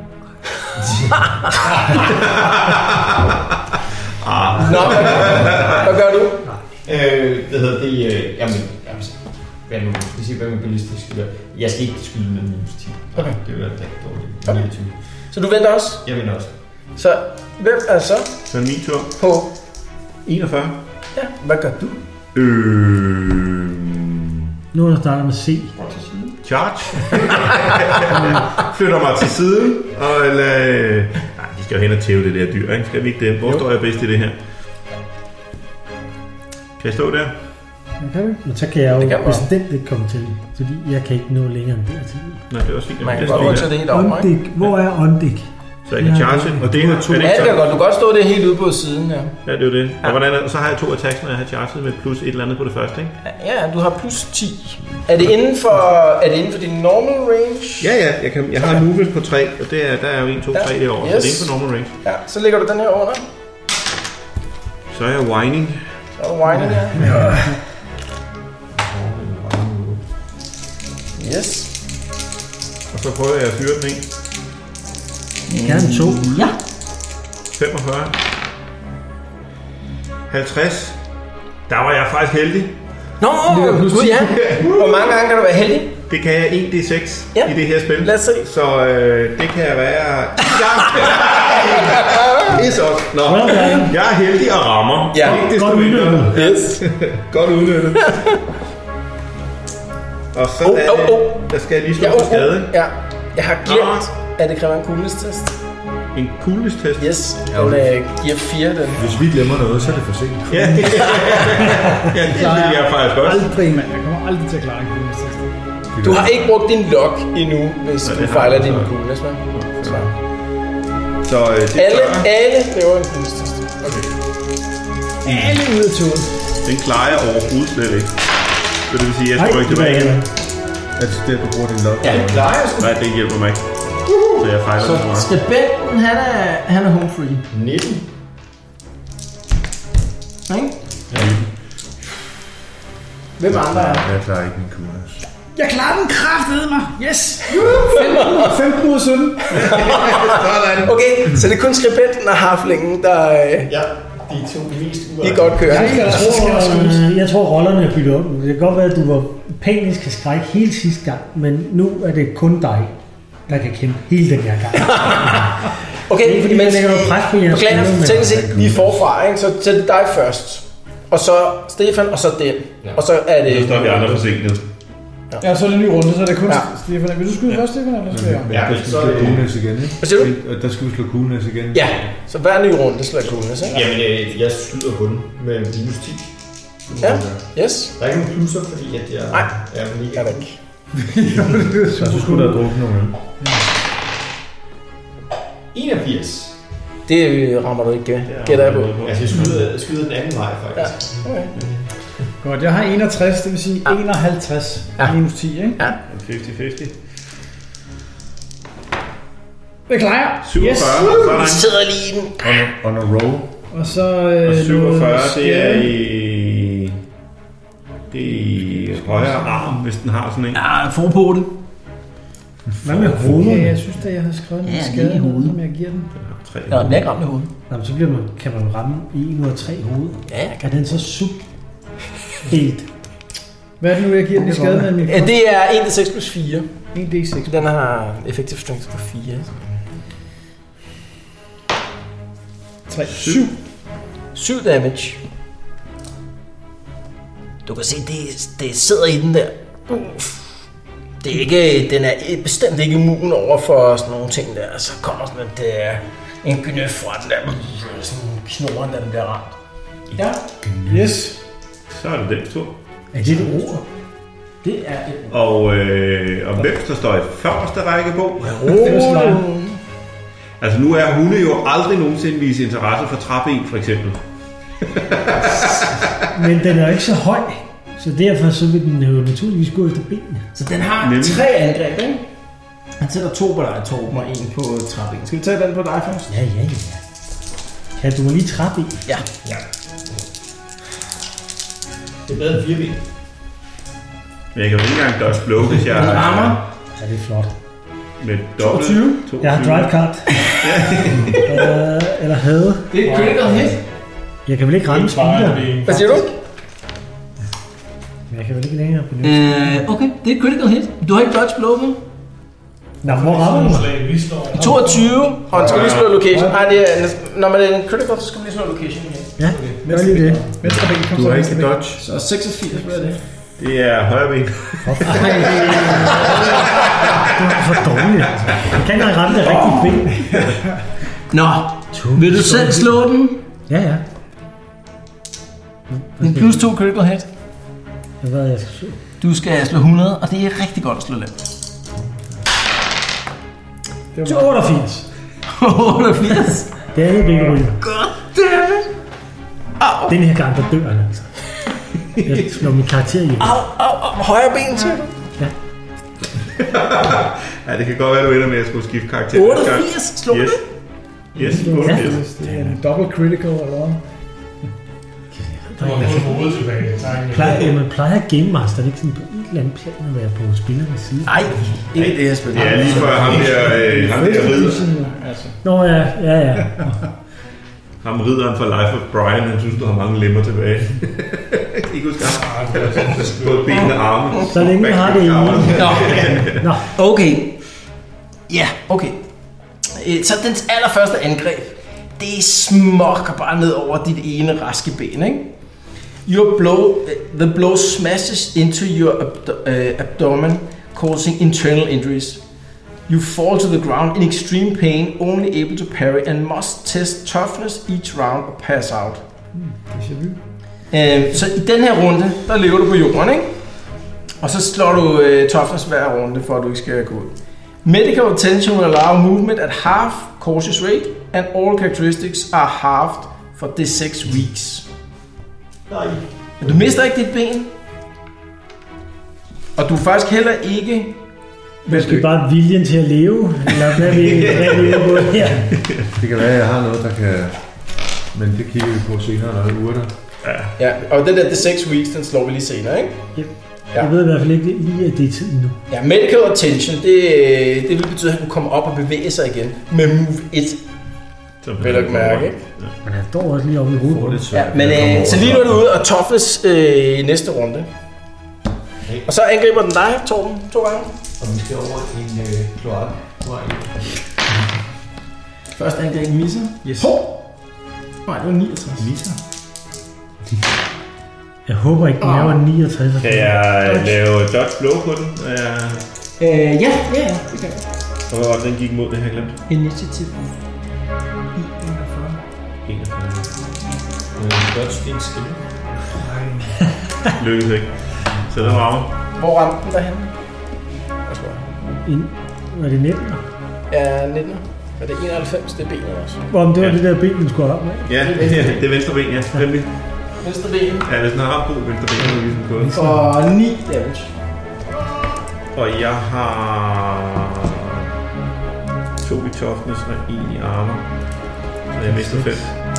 Nå, hvad gør du? Øh, hvad hedder det? Øh, jamen, jamen, hvad nu? Vi siger, hvad med ballistisk skyder. Jeg skal ikke skyde med minus ti. Okay. Det vil være rigtig dårligt. Okay. niogtyve. Så du venter også? Jeg venter også. Så hvem er så Så er min tur. på? enogfyrre. Ja, hvad gør du? Øh... Nu er der starter med C. Charge. Flytter mig til siden. Og lad... Nej, de skal jo hen og tæve det der dyr, ikke? Skal vi ikke det? Hvor står jeg bedst i det her? Kan jeg stå der? kan vi? Men så kan jeg jo kan bestemt ikke komme til, fordi jeg kan ikke nå længere end dertil. Nej, det er også fint. Man kan Det godt er rykke sig det helt over, ikke? Ondik. Hvor er Ondik? Så jeg kan charge, og det er to. Ja, det kan godt. Du kan godt stå det helt ude på siden, ja. Ja, det er jo det. Og hvordan er, så har jeg to attacks, når jeg har charget med plus et eller andet på det første, ikke? Ja, du har plus ti. Er det inden for, er det inden for din normal range? Ja, ja. Jeg, kan, jeg har en movement på tre, og det er, der er jo en, to, tre Ja. derovre, Yes. så det er inden for normal range. Ja, så lægger du den her under. Så er jeg whining. Så er du whining, ja. Yes. Og så prøver jeg at fyre den ind. Gerne to. Ja. femogfyrre. halvtreds. Der var jeg faktisk heldig. Nå, gud ja. Hvor mange gange kan du være heldig? Det kan jeg en d seks Ja. i det her spil. Lad os se. Så øh, det kan jeg være en gang. Det er så. Nå, jeg er heldig og rammer. Ja. Ikke desto Godt mindre. udnyttet. Yes. Godt udnyttet. Og så Oh, er oh, det, oh. der skal jeg lige slå Ja, for oh, skade. oh. Ja. Jeg har glemt, at det kræver en coolness-test. En coolness-test. Yes, den øh, giver fire den. Hvis vi glemmer noget, så er det for sent. Ja, ja, ja, det vil jeg faktisk også. Aldrig, mand. Jeg kommer aldrig til at klare en coolness-test. Du har ikke brugt din lock endnu, hvis Nej, du det har fejler jeg din så. coolness, hva'? Så. Så øh, det Alle, klarer, alle laver en coolness-test. okay. Alle ude af turen. Den klarer jeg overhovedet slet ikke. Så det vil sige, at jeg skal rykke det tilbage igen. Er det der, du bruger din log? Ja, det plejer jeg sgu. Nej, det hjælper mig ikke. Så jeg fejler det så Så meget. skribenten, han er, han er home free. nitten. Ikke? Hvem andre er? Jeg klarer ikke min coolness. Jeg klarer den kraftede mig. Yes. femten ud af sytten. Okay, så det er kun skribenten og harflingen, der øh, Ja, de to mest de godt kører. Jeg Jeg tror, øh, jeg tror rollerne er byttet op. Det kan godt være, at du var panisk og skræk hele sidste gang, men nu er det kun dig, der kan kæmpe hele den her gang. Okay, Det er fordi, men man lægger noget pres på jeres på klanen, skuldre, men- tænk sig, vi er forfra, ikke? Så, så det er dig først. Og så Stefan, og så den. Og så er det... Så står vi andre forsinket. Ja, så er det en ny runde, så er det kun Ja. Stefan. Vil du skyde først, Stefan, eller skal jeg? Men Ja, der skal vi så er slå det- coolness igen, ikke? Hvad siger du? Og der skal vi slå coolness igen. Ja, så hver ny runde slår coolness, ikke? Jamen, øh, jeg skyder på den med minus ti. Ja, yes. Der er ikke nogen plusser, fordi at jeg Nej. er mega Er der ikke. Og så skulle der drukke nogle øl. enogfirs. Det rammer du ikke, gætter jeg på. Altså, jeg skyder, skyder den anden vej, faktisk. Ja, okay. Godt, jeg har enogtres, det vil sige enoghalvtreds Ja. minus ti, ikke? Ja. halvtreds halvtreds. Det klarer jeg. syvogfyrre. Vi Yes. sidder lige i den. On a, on a roll. Og så øh, Og syvogfyrre, noget det er skade. i... Det er i højre arm, hvis den har sådan en. Ja, forpote. Hvad med Okay, hovedet? jeg synes da, jeg har skrevet en Ja, skade lige i ned, hovedet. som jeg giver den. Tre. Ja, den er ikke ramt i hovedet. Nå, men så bliver man, kan man ramme i en ud af tre hoved. Ja, jeg Er den så sub helt? Hvad er det nu, jeg giver den i skade med min Ja, det er en til seks plus fire. en d seks. Den har effective strength på fire. tre. syv. syv damage. Du kan se, det, det sidder i den der. Uff. Det er ikke, den er bestemt ikke immun over for sådan nogle ting der. Så kommer sådan et, uh, en gnøf fra den der. Sådan knoren, der den bliver ramt. Ja. Yes. Så er det den tur. Er det et ord? Det er et Og, øh, og hvem der står i første række på? oh. Altså nu er hunde jo aldrig nogensinde vise interesse for trappen, for eksempel. Men den er jo ikke så høj, så derfor så vil den jo naturligvis gå efter benene. Så den har Nemlig. tre angreb, ikke? Han sætter to på dig, Torben, og en på trappen. Skal vi tage den på dig først? Ja, ja, ja. Kan du må lige trappe i? Ja. Ja. Det er bedre end fire ben. Men jeg kan jo ikke engang dodge blow, hvis jeg Den rammer. Ja, det er flot. med dobbelt. toogtyve. Jeg har drive card. uh, eller havde. Det er et critical hit. Jeg kan vel ikke ramme speeder? Hvad siger du? Men jeg kan vel ikke længere benytte. Øh, okay, det er et critical hit. Du har ikke dodge blow med? Nå, hvor rammer du? Vi slår. toogtyve, og han skal lige slå location. Nej, det er, når man er en critical, så skal man lige slå location igen. Ja, gør lige det. Venstre ben, kom Du så har venstre ikke ben. dodge. Så seksogfirs, hvad er det? Det er højre ben. Ej, det er for dårligt. Altså. Jeg kan ikke engang ramme det rigtige ben. Nå, vil du selv slå den? Ja, ja. En plus to critical hit. Hvad jeg skal slå? Du skal slå hundrede, og det er rigtig godt at slå lavt. Til otteogfirs. otteogfirs? Det andet ben ryger. Goddammit! Au! Den her gang, der dør han altså. Jeg slår min karakter i. Au, au, au. Højre ben til du? Ja. Ja, det kan godt være, du ender med at skulle skifte karakter. otteogfirs? Slå yes. det? Yes, otteogfirs. Det er en double critical, eller hvad? Du har fået hovedet tilbage. Plejer, man plejer Game Master ikke sådan på et eller andet plan at være på spillernes side? Nej, ikke det, jeg spiller. Ja, lige før ham der, øh, ham der ridder. Nå ja, ja, ja. Ham ridderen fra Life of Brian, han synes, du har mange lemmer tilbage. Ikke huske ham. Både ben og arme. Så længe vi har det i. Nå, Nå. Okay. Ja, okay. Så dens allerførste angreb, det smokker bare ned over dit ene raske ben, ikke? Your blow, the blow smashes into your abdo- uh, abdomen, causing internal injuries. You fall to the ground in extreme pain, only able to parry, and must test toughness each round or pass out. Mm, uh, så i den her runde, der ligger du på jorden, ikke? Og så slår du uh, toughness hver runde, for at du ikke skal gå ud. Medical attention will allow movement at half cautious rate, and all characteristics are halved for D seks weeks. Nej. Du mister ikke dit ben, og du er faktisk heller ikke... Måske bare viljen til at leve, eller hvad vi hvad vi er på her. Det kan være, at jeg har noget, der kan... Men det kigger vi på senere, når det er urter. Ja, ja, og den der D seks weeks, den slår vi lige senere, ikke? Yep. Ja. Jeg ved i hvert fald ikke lige, at det er tiden nu. Ja, medical attention, det, det vil betyde, at han kunne komme op og bevæge sig igen med move et. Vil du ikke mærke, ikke? Ja. Men han står også lige oppe i hovedet. Ja, men øh, så lige nu er du ude og toughness øh, i næste runde. Okay. Og så angriber den dig, Torben, to gange. Og vi skal over i en øh, kloak. Første angreb misser. Yes. Hov! Nej, det var niogtres. Misser? Jeg håber ikke, den er over niogtres. Kan jeg lave dodge blow på den? Uh, øh, ja, ja, ja, det kan jeg. Og hvad var det, den gik imod? Det har jeg glemt. Initiativ. enogfyrre. Dodge, det er en skill. Lykkes ikke. Så den rammer. Hvor ramte den derhen? In, var det nitten? Ja, nitten. Er det enoghalvfems? Det er benet også. Om det var Ja. det der ben, den skulle op med? Ja, det er venstre ben, ja. Nemlig. Venstre ben. Ja, hvis den har ramt god venstre ben, så er det ligesom gået. Og ni damage. Og jeg har to i toughness og en i armor. Så jeg mister fem.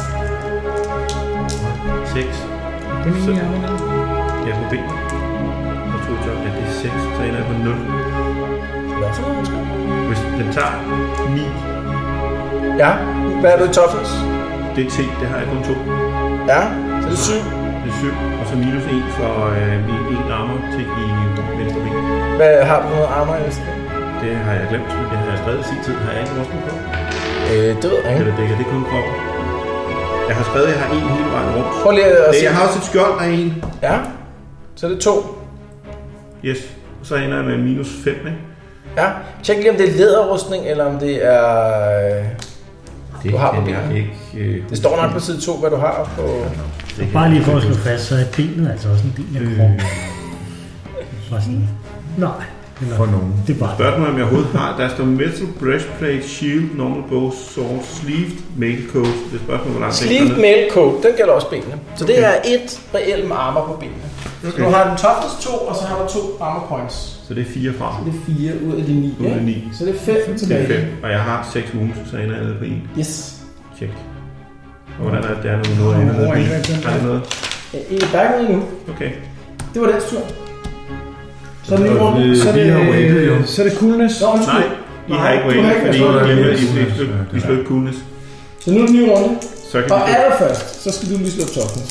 seks. Det er min arme. Jeg er på ben. Og to i toughness. Ja, det er seks. Så ender jeg på nul. Hvad for noget, måske? Hvis den tager ni. Ja, hvad er du i toughness? Det er ti. Det har jeg kun to. Ja, så det er syv. Det er syv. Og så minus en for øh, min en armor til i venstre ben. Hvad har du noget armor i venstre ben? Det har jeg glemt, men det har jeg skrevet i sin tid. Har jeg ikke rustning på? Øh, det ved jeg ikke. Eller dækker det kun kroppen? Jeg har skrevet, at jeg har en hele vejen rundt. Prøv lige at Det, se. jeg har også et skjold af en. Ja, så er det to. Yes. Så ender jeg med minus fem, ikke? Ja, tjek lige om det er læderrustning, eller om det er... øh, Det Du har på kan jeg benet. ikke... Øh, Det står nok på side to, hvad du har på... det kan Bare jeg lige ikke for at slå huske. fast, så er benet altså også en del af kroppen. Bare sådan. Nej, eller, For nogen. det er bare... Spørgsmålet om jeg overhovedet har. Der står metal, breastplate, shield, normal bow, sword, sleeved, mail coat. Det er spørgsmålet, hvor langt det Sleeved mail coat, den gælder også benene. Så det er et reelt med armor på benene. Okay. Så du har den toughness to, og så har du to armor points. Så det er fire fra. Så det er fire ud af de ni, Ud af ikke? ni. Så det er fem Det er tilbage. fem. Og jeg har seks wounds, så ender jeg nede på en. Yes. Tjek. Og hvordan er det, der er noget noget andet nede på en? Har det noget? I er back nu. Okay. Det var den tur. Så er det nye runde. Øh, Så er vi har waited, jo. det, så er det coolness. Nå, undskyld. Nej, I har ikke du har waited, ikke fordi I waited. glemmer, at I Så er vi det slog, yes. vi slog ikke coolness. Så nu er det nye runde. Så kan Og vi... allerførst, så skal du lige slå toughness.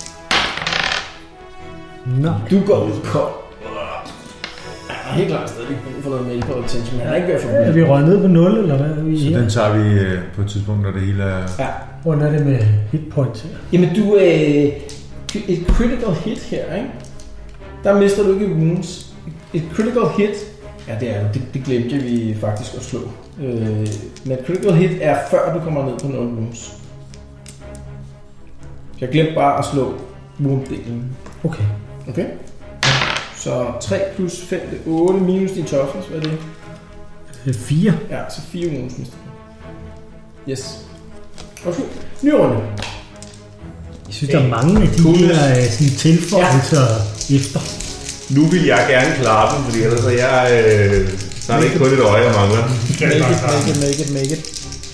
Nej. Du går ud kold. Jeg har helt klart stadig brug for noget medical attention, men han er ikke ved at få Er vi røget ned på nul, eller hvad er vi Så her? den tager vi øh, på et tidspunkt, når det hele er... Ja. Hvordan er det med hit points her? Jamen du er øh, et critical hit her, ikke? Der mister du ikke wounds. Et critical hit, ja det er det, det glemte vi faktisk at slå. Øh, men et critical hit er før du kommer ned på nul wounds. Jeg glemte bare at slå wound-delen. Okay. Okay? Jeg Så tre plus fem, det er otte, minus din toughness, hvad er det? Det er fire. Ja, så fire minus mister. Yes. Okay, ny runde. Jeg synes, der er mange af de her sådan, tilføjelser ja. efter. Nu vil jeg gerne klare den, fordi ellers er jeg... Øh, der er ikke kun et øje, jeg mangler. Make it, make it, make it, make it.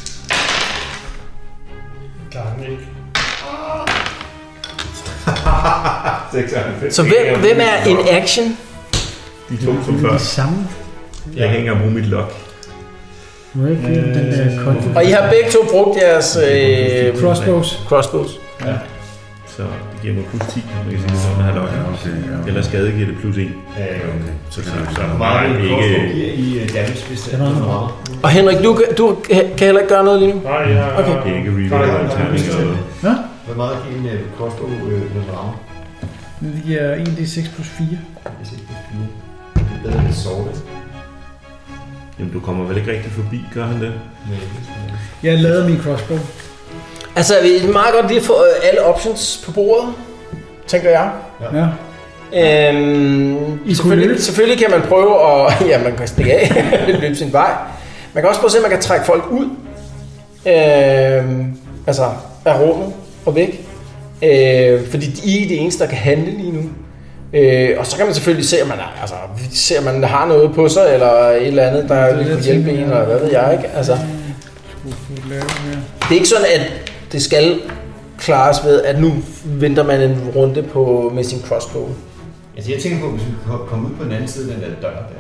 Klarer den ikke. Så hvem, hvem er in action? De to som Det er først. det samme. Jeg hænger på mit lock. Må jeg ikke øh, den der konto? Og I har begge to brugt jeres øh, Crossbows. crossbows. Ja. Så det giver mig plus ti, man kan sige det sådan, at lock. Eller skade giver det plus en. Ja, okay. Så, så, så, så Hvor er meget det er det ikke... giver i uh, damage, hvis det er noget meget? Og Henrik, du, kan- du kan heller ikke gøre noget lige nu? Nej, jeg har... Okay. Det er ikke reroll en terning eller noget. Ja? Hvor meget giver en uh, crossbow øh, med rammer? Det giver en d seks plus fire. Det er seks plus fire. Det er bedre end sorte. Jamen, du kommer vel ikke rigtig forbi, gør han det? Jeg lavede min crossbow. Altså, det er meget godt lige at få øh, alle options på bordet, tænker jeg. Ja. Øhm, I selvfølgelig, kunne selvfølgelig kan man prøve at... Ja, man kan stikke af, løbe sin vej. Man kan også prøve at se, at man kan trække folk ud. Øhm, altså, af rummet og væk. Øh, fordi de er ikke de eneste, der kan handle lige nu. Øh, og så kan man selvfølgelig se, om man, er, altså, se, om man har noget på sig, eller et eller andet, der lige kunne hjælpe en, eller hvad ved jeg, ikke? Altså, det er ikke sådan, at det skal klares ved, at nu venter man en runde på med sin crossbow. Altså, jeg tænker på, hvis vi kan komme ud på den anden side af den der dør der.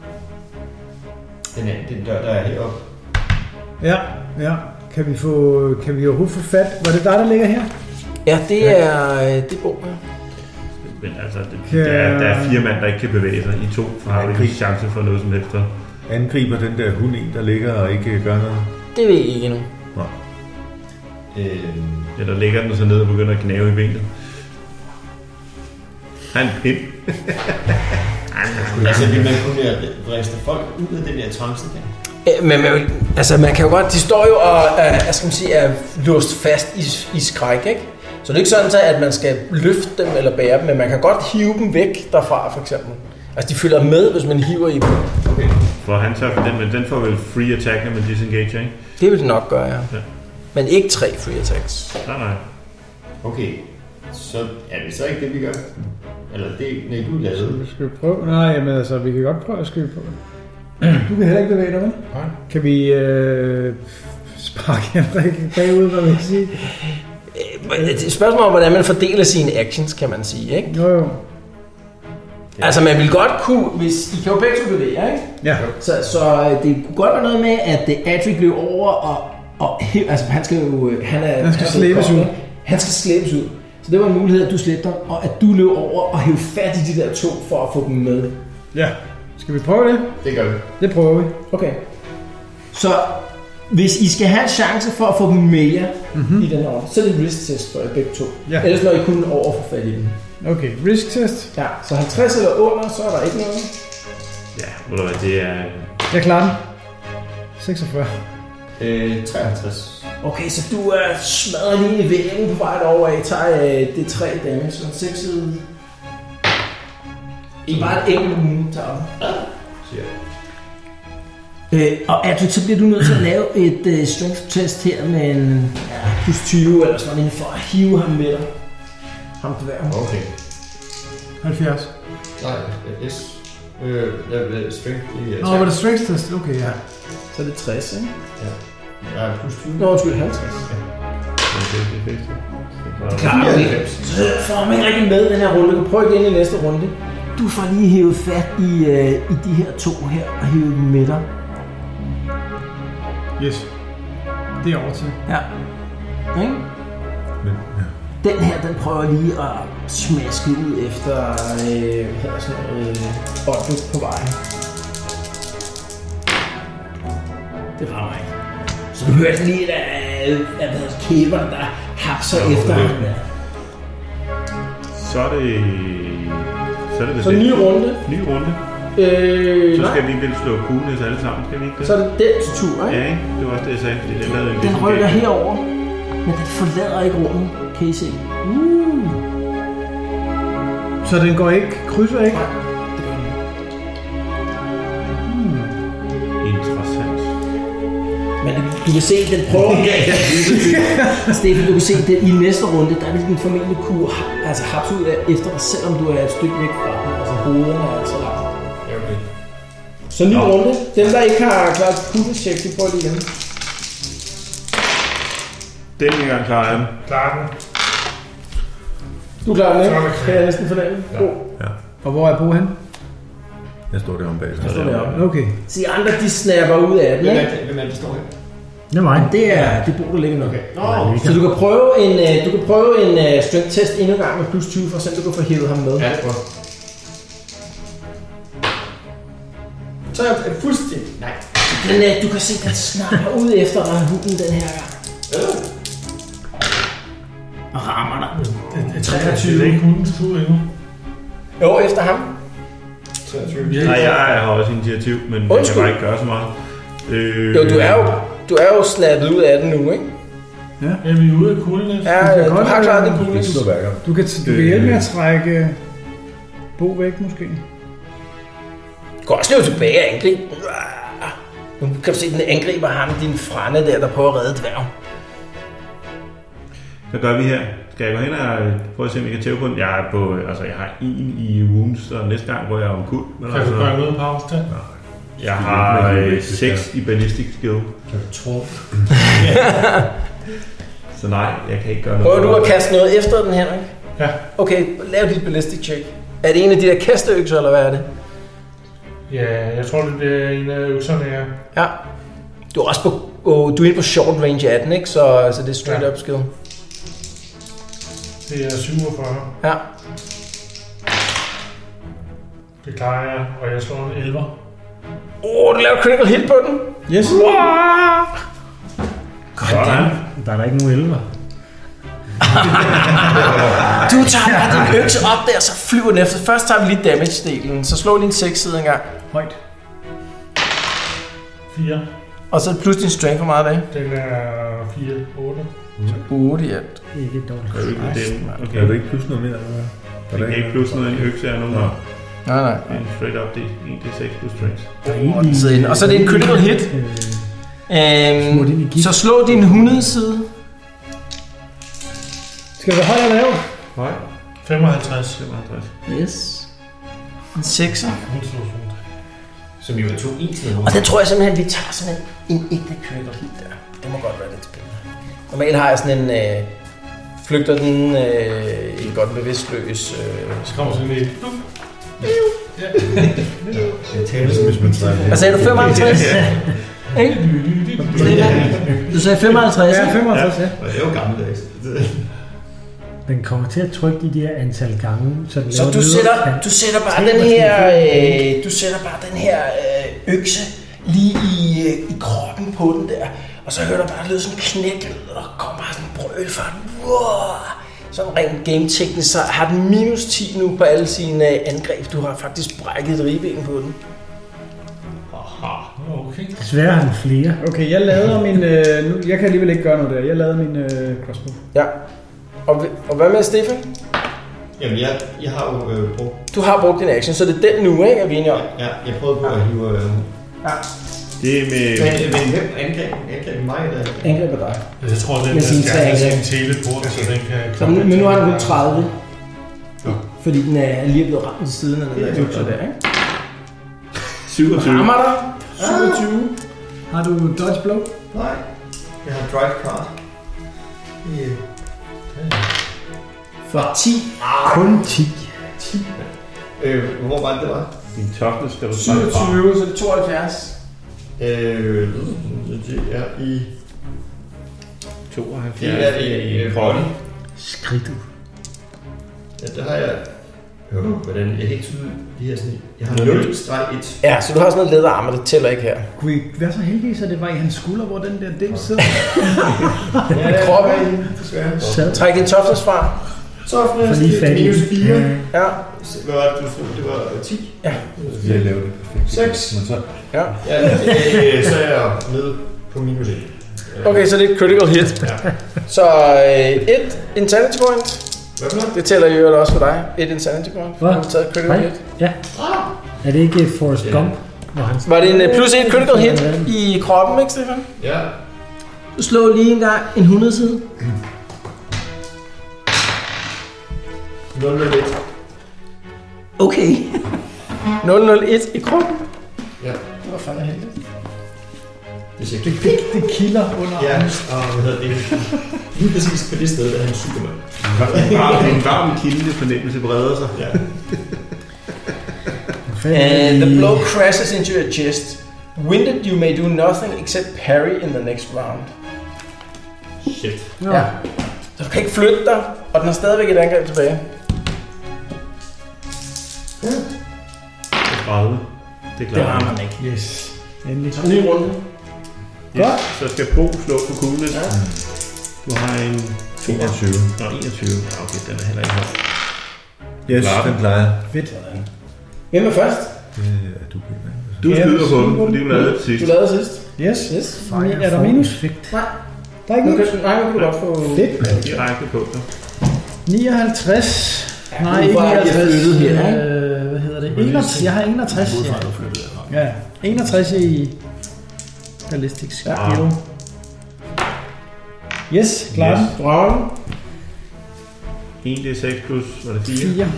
Den, anden, den dør, der er heroppe. Ja, ja. Kan vi, få, kan vi overhovedet få fat? Var det dig, der ligger her? Ja, det er det bog her. Men altså, det, der, er, der er fire mand, der ikke kan bevæge sig. I to for har vi ikke chance for noget som helst. Angriber den der hund en, der ligger og ikke gør noget? Det ved I ikke endnu. Nej. Øhm, Eller ligger den så ned og begynder at gnave i benet. Han er en pind. altså, vil man kunne vriste folk ud af den der trance der? Men man, altså, man kan jo godt... De står jo og er, skal man sige, er låst fast i, i skræk, ikke? Så det er ikke sådan, at man skal løfte dem eller bære dem, men man kan godt hive dem væk derfra, for eksempel. Altså, de følger med, hvis man hiver i dem. Okay. For han tager for den, men den får vel free attack, når man disengager, ikke? Det vil det nok gøre, ja. ja. Men ikke tre free attacks. Nej, nej. Okay, så er det så ikke det, vi gør? Eller det, nej, du lavede. Så skal vi prøve? Nej, men altså, vi kan godt prøve at skrive på. Du kan heller ikke bevæge dig, vel? Nej. Kan vi øh, sparke Henrik bagud, hvad vil jeg sige? Det er et spørgsmål om, hvordan man fordeler sine actions, kan man sige, ikke? Jo, jo. Ja. Altså, man vil godt kunne, hvis I kan jo begge to bevæge, ikke? Ja. Så, så det kunne godt være noget med, at Adric løb over, og, og altså, han skal jo... Han, er, han skal slæbes ud. Han skal slæbes ud. Så det var en mulighed, at du slæbte dig, og at du løb over og hævde fat i de der to, for at få dem med. Ja. Skal vi prøve det? Det gør vi. Det prøver vi. Okay. Så hvis I skal have en chance for at få dem med jer mm-hmm. i den her, så er det en risk test for jer begge to. Ja. Ellers når I kun over for fat i dem. Okay, risk test. Ja, så halvtreds eller under, så er der ikke noget. Ja, ved du hvad, det er... Jeg klarer den. seksogfyrre. Øh, treoghalvtreds. Okay, så du er smadret lige i væggen på vej derover af. Tager øh, det tre damage, så seks side. I bare et enkelt uge tager den. Siger Øh, og Adric, så bliver du nødt til at lave et øh, strength test her med en ja, plus tyve eller sådan noget, for at hive ham med dig. Ham dværgen. Okay. halvfjerds. Nej, yes. Øh, jeg vil strength i... Nå, var det strength test? Okay, ja. Så er det tres, ikke? Ja. Jeg er plus tyve. Nå, undskyld, halvtreds. Klar, så får man ikke rigtig med den her runde. Du kan prøve igen i næste runde. Du får lige hævet fat i, øh, i de her to her og hævet dem med dig. Yes. Det er over til. Ja. Okay. Men, ja. Den her, den prøver lige at smaske ud efter, øh, hvad hedder sådan noget, øh, ånden på vejen. Det rammer ikke. Så du hørte lige, at øh, hvad hedder kæberne, der hapser ja, efter ham. Så er det... Så er det det Så ny runde. Ny runde. Øh, så skal nej. vi vel slå kuglen alle sammen, skal vi ikke det? Så er det dens tur, ikke? Ja, ikke? Det var også det, jeg sagde, fordi den lavede en Den rykker herover, men den forlader ikke rummet, kan I se. Uh. Så den går ikke, krydser ikke? Du kan se, den prøver... Stefan, du kan se, at i næste runde, der vil den formentlig kunne altså, hapse ud af efter dig, selvom du er et stykke væk fra den. Altså hovederne er altså langt. Okay. Så ny runde. Dem, der ikke har klaret kugelcheck, de prøver lige igen. Den gang klarer jeg den. Klarer den. Du klarer den, ikke? Kan jeg næsten fornemme. Ja. Ja. Og hvor er Bo hen? Jeg står deromme bag. Jeg står deroppe. Okay. Så de andre, de snapper ud af den, Hvem er ikke? det, hvem er det, der står her? Det er mig. Det er det bord, der ligger nu. Okay. Oh. Så du kan prøve en, du kan prøve en uh, strength test endnu en gang med plus tyve, for at se, du kan få hævet ham med. Ja, det prøver. Så er jeg fuldstændig... Nej. Den, uh, du kan se, den snapper ud efter dig, hunden den her gang. Øh. Og rammer dig. Det er treogtyve. Det er ikke hundens tur endnu. Jo, efter ham. treogtyve. Nej, jeg har også initiativ, men jeg kan bare ikke gøre så meget. Øh, Jo, du er jo, du er jo snappet ud af den nu, ikke? Er vi ude af kulden? Ja, du, godt har være- klaret din kugle. Du kan, du kan hjælpe med at trække Bo væk, måske. Du kan også løbe tilbage og angribe. Nu kan du se, den angriber ham, din frænde der, der prøver at redde dværg. Hvad gør vi her? Skal jeg gå hen og prøve at se, om jeg kan tæve på den? Jeg er på, altså jeg har en i wounds, og næste gang går jeg om kul. Kan du gøre noget pause til? Jeg har øh, seks i ballistic skill. Kan du tro? Så nej, jeg kan ikke gøre noget. Prøver du at kaste noget efter den her, ikke? Ja. Okay, lav dit ballistic check. Er det en af de der kasteøkser, eller hvad er det? Ja, jeg tror, det er en af økserne, ja. Ja. Du er også på, oh, du er inde på short range atten, ikke? Så, så det er straight Ja. up skill. Det er syvogfyrre. Ja. Det klarer jeg, og jeg slår en elver. Åh, oh, du laver critical hit på den. Yes. Sådan. Der er der ikke nogen elver. Du tager bare din økse op der, så flyver den efter. Først tager vi lige damage-delen, så slå lige en seks side en gang. Højt. fire. Og så plus din strength, hvor meget er det? Den er fire, otte. otte i alt. Ikke dårligt. Gør du ikke den? Kan Okay. du ikke plusse noget mere? Eller hvad? Jeg kan ikke plusse noget i økse her nu. Nå. Nej, nej. En straight up, det er en d seks plus strength. Og den sidder inde. Og så er det en critical hit. Smurt ind i Øhm, gift. så slå din hundrede side. Skal vi holde eller lave? Høj. femoghalvtreds. femoghalvtreds. Yes. En sekser. Hun slår sådan. Som jo er to en til Og den tror jeg simpelthen, vi tager sådan en, en ægte critical hit der. Det må godt være lidt spændende. Normalt har jeg sådan en... Øh, flygter den øh, i godt bevidstløs... Øh, Så kommer sådan en... Jeg taler som Hvis man træder. Hvad sagde du? femoghalvtreds? Ikke? Du sagde femoghalvtreds, Ja, ikke? femoghalvtreds, ja. Og det er jo gammeldags. Den kommer til at trykke de der antal gange, så den Så laver du en sætter, lederkant. du sætter bare den her, øh, du sætter bare den her øh, økse lige i, øh, i kroppen på den der, og så hører du bare lyde sådan en knæk, og der kommer bare sådan en brøl fra den. Wow! Sådan rent game-teknisk, så har den minus ti nu på alle sine øh, angreb. Du har faktisk brækket et ribben på den. Okay. Desværre har den flere. Okay, jeg lader min... Øh, nu, jeg kan alligevel ikke gøre noget der. Jeg lader min øh, crossbow. Ja. Og, og hvad med Stefan? Jamen, jeg, jeg har jo øh, brugt... Du har brugt din action, så det er den nu, ikke? Er vi enige om? Ja, jeg prøvede på at hive... Øh, Ja. Det er med... men, men hvem angreb? Angreb mig, eller? Angreb af dig. Jeg tror, den Med der sine skal tre have sin angreb. teleport, så den kan... Så nu, men nu har den kun tredive. Ja. Fordi den er lige blevet ramt til siden af den der økse der, ikke? syvogtyve. Rammer dig. syvogtyve. Har du dodge blow? Nej. Jeg har drive card. Yeah. For ti. Kun ti. ti. Øh, hvor var det, det var? Din toughness skal du snakke fra. syvogtyve, så det er tooghalvfjerds. Øh, det er i... tooghalvfjerds. Det er i øh, body. Skridt ud. Ja, der har jeg... Hør, hvordan jeg helt tydeligt de her sådan... Jeg har nul streg et. Ja, så du har sådan noget læderarm, og det tæller ikke her. Kunne I være så heldige, så det var i hans skulder, hvor den der del sidder? Ja, det Kroppen. desværre. Sad. Træk din toughness fra. Toughness, For lige fat i. minus fire. Ja. Ja. Hvad var det, du slog? Det var ti. Ja. Jeg laver det perfekt. Seks. Men så... Ja. Ja, øh, så er jeg nede på minus et. Okay, så det er et critical hit. Ja. Så øh, et insanity point. Hvad for noget? Det tæller jo også for dig. Et insanity point. Hvad? Du har taget et critical Nej. hit. Ja. Er det ikke Forrest Ja. Gump? Hvor han Var det en øh, plus et critical hit i kroppen, ikke Stefan? Ja. Du slår lige en gang en hundrede side. nul nul et. Okay. nul nul et i kroppen. Ja. Det var fandme heldigt. Det er Det, det, det kilder under Ja, angst. og hvad hedder det? Lige præcis på det sted, der er han Superman. En varm kilde fornemmelse breder sig. Ja. And the blow crashes into your chest. Winded, you may do nothing except parry in the next round. Shit. Ja. Så du kan ikke flytte dig, og den har stadigvæk et angreb tilbage. tredive. Det er Det klart. rammer man ikke. Yes. Endelig. Så ny runde. Yes. Så skal Bo slå på kuglen. Ja. Du har en enogtyve. Nå, enogtyve. Ja, okay, den er heller ikke høj. Yes, den klarer jeg. Fedt. Hvem er først? Det er du, Peter. Du skyder på den, fordi du lavede det Du sidst. lavede sidst. Yes. Yes. Mi- Er der minus? Nej. Der er ikke Nu minus. kan, nej, nu kan du godt få... Fedt. Direkte på dig. nioghalvtreds. Ja, Nej, nu ikke var jeg nioghalvtreds. flyttet her, ikke? Øh, hvad hedder det? enogtres. Jeg har enogtres. Ja. Ja. enogtres i ballistics Ja. skill. Yes, klar. Yes. Du rammer den. en d seks plus, var det fire? fire.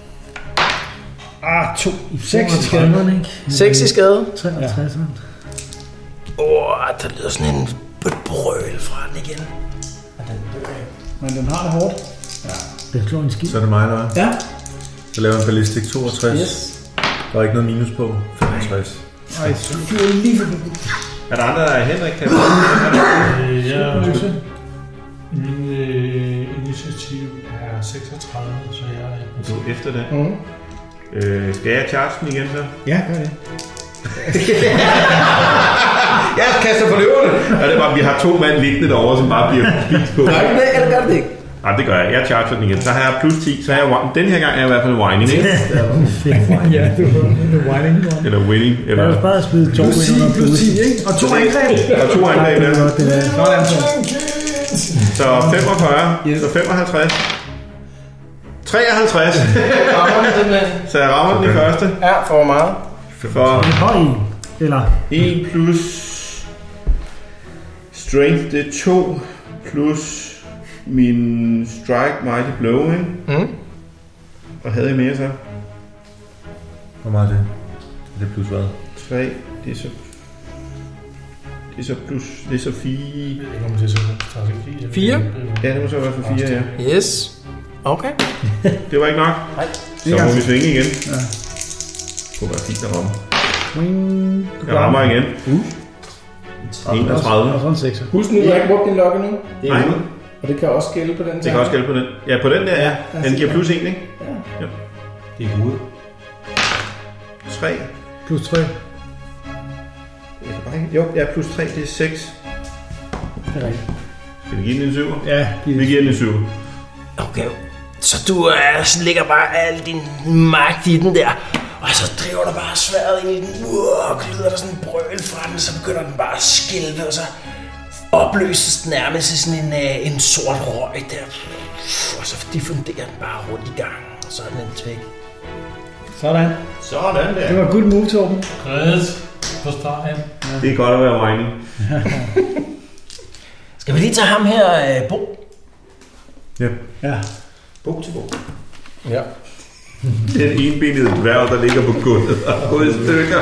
Ah, to. seks i skade. seks i skade. treogtres. Åh, oh, der lyder sådan en et brøl fra den igen. Og den dør ikke. Men den har det hårdt. Den slår en skid. Så er det mig, der er. Ja. Så laver jeg en ballistik toogtres. Yes. Der er ikke noget minus på. femogtres. Ej, så er lige Er der andre, der er Henrik? Kan Øh, jeg, min øh, initiativ er seksogtredive, så jeg er... du efter det? Mm. Øh, skal jeg charge den igen så? Ja, gør det. Jeg kaster på løverne! Og det er bare, vi har to mand liggende derovre, som bare bliver spist på. Gør du det, eller gør du det ikke? Nej, det gør jeg. Jeg charger den igen. Så har jeg plus ti. Så er jeg, den her gang er jeg i hvert fald whining, ikke? Ja, det var en whining one. Eller winning. Jeg Eller... vil bare smide to Plus ti, under plus ti, ikke? Og to angreb. Og to angreb, Det ja. er godt, det der. Sådan så. Så femogfyrre. Så femoghalvtreds. treoghalvtreds. Rammer den simpelthen. Så jeg rammer den i første. Ja, for hvor meget? For En høj en. Eller en plus strength, det er to plus min strike mighty blow, ikke? Mm. Og havde jeg mere så? Hvor meget er det? Er det plus hvad? tre, det er så... Det er så plus... Det er så fire... Jeg ved ikke, om det er så fire. Fire? Ja, det må så være for fire, ja. Yes. Okay. Det var ikke nok. Nej. Så må vi svinge igen. Ja. Det kunne være fint at ramme. Jeg rammer igen. enogtredive. Og sådan en sekser. Husk nu, du har ikke brugt din lokke nu. Det er Nej. ude. Og det kan også gælde på den Det kan også gælde på den. Ja, på den der, ja. Den giver plus en, ikke? Ja. Det er ude. tre. Plus tre. Jeg kan bare ikke... Jo, ja, plus tre, det er seks. Det er rigtigt. Skal vi give den en syver? Ja, Vi giver den en syver. Okay. Så du øh, så lægger bare al din magt i den der, og så driver du bare sværet ind i den, uh, og lyder der sådan en brøl fra den, så begynder den bare at skælve, og så opløses den nærmest i sådan en, øh, en sort røg der. Og så diffunderer den bare rundt i gangen, og så er den en væk. Sådan. Sådan der. Det var good move, Torben. Grædet på stregen. Det er godt at være whining. Skal vi lige tage ham her, øh, Bo? Ja. Bog til bog. Ja. Den enbenede dværg, der ligger på gulvet og gået i stykker.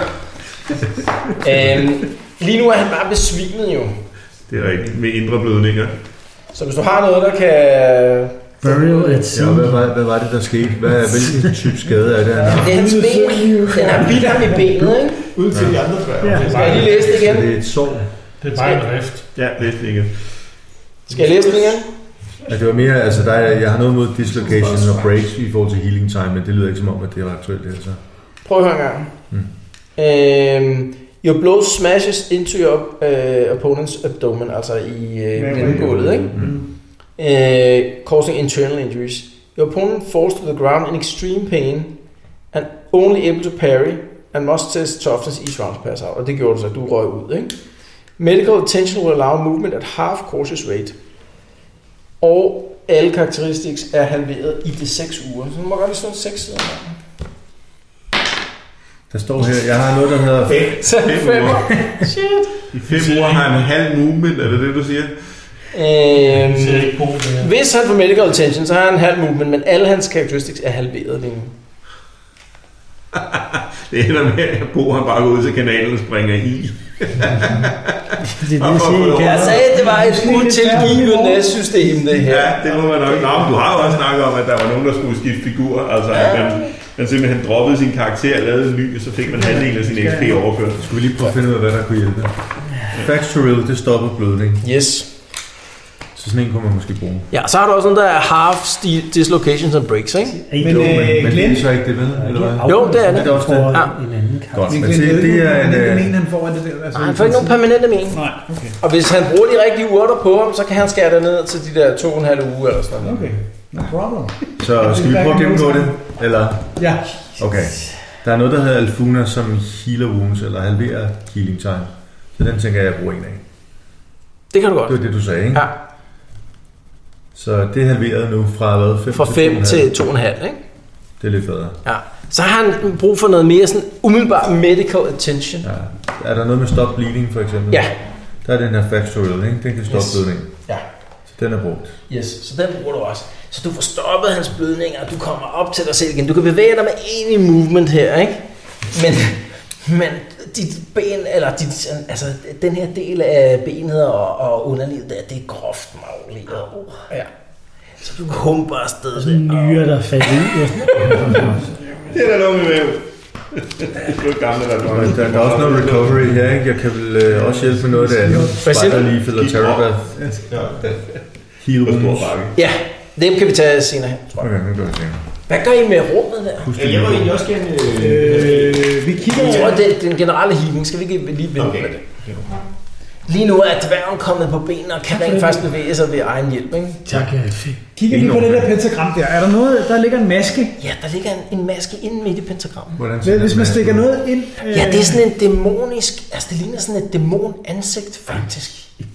øhm, lige nu er han bare besvimet jo. Det er rigtigt, med indre blødninger. Så hvis du har noget, der kan... burial at sea. Ja, hvad var, hvad var det, der skete? Hvad, hvilken type skade er det, han har? Det er hans ben. Den har bidt ham i benet, ikke? Ud til de andre dværge. Ja. Skal jeg lige læse det igen? Så det er et sår. Det er bare en rift. Ja, læs det igen. Skal jeg læse det igen? Ja, det var mere, altså der er, jeg har noget mod dislocations og breaks i forhold til healing time, men det lyder ikke som om, at det er aktuelt det her så. Prøv at høre en gang. Mm. Um, your blow smashes into your uh, opponent's abdomen, altså i uh, mellemgulvet, ikke? Mm. Uh, causing internal injuries. Your opponent falls to the ground in extreme pain and only able to parry and must test toughness each round to pass out. Og det gjorde du så, du røg ud, ikke? Medical attention will allow movement at half cautious rate. Og alle karakteristics er halveret i de seks uger. Så du må godt lige sådan seks sider. Der står her, jeg har noget, der hedder... Så fem. Shit. I fem uger har han halv movement, er det det, du siger? Øhm, hvis han får medical attention, så har han halv movement, men alle hans characteristics er halveret lige nu. Det ender med, at Bo han bare går ud til kanalen og springer i. Det er det, jeg siger. Jeg sagde, at det var et utilgivende system, det her. Ja, det må man nok. Nå, men du har jo også snakket om, at der var nogen, der skulle skifte figur. Altså, ja. at man, man simpelthen droppede sin karakter og lavede en ny, og så fik man halvdelen af sin X P overført. Skulle vi lige prøve at finde ud af, hvad der kunne hjælpe? Factorial, det stopper blødning. Yes. Så sådan en kunne man måske bruge. Ja, så har du også sådan der half dislocations and breaks, ikke? Men, jo, men, men det er så ikke det, ved? Eller hvad? Jo, det er det. Det er også det. Ja. Godt, Men men det, det, det er en... Det men han får det der. Altså, Nej, han får ikke nogen permanente men. Nej, okay. Og hvis han bruger de rigtige urter på ham, så kan han skære det ned til de der to og en halv uge eller sådan noget. Okay, no problem. Så skal vi prøve at gennemgå det? Eller? Ja. Okay. Der er noget, der hedder Alfuna, som healer wounds, eller halverer healing time. Så den tænker jeg, jeg bruger en af. Det kan du godt. Det var det, du sagde, ikke? Ja. Så det er halveret nu fra hvad? fem Fra fem til to og en halv, ikke? Det er lidt bedre. Ja. Så har han brug for noget mere sådan umiddelbart medical attention. Ja. Er der noget med stop bleeding, for eksempel? Ja. Der er den her factorial, ikke? Den kan stoppe Yes. blødning. Ja. Så den er brugt. Yes, så den bruger du også. Så du får stoppet hans blødninger, og du kommer op til dig selv igen. Du kan bevæge dig med en i movement her, ikke? Men, men dit ben, eller dit, altså, den her del af benet og, og underlivet der, det er groft magleret. Ja. Så du humper afsted. Sådan en nyre, der falder ud. Det er da noget med væv. Det er gamle, der er der, der er også noget recovery her, ikke? Jeg kan vel øh, også hjælpe med noget af det andet. Spider Leaf eller Terrabath. Heal wounds. Ja, dem kan vi tage senere hen, tror jeg. Okay, nu gør vi senere. Hvad gør I med rummet der? Ja, jeg vil egentlig også gerne... Øh, vi kigger... Jeg tror, det er den generelle healing. Skal vi ikke lige vente Okay. med det? Lige nu er dværgen kommet på benene og kan rent faktisk bevæge sig ved egen hjælp, ikke? Tak, Kigger vi på det der pentagram der. Er der noget... Der ligger en maske. Ja, der ligger en, en maske inde midt i pentagrammet. Hvordan ser Hvis den man maske stikker ud? noget ind... Øh... Ja, det er sådan en dæmonisk... Altså, det ligner sådan et dæmonansigt, faktisk.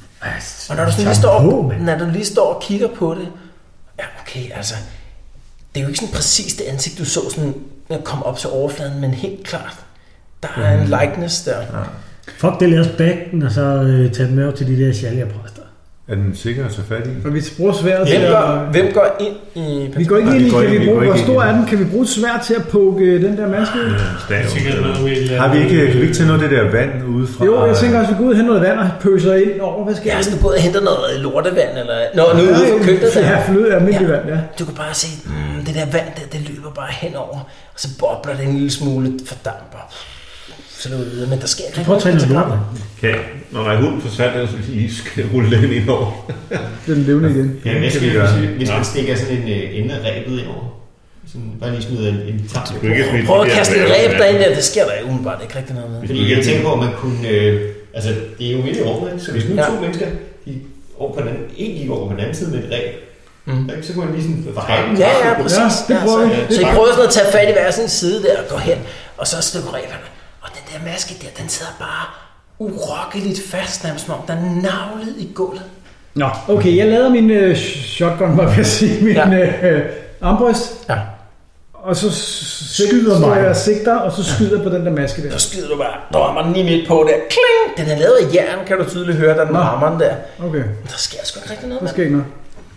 Og når du, sådan lige står, når du lige står og kigger på det... Ja, okay, altså... Det er jo ikke sådan præcis det ansigt, du så sådan... komme op til overfladen, men helt klart. Der er en likeness der. Ja. Fuck det, lad os back den, og så øh, tage den med op til de der sjaljerpræster. Er den sikker at tage fat i? For vi bruger sværet til Hvem at... går, hvem går ind i... Vi går ikke Nej, ind i, vi går kan ind- vi vi bruge, går hvor ikke stor ind i er den? Kan vi bruge et sværd til at poke den der maske ud? Har vi ikke, kan vi ikke tage noget af det der vand udefra? Jo, jeg tænker også, at vi går ud og henter noget vand og pøser ind over. Hvad sker Ja, der? så du både henter noget lortevand, eller... Nå, nu ude for køkkenet der. Ja, fløde er almindelig vand, ja. Du kan bare se, mm, det der vand der, det løber bare henover, og så bobler det en lille smule fordamper. Så løber det videre, men der sker ikke Prøv at tage noget lort. Okay, når nej, hunden forsvandt, så vi skal rulle den ind over. Den er levende igen. Ja, hvad kan skal vi vi gøre. hvis, hvis man stikker sådan en øh, ende af rebet ind over? Sådan, bare lige smider en, en tang. Du kan ikke smide Prøv at de der kaste et dværge ræb med. derind der, det sker der jo umiddelbart ikke rigtig noget med. Fordi jeg tænker på, at man kunne... Øh, altså, det er jo midt i rummet, så hvis nu Ja. to mennesker, de over på den anden, en gik over på den anden side med et ræb, Mm. så kunne man lige sådan forhejle den. Ja, ja, præcis. Ja, det prøver vi. så, Det så I er prøver sådan at tage fat i hver sin side der og gå hen, og så stykke ræberne. Og den der maske der, den sidder bare urokkeligt fast, nærmest som om der er navlet i gulvet. Nå, okay, jeg lader min øh, shotgun, hvad vil jeg sige, min Ja. øh, armbryst, Ja. og så skyder mig. jeg sigter, og så skyder jeg på den der maske der. Så skyder du bare, drømmer den lige midt på der. Kling! Den er lavet af jern, kan du tydeligt høre, da den Nå. rammer den der. Okay, Men der sker sgu ikke rigtig noget der med sker ikke noget.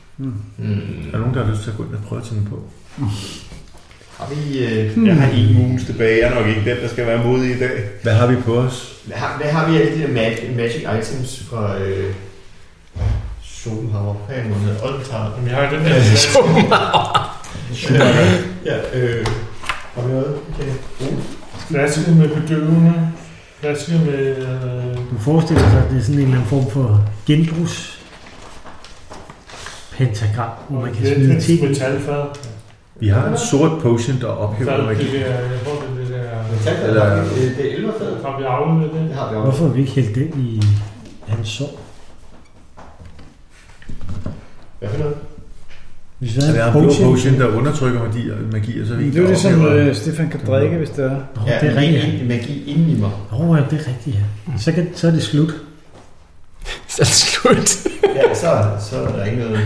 Er der nogen, der har lyst til at gå ind og prøve at tænde på? Har vi... Øh, Hmm. Jeg har en moves tilbage. Jeg er nok ikke den, der skal være modig i dag. Hvad har vi på os? hvad, har, hvad har vi af alle de der magic, magic items fra... Øh, Schopenhauer? Hvad er det, nu hedder? Oldenthal? Jamen, jeg har den der flaske, Ja, øh... Har vi noget? Okay. Uh. flaske med bedøvende, flaske med... Øh, Du forestiller sig, at det er sådan en eller anden form for genbrugs pentagram, hvor man kan smide ting i. metalfad. Vi har en sort potion, der ophæver Fad, det magi. der, jeg tror, det er det der... Metalfad, Eller- har vi- det, det er elverfadet. Har vi aflevet det? Det har vi også. Hvorfor har vi ikke hældt den i hans sår? Hvad for noget? Hvis vi Så havde der er en en blå potion... potion, der undertrykker magi, magi og så er vi Det er jo det, som ophæver- øh, Stefan kan drikke, hvis det er. Nå, Ja, det er rigtigt. en magi inden i mig. Åh, oh, ja, det er rigtigt, ja. Så, kan, så er det slut. Så er det slut. Ja, så, så er der ikke noget...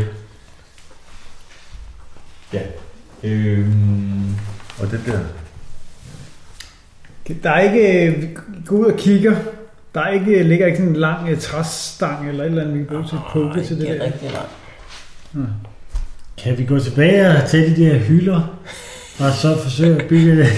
Ja. Øhm... Og den der... Der er ikke... Vi går ud og kigger. Der er ikke, ligger ikke sådan en lang uh, træsstang eller et eller andet, vi kan bruge til at poke til det der. Det er rigtig langt. Hmm. Kan vi gå tilbage og tage de der hylder, og så forsøge at bygge det?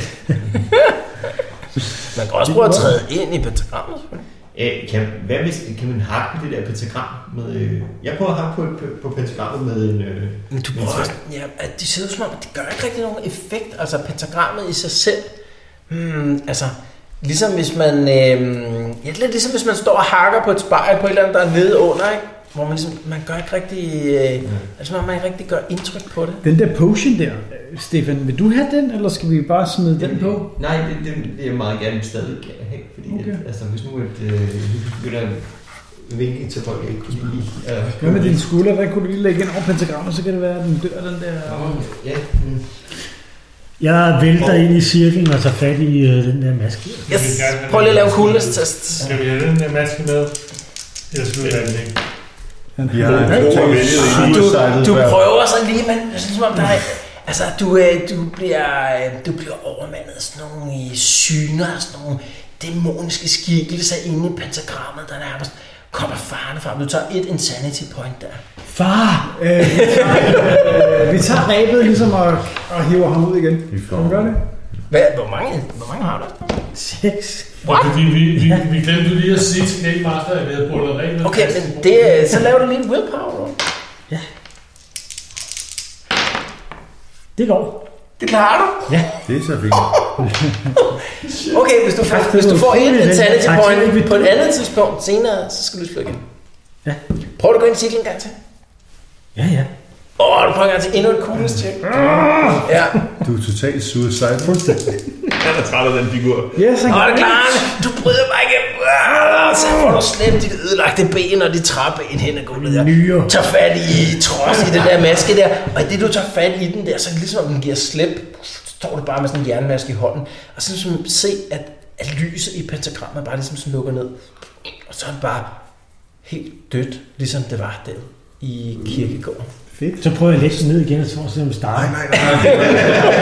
Man kan også prøve at træde ind i pentagrammet. Æh, kan, hvad hvis, kan man hakke det der pentagram med... Øh, jeg prøver at hakke på, på, på pentagrammet med en... Øh, Men du prøver, ja, at de ser ud som om, det gør ikke rigtig nogen effekt. Altså pentagrammet i sig selv. Hmm, altså, ligesom hvis man... Øh, ja, lidt ligesom hvis man står og hakker på et spejl på et eller andet, der er nede under, ikke? Hvor man ligesom, man gør ikke rigtig... Øh, altså, man ikke rigtig gør indtryk på det. Den der potion der, Stefan, vil du have den, eller skal vi bare smide den, den på? Nej, det, det, det er jeg meget gerne stadig kan have, fordi okay. at, altså, hvis nu et, øh, vil der vinke til folk, ikke kunne lide... Øh, Hvad med din skulder? Hvad kunne du lige lægge ind over pentagrammet, så kan det være, at den dør, den der... Ja. Mm. Jeg vælter ind i cirklen og tager fat i øh, den der maske. Yes. Prøv lige at lave coolness-test. Skal vi have den der maske med? Ellers skal vi have den ikke. Ja, du, du prøver så lige, men jeg synes, som om der er, altså, du, du, bliver, du bliver overmandet af sådan nogle syner, sådan nogle dæmoniske skikkelser inde i pentagrammet, der nærmest kommer farne frem. Du tager et insanity point der. Far! Øh, vi, tager, øh, vi tager rebet ligesom og, og hiver ham ud igen. Kan vi gøre det? Hvad, hvor, mange, hvor mange har du? Seks. What? Vi, vi, vi, vi glemte lige at sige til Game Master, at vi havde brugt regler. Okay, men det, så laver du lige en willpower. Ja. Det går. Det klarer du? Ja. Det er så fint. Okay, hvis du får, hvis du får et insanity point på et andet tidspunkt senere, så skal du slå igen. Ja. Prøv at gå ind i cirklen en gang til. Ja, ja. Åh, oh, du prøver en gang til endnu et coolest check. Ja. Du er totalt suicide. Fuldstændig. Han er træt af den figur. Yes, Åh, det er klart. Du bryder bare igennem. Så får du slemt dit ødelagte ben og dit træben hen ad gulvet der. Nyere. Tager fat i trods i den der maske der. Og i det du tager fat i den der, så ligesom om den giver slip, så står du bare med sådan en jernmaske i hånden. Og så ligesom se, at, at lyset i pentagrammet bare ligesom slukker ned. Og så er det bare helt dødt, ligesom det var der i kirkegården. Fedt. Så prøver jeg at lægge den ned igen, og så får jeg simpelthen starte. Nej, nej, nej.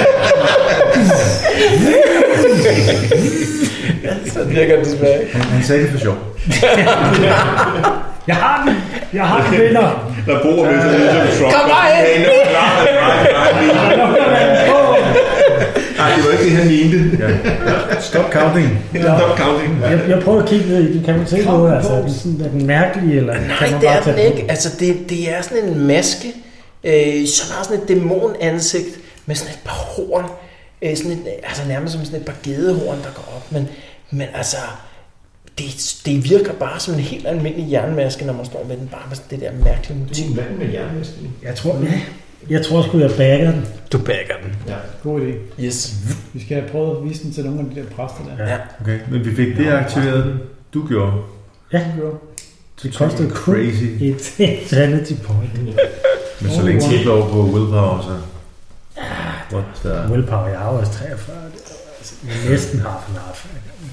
Så virker det desværre. Han, han sagde det for sjov. Jeg har den! Jeg har den, venner! Der bor med sådan en Trump. Kom bare ind! Nej, det var ikke det, han mente. Ja. Stop counting. Stop counting. Jeg, jeg prøver at kigge ned i den. Kan man se noget? Altså, er den, sådan, er den mærkelig? Eller Nej, kan man det bare er den tage ikke. Altså, det, det er sådan en maske, øh, som har sådan et dæmonansigt med sådan et par horn. Øh, sådan et, altså nærmest som sådan et par gedehorn, der går op. Men, men altså, det, det virker bare som en helt almindelig jernmaske, når man står med den. Bare med det der mærkelige motiv. Hvad med jernmasken? Jeg tror, ja. Jeg tror sgu, jeg bagger den. Du bagger den. Ja. God idé. Yes. Vi skal have prøvet at vise den til nogle af de der præster der. Ja. Okay, men vi fik deaktiveret den. Du gjorde. Ja, det kostede kun Crazy. et insanity point. Men så længe du slår på willpower, så... What the... Willpower, jeg har også treogfyrre. Det er altså næsten half and half.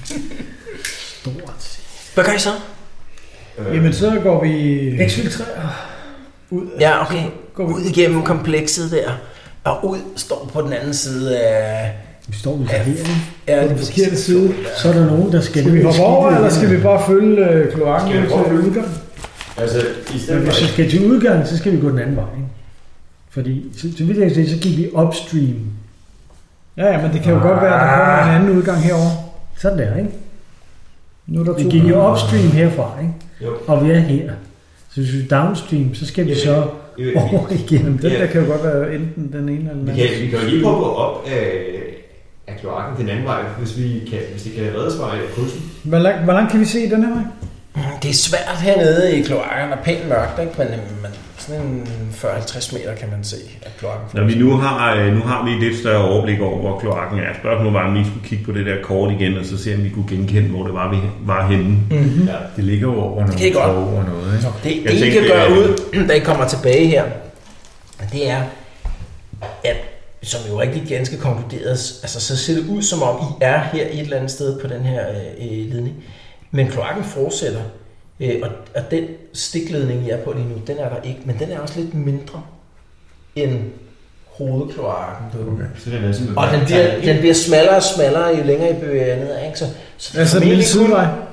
Stort. Hvad gør I så? Øh. Jamen, så går vi... Exfiltrerer. Ud. Ja, okay. Går vi ud igennem komplekset der. Og ud står på den anden side af... Vi står ved parkeringen. Ja, på den forkerte side. Så er der nogen, der skal... Skal vi hoppe over, eller skal vi bare følge øh, kloakken Skal vi til prøve? udgang? Altså, i stedet Hvis vi skal til udgang, så skal vi gå den anden vej. Ikke? Fordi, så, så vidt jeg kan se, så gik vi upstream. Ja, ja, men det kan jo ah. godt være, at der kommer en anden udgang herover. Sådan der, ikke? Nu er der Vi to gik jo gange. upstream herfra, ikke? Jo. Og vi er her. Så hvis vi er downstream, så skal vi Jamen, så jamen, over igennem. Den der kan jo godt være enten den ene eller den Vi anden. kan, vi kan jo lige prøve at gå op af, af kloakken den anden vej, hvis, vi kan, hvis det kan reddes vej af krydsen. Hvor langt, hvor langt kan vi se den her vej? Det er svært hernede i kloakken, og pænt mørkt, ikke? Men, men sådan en fyrre til halvtreds meter kan man se, at kloakken... Når vi nu har, nu har vi et lidt større overblik over, hvor kloakken er. Spørgsmålet var, om vi skulle kigge på det der kort igen, og så se, om vi kunne genkende, hvor det var, vi var henne. Mm-hmm. Ja. Det ligger jo over nogle skov og noget, ikke? Det, det I kan gøre ud, da I kommer tilbage her, det er, at som jo rigtig ganske konkluderet, altså så ser det ud, som om I er her et eller andet sted på den her øh, ledning. Men kloakken fortsætter, øh, og, og den stikledning, I er på lige nu, den er der ikke, men den er også lidt mindre end hovedkloakken. Okay. Så den er simpelthen Og den bliver, den bliver smallere og smallere, jo længere I bevæger ned. Ikke? Så, så Altså den lille sidevej?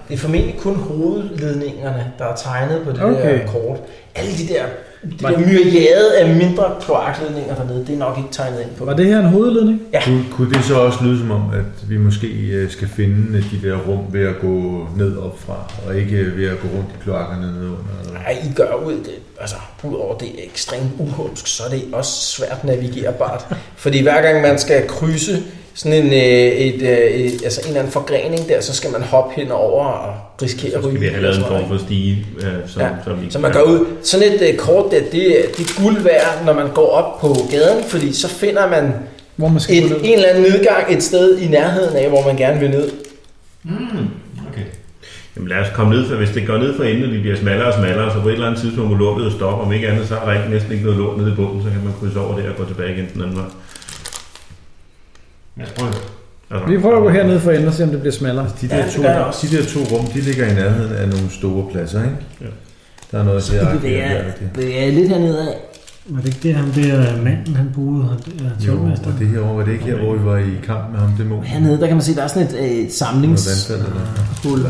Det er formentlig kun hovedledningerne, der er tegnet på det Okay. der kort. Alle de der, de der myriade af mindre kloakledninger dernede, det er nok ikke tegnet ind på. Var det her en hovedledning? Ja. Kunne, kunne det så også lyde som om, at vi måske øh, skal finde de der rum ved at gå ned op fra, og ikke ved at gå rundt i kloakkerne ned under? Nej, I gør ud det, altså udover det er ekstremt uhumsk, så er det også svært navigerbart. Fordi hver gang man skal krydse sådan en, et, et, et, altså en eller anden forgrening der, så skal man hoppe hen over og risikere at Så skal vi have lavet en form for stige, øh, som, ja. som vi Så man går ud. Sådan et uh, kort der, det, det er guld værd, når man går op på gaden, fordi så finder man Hvor man skal et, gå ned? en eller anden nedgang et sted i nærheden af, hvor man gerne vil ned. Mm, okay. Jamen lad os komme ned, for hvis det går ned for enden, og de bliver smallere og smallere, så på et eller andet tidspunkt må låget stoppe. Om ikke andet, så er der ikke, næsten ikke noget låg nede i bunden, så kan man krydse over der og gå tilbage igen den anden vej. Lad os prøve. Altså, Vi prøver at gå hernede for enden og se, om det bliver smallere. De der, Ja, det to, gør jeg også. de der to rum, de ligger i nærheden af nogle store pladser, ikke? Ja. Der er noget Så der. bevæger jeg bevæger jeg lidt hernede af. Var det ikke det, ham der manden, han boede, han der Jo, togmester? og det her år, var det ikke her, hvor vi var i kamp med ham, det må. Hernede, der kan man se, der er sådan et, et Noget samlingshul vandfald eller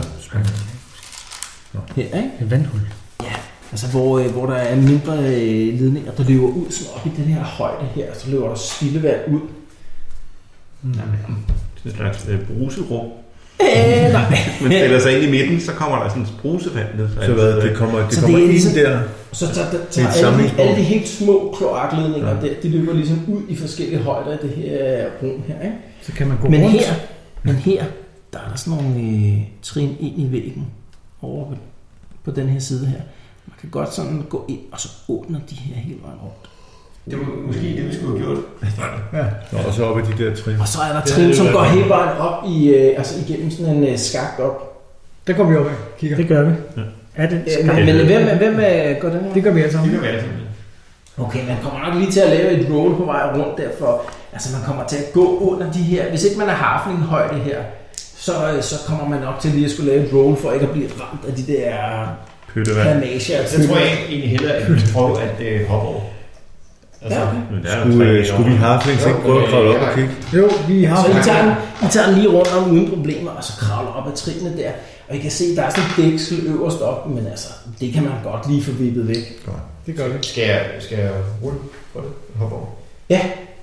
her, ikke? Et vandhul. Altså hvor, øh, hvor der er mindre øh, ledninger, der løber ud sådan op i den her højde her, så løber der spildevand ud. Jamen, det er en slags øh, bruserum. Øh, nej. Man stiller sig ind i midten, så kommer der sådan en brusevand ned. Så hvad, det kommer, det Så kommer det er ind ligesom- der. Så tager, Det tager er et alle, de, samlingspunkt. alle de helt små kloakledninger, Ja. ja. der, de løber ligesom ud i forskellige højder i det her rum her. Ikke? Så kan man gå Men rundt. her, men her, der er der sådan nogle øh, trin ind i væggen over på, på den her side her. Man kan godt sådan gå ind, og så åbner de her hele vejen rundt. Det var måske det, vi skulle have gjort. Nå, og så oppe i de der trin. Og så er der trin, som går hele vejen op i, øh, altså igennem sådan en øh, skakt op. Der kommer vi op af. Kigger. Det gør vi. Ja. Er det? Øh, men men hvem, hvem øh, går den her? Det gør vi alle Det sammen. kan være simpelthen. Okay, man kommer nok lige til at lave et roll på vej rundt derfor. Altså man kommer til at gå under de her, hvis ikke man er halfling højde her, så, så kommer man nok til lige at skulle lave et roll for ikke at blive ramt af de der Pyttevand. planager. Så tror jeg egentlig hellere, at vi prøver at øh, hoppe over. Altså, Ja, okay. Men der er Skulle, tre øh, skulle vi harflings ikke prøve at kravle op og kigge? Jo, vi har... Så I tager, den, I tager den lige rundt om uden problemer, og så kravler op ad trinene der. Og I kan se, der er sådan et dæksel øverst op, men altså, det kan man godt lige få vippet væk. Det gør vi. skal jeg, skal jeg rulle for det? Hoppe over? Ja,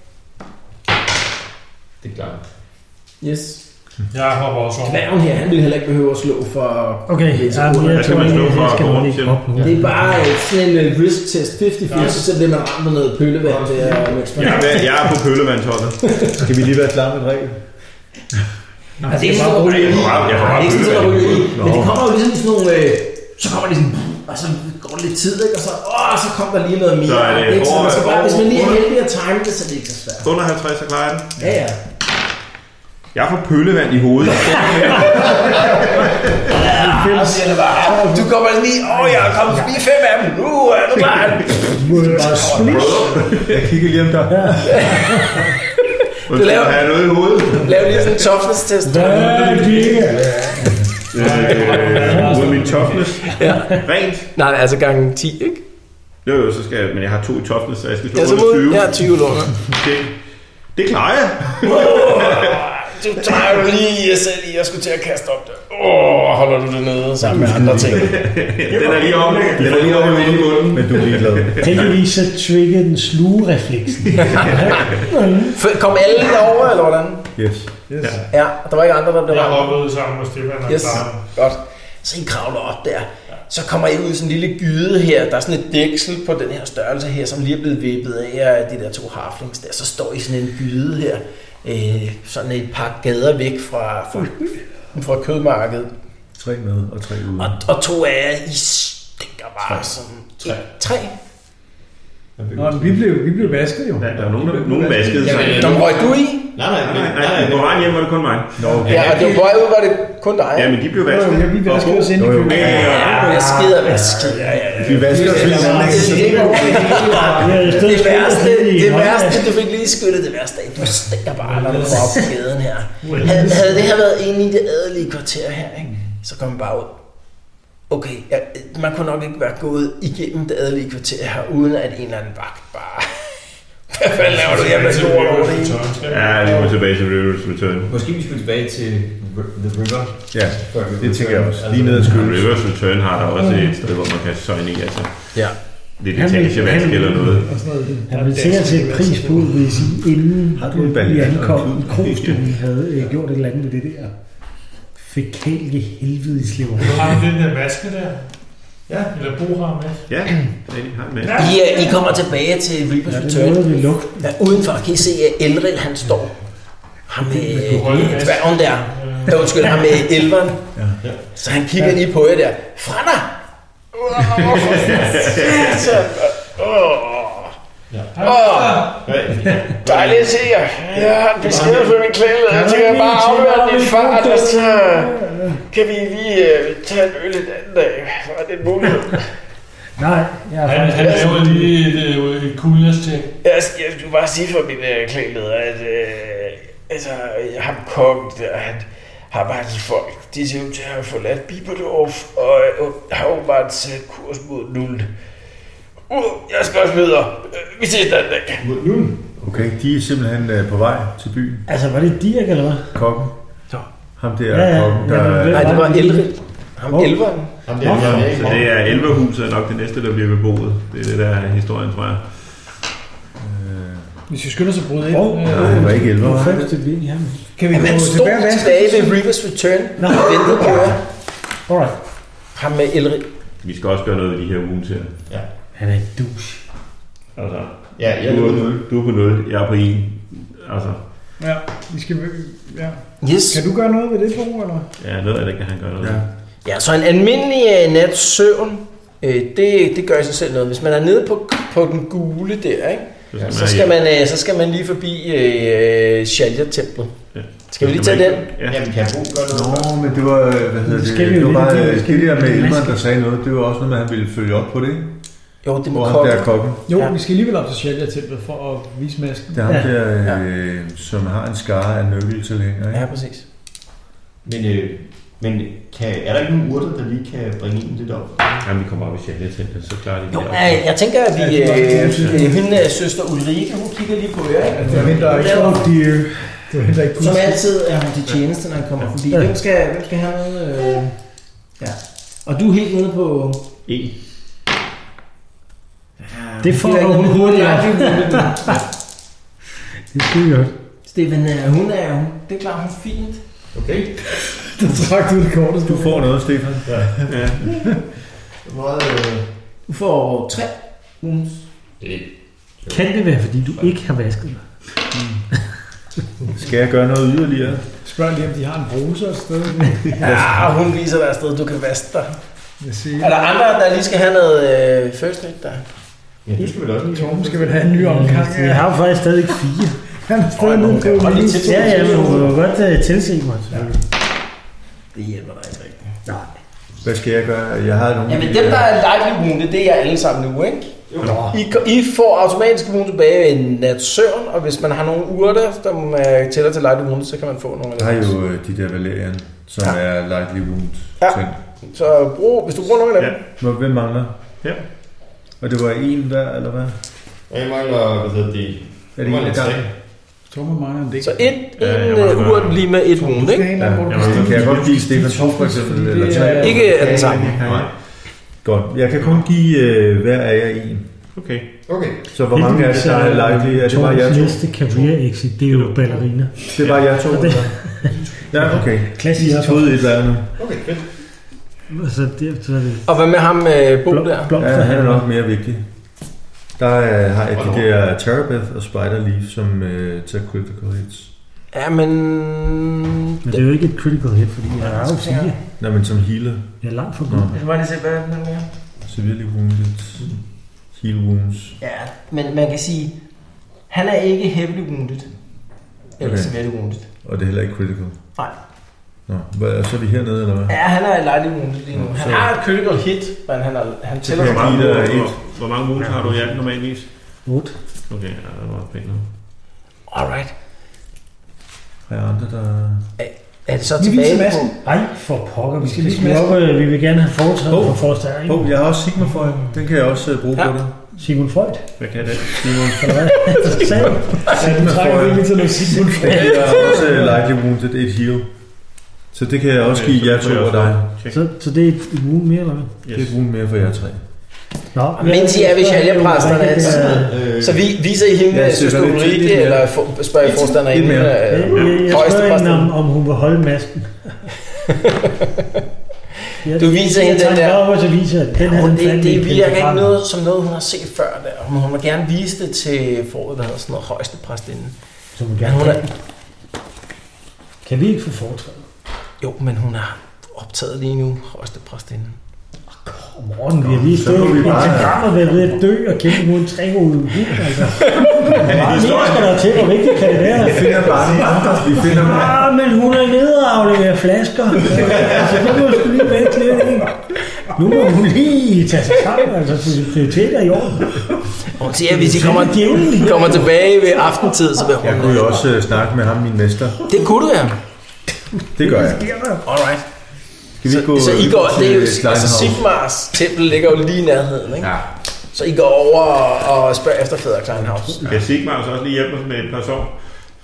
Det er klart. yes. Jeg hopper også over. Dværgen her, han ville heller ikke behøve at slå for... Okay, læse ja, under. jeg Hvad skal tror man slå ikke, for jeg at skal gå nok rundt ikke til? op nu. Det er bare øh, sådan en øh, risk test halvtreds halvtreds, så bliver man ramt med noget pøllevand der. mens man- Jeg er, jeg er på pøllevandsholdet. Skal vi lige være klar med et regel? Altså, det er ikke sådan, at ryge i. Jeg får bare- jeg får Nej, bare det er ikke sådan, at ryge i. Nå. Men det kommer jo ligesom i sådan nogle... Øh, så kommer det sådan... Og så går det lidt tid, ikke? Og så, åh, så kommer der lige noget mere. Så er det er ikke sådan, man skal over- bare, hvis man lige er over- heldig at time det, så er det ikke så svært. Under halvtreds, så klarer jeg den. Ja, ja. Jeg får pøllevand i hovedet. Og så siger det bare, du kommer lige, åh, jeg er kommet forbi fem af dem. Nu er du klar. Jeg kigger lige om der. Du laver have noget i hovedet. Lav lige sådan en toughness test. Hvad er det? Øh, mod min toughness. Ja. Rent. Nej, altså gange ti, ikke? Jo, jo, så skal jeg, men jeg har to i toughness, så jeg skal slå Ja, så mod mod, tyve. ja, tyve låner. Okay. Det klarer jeg. Du tager jo lige selv i, jeg skulle til at kaste op der. Åh, holder du det nede sammen med andre ting. Den er lige oppe. Den er lige oppe i munden. Men du er ligeglad. Heldigvis så triggede den slugerefleksen. Kom alle over, eller hvordan? Yes. Yes. Ja, der var ikke andre, der blev Jeg ramt. hoppede sammen med Stefan og Yes, Clara. godt. Så I kravler op der. Så kommer I ud i sådan en lille gyde her. Der er sådan et dæksel på den her størrelse her, som lige er blevet vippet af af de der to halflings der. Så står I sådan en gyde her. Øh, sådan et par gader væk fra, fra, fra kødmarkedet. Tre med og tre ude. Og, og to af jer, I stinker bare som... Tre. Tre? Nå, men vi blev, vi blev vasket jo. Ja, der er nogen, der nogen vaskede sig. Jamen, Dem røg du i? Nej, nej, Nej, men, nej, nej, på vejen hjem var det kun mig. Nå, okay. Ja, og det var på vej ud, var det kun dig. Ja, men de blev Jo, vasket. jo, vi vaskede os ind i Jo, jo. køkkenet. Ja, jeg skider, hvad skider. Ja, ja, ja. Vi vasker os lige Det hinanden. stinker over det hele. Ja, i stedet Det for at værste, skylde i det håndvasken. værste, du fik lige skyllet det værste af. Du stinker bare, når du går op på gaden her. Havde, havde det her været inde i det adelige kvarter her, ikke? Så kom man bare ud. Okay, ja, man kunne nok ikke være gået igennem det adelige kvarter her, uden at en eller anden vagt bare Hvad fanden laver du hjemme? Ja, vi må tilbage til River's Return. Måske vi skulle tilbage til The River. Ja, det tænker jeg også. Lige ned ad skylden. River's Return har der også et sted, hvor man kan søjne i, altså. Ja. Lidt etagevask eller noget. Han vil sikkert sætte pris på, vil jeg sige, inden vi ankom i krogstuen, havde øh, gjort et eller andet med det der fækalge helvede i sliver. Har du den der maske der? Ja. Eller Bo har med? Ja, det har med. I, I kommer tilbage til Reaper's Ja, Return. det er noget, Ja, udenfor kan I se, at Elril han står. Ham med dværgen der. Ja, undskyld, ham med elveren. Ja. Så han kigger lige på jer der. Franda! Dejligt at se jer. Jeg har en besked for min klæde. Jeg tænker bare aflevere den i fart, og så kan vi lige uh, tage en øl en anden dag. Så er det en mulighed. Nej, jeg er Han, faktisk... han laver lige et, et, et coolness-check. Jeg, jeg skulle bare sige for min uh, klædeleder, at uh, altså, ham kokken der, han har bare hans folk. De ser ud til at have forladt Biberdorf, og uh, har åbenbart sat kurs mod nul. Uh, jeg skal også videre. Uh, vi ses den dag. Mod nul? Okay, de er simpelthen øh, på vej til byen. Altså, var det Dirk, eller hvad? Kokken. Så. Ham der Ja, ja. kokken, der... Jamen, hvem Nej, det var det? Elril. Ham Åh. elveren. Ham der, der, der, Så det er elverhuset er nok det næste, der bliver beboet. Det er det, der er historien, tror jeg. Vi skal skynde os at bryde ind. Åh, Øh, Nej, det var ikke elver. Hvor var fanden det? stod vi ind i ham? Kan vi Jamen, han gå stod tilbage og vaske? tilbage ved Reaper's Return Nå. og ventede på jer. Alright. Ham med Elril. Vi skal også gøre noget ved de her wounds her. Ja. Han er en douche. Altså, Ja, jeg er du, på er, nul. du er på nul, jeg er på en. Altså, Ja, vi skal... Ja. Yes. Kan du gøre noget ved det, Bo, eller? ja, noget af det kan han gøre noget. Ja. Ja, så en almindelig uh, nat søvn, øh, det, det gør i sig selv noget. Hvis man er nede på, på den gule der, ikke? Så Så skal, man, øh, så skal man lige forbi øh, Shalya-templet. Ja. Skal vi lige tage den? Ja. Jamen, kan Bo gøre noget? Nå, men det var, hvad hedder det, Skal vi det jo var lige- bare det- øh, skal det vi- der med det- Elmeren, der sagde noget. Det var også noget med, at han ville følge op på det, ikke? Jo, det må Hvor ham der er komme. kokken. Jo, Ja. vi skal alligevel op til Shalya-templet for at vise masken. Det er ham Ja. der, øh, som har en skare af nøgletilhængere, ikke? Ja, præcis. Men, øh, men kan, er der ikke nogen urter, der lige kan bringe en lidt op? Jamen, vi kommer op i Sjælland til det, så klarer de det. Jo, op. øh, jeg tænker, at vi... Ja, det er Øh, godt. øh, hende, øh, søster Ulrike, hun kigger lige på jer. Ikke? Det var hende, der ikke... Laver- dear. Det var hende, der ikke kunne Som sige. altid er hun til tjeneste, når han kommer forbi. Ja. Hvem skal, hvem skal have noget? Øh... Ja. Og du er helt nede på... En. Det får Hun er hun ikke hurtigere. hurtigt. Det skal vi godt. Steffen, øh, hun er, hun, det klarer hun fint. Okay. Der trak du det korteste. Du får noget, Stefan. Ja. Hvor, øh, Du får tre wounds. det, Kan det være, fordi du ikke har vasket dig? Skal jeg gøre noget yderligere? Spørg lige, om de har en bruser et sted. Ja, hun viser dig et sted, du kan vaske dig. Jeg siger, Er der andre, der lige skal have noget øh, first aid der? ja, du skal vel også lige Torben skal vel have en ny omgang. Jeg har jo faktisk stadig fire. Han er stadig nede på Og lige minus. til Ja, ja, men du må jo godt uh, tilse mig. selvfølgelig. Det hjælper dig ikke rigtigt. Nej. Hvad skal jeg gøre? Jeg har nogle... Jamen dem, der er lightly wounded, det er jer alle sammen nu, ikke? Jo. I, I får automatisk wound tilbage i en nat søvn, og hvis man har nogle urter, der øh, tæller til lightly wounded, så kan man få nogle Jeg af har dem. jo øh, de der Valerian, som Ja. er lightly wound Ja. ting. Så brug, hvis du bruger nogle af dem. Ja. Hvor- Hvem mangler? Ja. Og det var en der, eller hvad? Jeg mangler, hvad hedder det? Er det Jeg en mangler gang? tre. Torben mangler en del. Så et, Ja, en jeg øh, mangler- urt lige med et wound, ikke? Ja, jamen, kan jeg godt give Stefan to for eksempel, eller tre? Ikke af den samme. Nej. Godt. Jeg kan kun give øh, hver af jer en. Okay. Okay. Så hvor mange er det, der er likely? Er det bare jer Torms to? næste career exit, det er jo ballerina. Det er bare jer to? eller? Ja, okay. Klassisk. I har fået et hver nu. Okay, fedt. Så det, så er det Og hvad med ham øh, Bo blom, der? Ja, han er blomsterhandler. nok mere vigtig. Der er, har jeg de der Terabeth og Spiderleaf, som øh, tager critical hits. Ja, men... Men det er jo ikke et critical hit, fordi jeg har jo fire. Nej, men som healer. Jeg er langt fra Nå. god. Jeg skal bare lige se, hvad den er. Severely wounded. Heal wounds. Ja, men man kan sige, han er ikke heavily wounded. Eller Okay. severely wounded. Og det er heller ikke critical. Nej. Nå, hvad, så er vi hernede, eller hvad? Ja, han er lightly wounded lige nu. Nå, Han så- har et critical hit, men han, er, han tæller kan Hvor som jeg mange, give dig hvor, et. hvor mange wounds har du i alt normalvis? otte. Okay, ja, det var pænt nok. Alright. Har jeg andre, der... Er det så Vi viser tilbage på? masken. Nej, for pokker. Vi skal vise lige op, øh, vi vil gerne have foretrædet Hov. for forstærring. Hov, jeg har også Sigma Freud. Den kan jeg også uh, bruge Ja. på det. Sigmund Freud. Hvad kan det? Simon. Eller hvad? Så sagde jeg. Ja, du trækker virkelig til noget Sigmund Freud. Jeg har også uh, lightly wounded, et heal. Så det kan jeg også give jer to og dig. Så, så det er et immun mere, eller hvad? Det er et wound mere for jer tre. Nå, Mens I er ved Shalia-præsterne, Øh, så vi, viser I hende, Ja, ja, synes du det er rigtigt, lidt mere. eller for, spørger I forstanderen Lidt inden? mere. Jeg, jeg, jeg Højeste spørger hende, præsten. om, om hun vil holde masken. Jeg, Du viser jeg, hende jeg den tager der. op, og så viser jeg, at den her, Hun, den det, fandt det i virker ikke pentagrammet. noget, som noget, hun har set før der. Men hun vil gerne vise det til for, hvad hedder sådan noget, højeste præstinde. Så hun Men gerne hun er, kan. Kan vi ikke få foretrædet? jo, men hun er optaget lige nu, højeste præstinde. Morgen, vi har lige Så stået må i vi bare- pentagrammet ved at ved at dø og kæmpe mod en trehovedet hund. Altså. Hvor meget mere skal der til? Hvor vigtigt kan det være? Vi finder bare de andre. Vi finder dem. Ah, men hun er nede og afleverer flasker. Altså, det må jeg sgu lige vente lidt, ikke? Nu må hun lige tage sig sammen, altså for prioriteter i orden. Og hun siger, at hvis I kommer, kommer tilbage ved aftentid, så vil hun... Jeg kunne jo også uh, snakke med ham, min mester. Det kunne du, ja. Det gør jeg. Alright. Skal vi Så, gå så I går, til det er jo, altså Kleinhaus? Sigmars tempel ligger jo lige i nærheden, ikke? Ja. Så I går over og, og spørger efter Fædre Kleinhaus. Kan Sigmar så også lige hjælpe os med et par sår?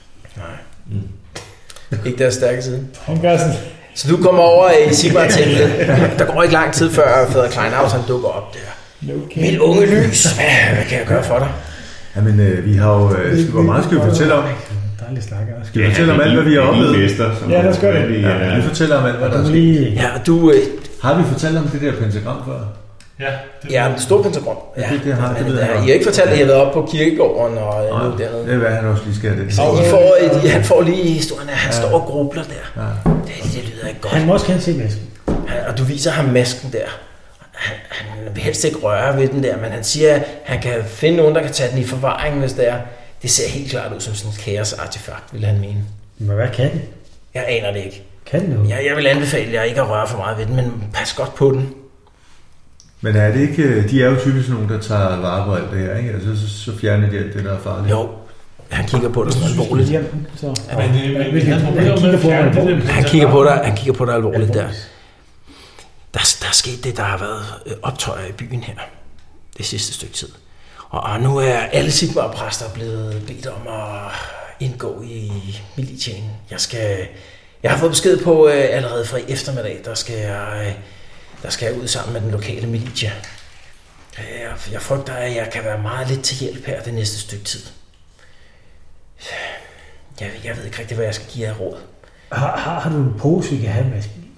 Ikke deres stærke side. Han gør sådan. Så du kommer over i Sigmar templet. Der går ikke lang tid før Fædre Kleinhaus han dukker op der. Okay. Mit unge lys, hvad, hvad kan jeg gøre for dig? Jamen, øh, vi har jo... Øh, hvor meget skal vi fortælle om? Dejligt snakker også. Skal vi fortælle om alt, hvad vi har oplevet? Mester, som Ja, lad os gøre det. Ja, vi fortæller om alt, hvad der Du er må sket. lige... Ja, og du... Øh, Har vi fortalt om det der pentagram før? Ja, det ja, det store pentagram. Ja, det- det har- det ved jeg I godt. har ikke fortalt, at I har været oppe på kirkegården og øh, nu dernede. det er hvad han også lige skal have det. Så I får, et, han får lige historien, at han ja. står og grubler der. Ja. Det, det lyder ikke godt. Han må også gerne se masken. Han, og du viser ham masken der. Han, han vil helst ikke røre ved den der, men han siger, at han kan finde nogen, der kan tage den i forvaring, hvis det er. Det ser helt klart ud som sådan en kaos-artefakt, vil han mene. Men hvad kan den? Jeg aner det ikke. Kan den noget? Jeg, jeg vil anbefale jer ikke at røre for meget ved den, men pas godt på den. Men er det ikke... De er jo typisk nogen, der tager vare på alt det her, ikke? Altså, så, så fjerner de alt det, der er farligt. Jo, han kigger på dig sådan alvorligt. Så. Men det, men vi Han har problemer kigger med at på fjerne mig. det der Han kigger på dig, han kigger på dig alvorligt der. Alvorligt. Der, der er sket det, der har været øh, optøjer i byen her det sidste stykke tid. Og, og nu er alle Sigmar-præster blevet bedt om at indgå i militæren. Jeg skal, jeg har fået besked på øh, allerede fra i eftermiddag, der skal jeg, øh, der skal jeg ud sammen med den lokale militia. Jeg, jeg frygter, at jeg kan være meget lidt til hjælp her det næste stykke tid. Jeg, jeg ved ikke rigtig, hvad jeg skal give jer råd. Har, har, har du en pose, vi kan have masken i?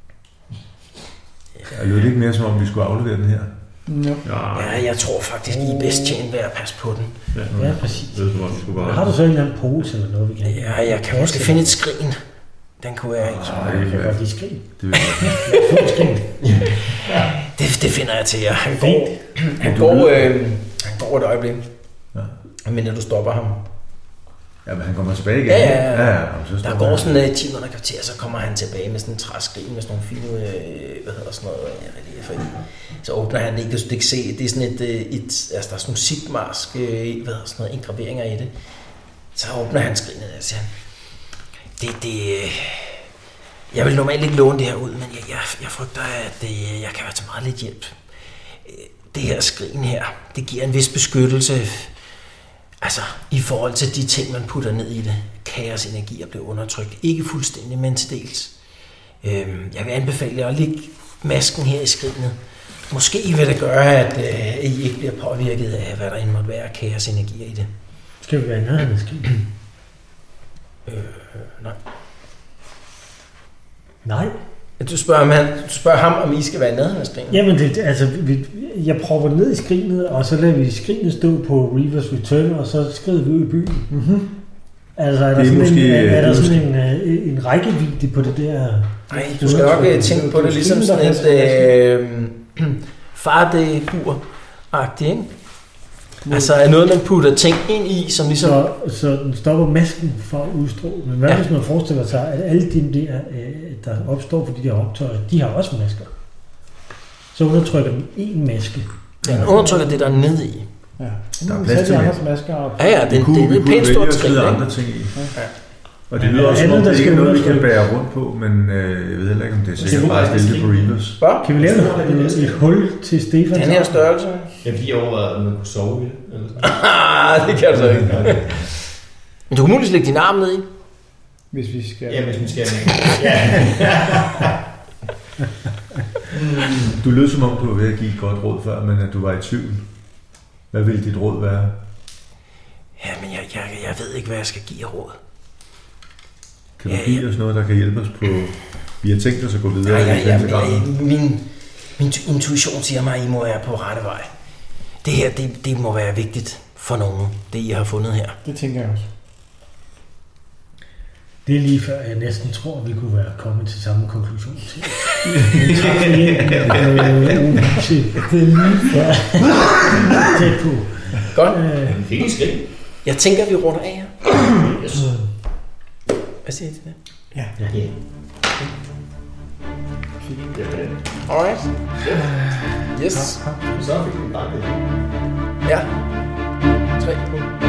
Jeg lød ikke mere, som om vi skulle aflevere den her. Ja. Ja, Ja, jeg tror faktisk, I er bedst tjent ved at passe på den. Ja, præcis. det er som om, vi skulle bare... Har du så en eller anden pose eller noget, vi kan Ja, jeg kan måske finde et skrin. Den kunne jeg ikke. Nej, Jeg det kan vil godt lige skrive. det vil jeg. Få et skrin. Det, det finder jeg til jer. Han går, han går, øh, han går et øjeblik. Ja. Men når du stopper ham. Jamen, han kommer tilbage igen. Ja, ja, ja. ja, ja så Der står går han. sådan uh, ti minutter kvarter, så kommer han tilbage med sådan en træskrin med sådan nogle fine, øh, hvad hedder sådan noget, ja, reliefer i. Så åbner han det ikke, du kan se, det er sådan et, et altså der er sådan nogle sigmarske, hvad hedder sådan noget, engraveringer i det. Så åbner han skrinet og siger, det, det, jeg vil normalt ikke låne det her ud, men jeg, jeg, jeg frygter, at det, jeg kan være til meget lidt hjælp. Det her skrin her, det giver en vis beskyttelse, altså i forhold til de ting, man putter ned i det. Kaos energier bliver undertrykt. Ikke fuldstændig, men til dels. Øhm, jeg vil anbefale jer at lægge masken her i skrinet. Måske vil det gøre, at øh, I ikke bliver påvirket af, hvad der end måtte være af kaos energier i det. Skal vi være i nærheden af skrin? Øh, nej. Nej. Du spørger, ham, han, du spørger ham, om I skal være i nærheden af skrinet? Jamen, det, altså, vi, jeg propper ned i skrinet, og så lader vi skrinet stå på Reavers Return, og så skrider vi ud i byen. Mm-hmm. Altså, er der Det er sådan, måske- en, er, er det der er sådan en, øh, en rækkevidde på det der? Nej, du skal nok øh, tænke på det ligesom sådan et øh, far-det-bur-agtigt, ikke? Altså er noget, man putter ting ind i, som ligesom... Så, så den stopper masken for at udstråle. Men hvad Ja. ja. hvis man forestiller sig, at alle de der, øh, der opstår for de der optøjer, de har også masker? Så undertrykker den en maske. Den undertrykker det, der er nede i. Ja. Der er plads til mere. mere. Andres masker op. Ja, ja, Vi den, kunne, det, vi det er et kunne pænt vælge stort at skridt, smide ikke? andre ting i. Og det lyder også som om, det ikke er noget, vi kan bære rundt på, men øh, jeg ved heller ikke, om det er sikkert bare at stille det på Reavers. Hvad? Kan vi lave et, et hul til Stefan? Den her størrelse? Jeg bliver overvejet, om man kunne sove i det. Eller sådan. Ah, det kan du så ikke. Men du kan muligvis lægge din arm ned i. Hvis vi skal... Ja, hvis vi skal. Ja. Du lød som om, du var ved at give et godt råd før, men at du var i tvivl. Hvad ville dit råd være? Ja, men jeg, jeg, jeg ved ikke, hvad jeg skal give af råd. Kan du ja, give ja. os noget, der kan hjælpe os på... Vi har tænkt os at gå videre. Ja, ja, ja, i ja, min, min intuition siger mig, at I må være på rette vej. Det her, det, det må være vigtigt for nogen, det I har fundet her. Det tænker jeg også. Det er lige før, jeg næsten tror, vi kunne være kommet til samme konklusion til. Det er lige før. Tæt på. Godt. Men fik I skridt? Jeg tænker, vi runder af her. Hvad siger I til det? Ja. Ja. Alright. Yes. Så fik vi bare det. Ja. Tre.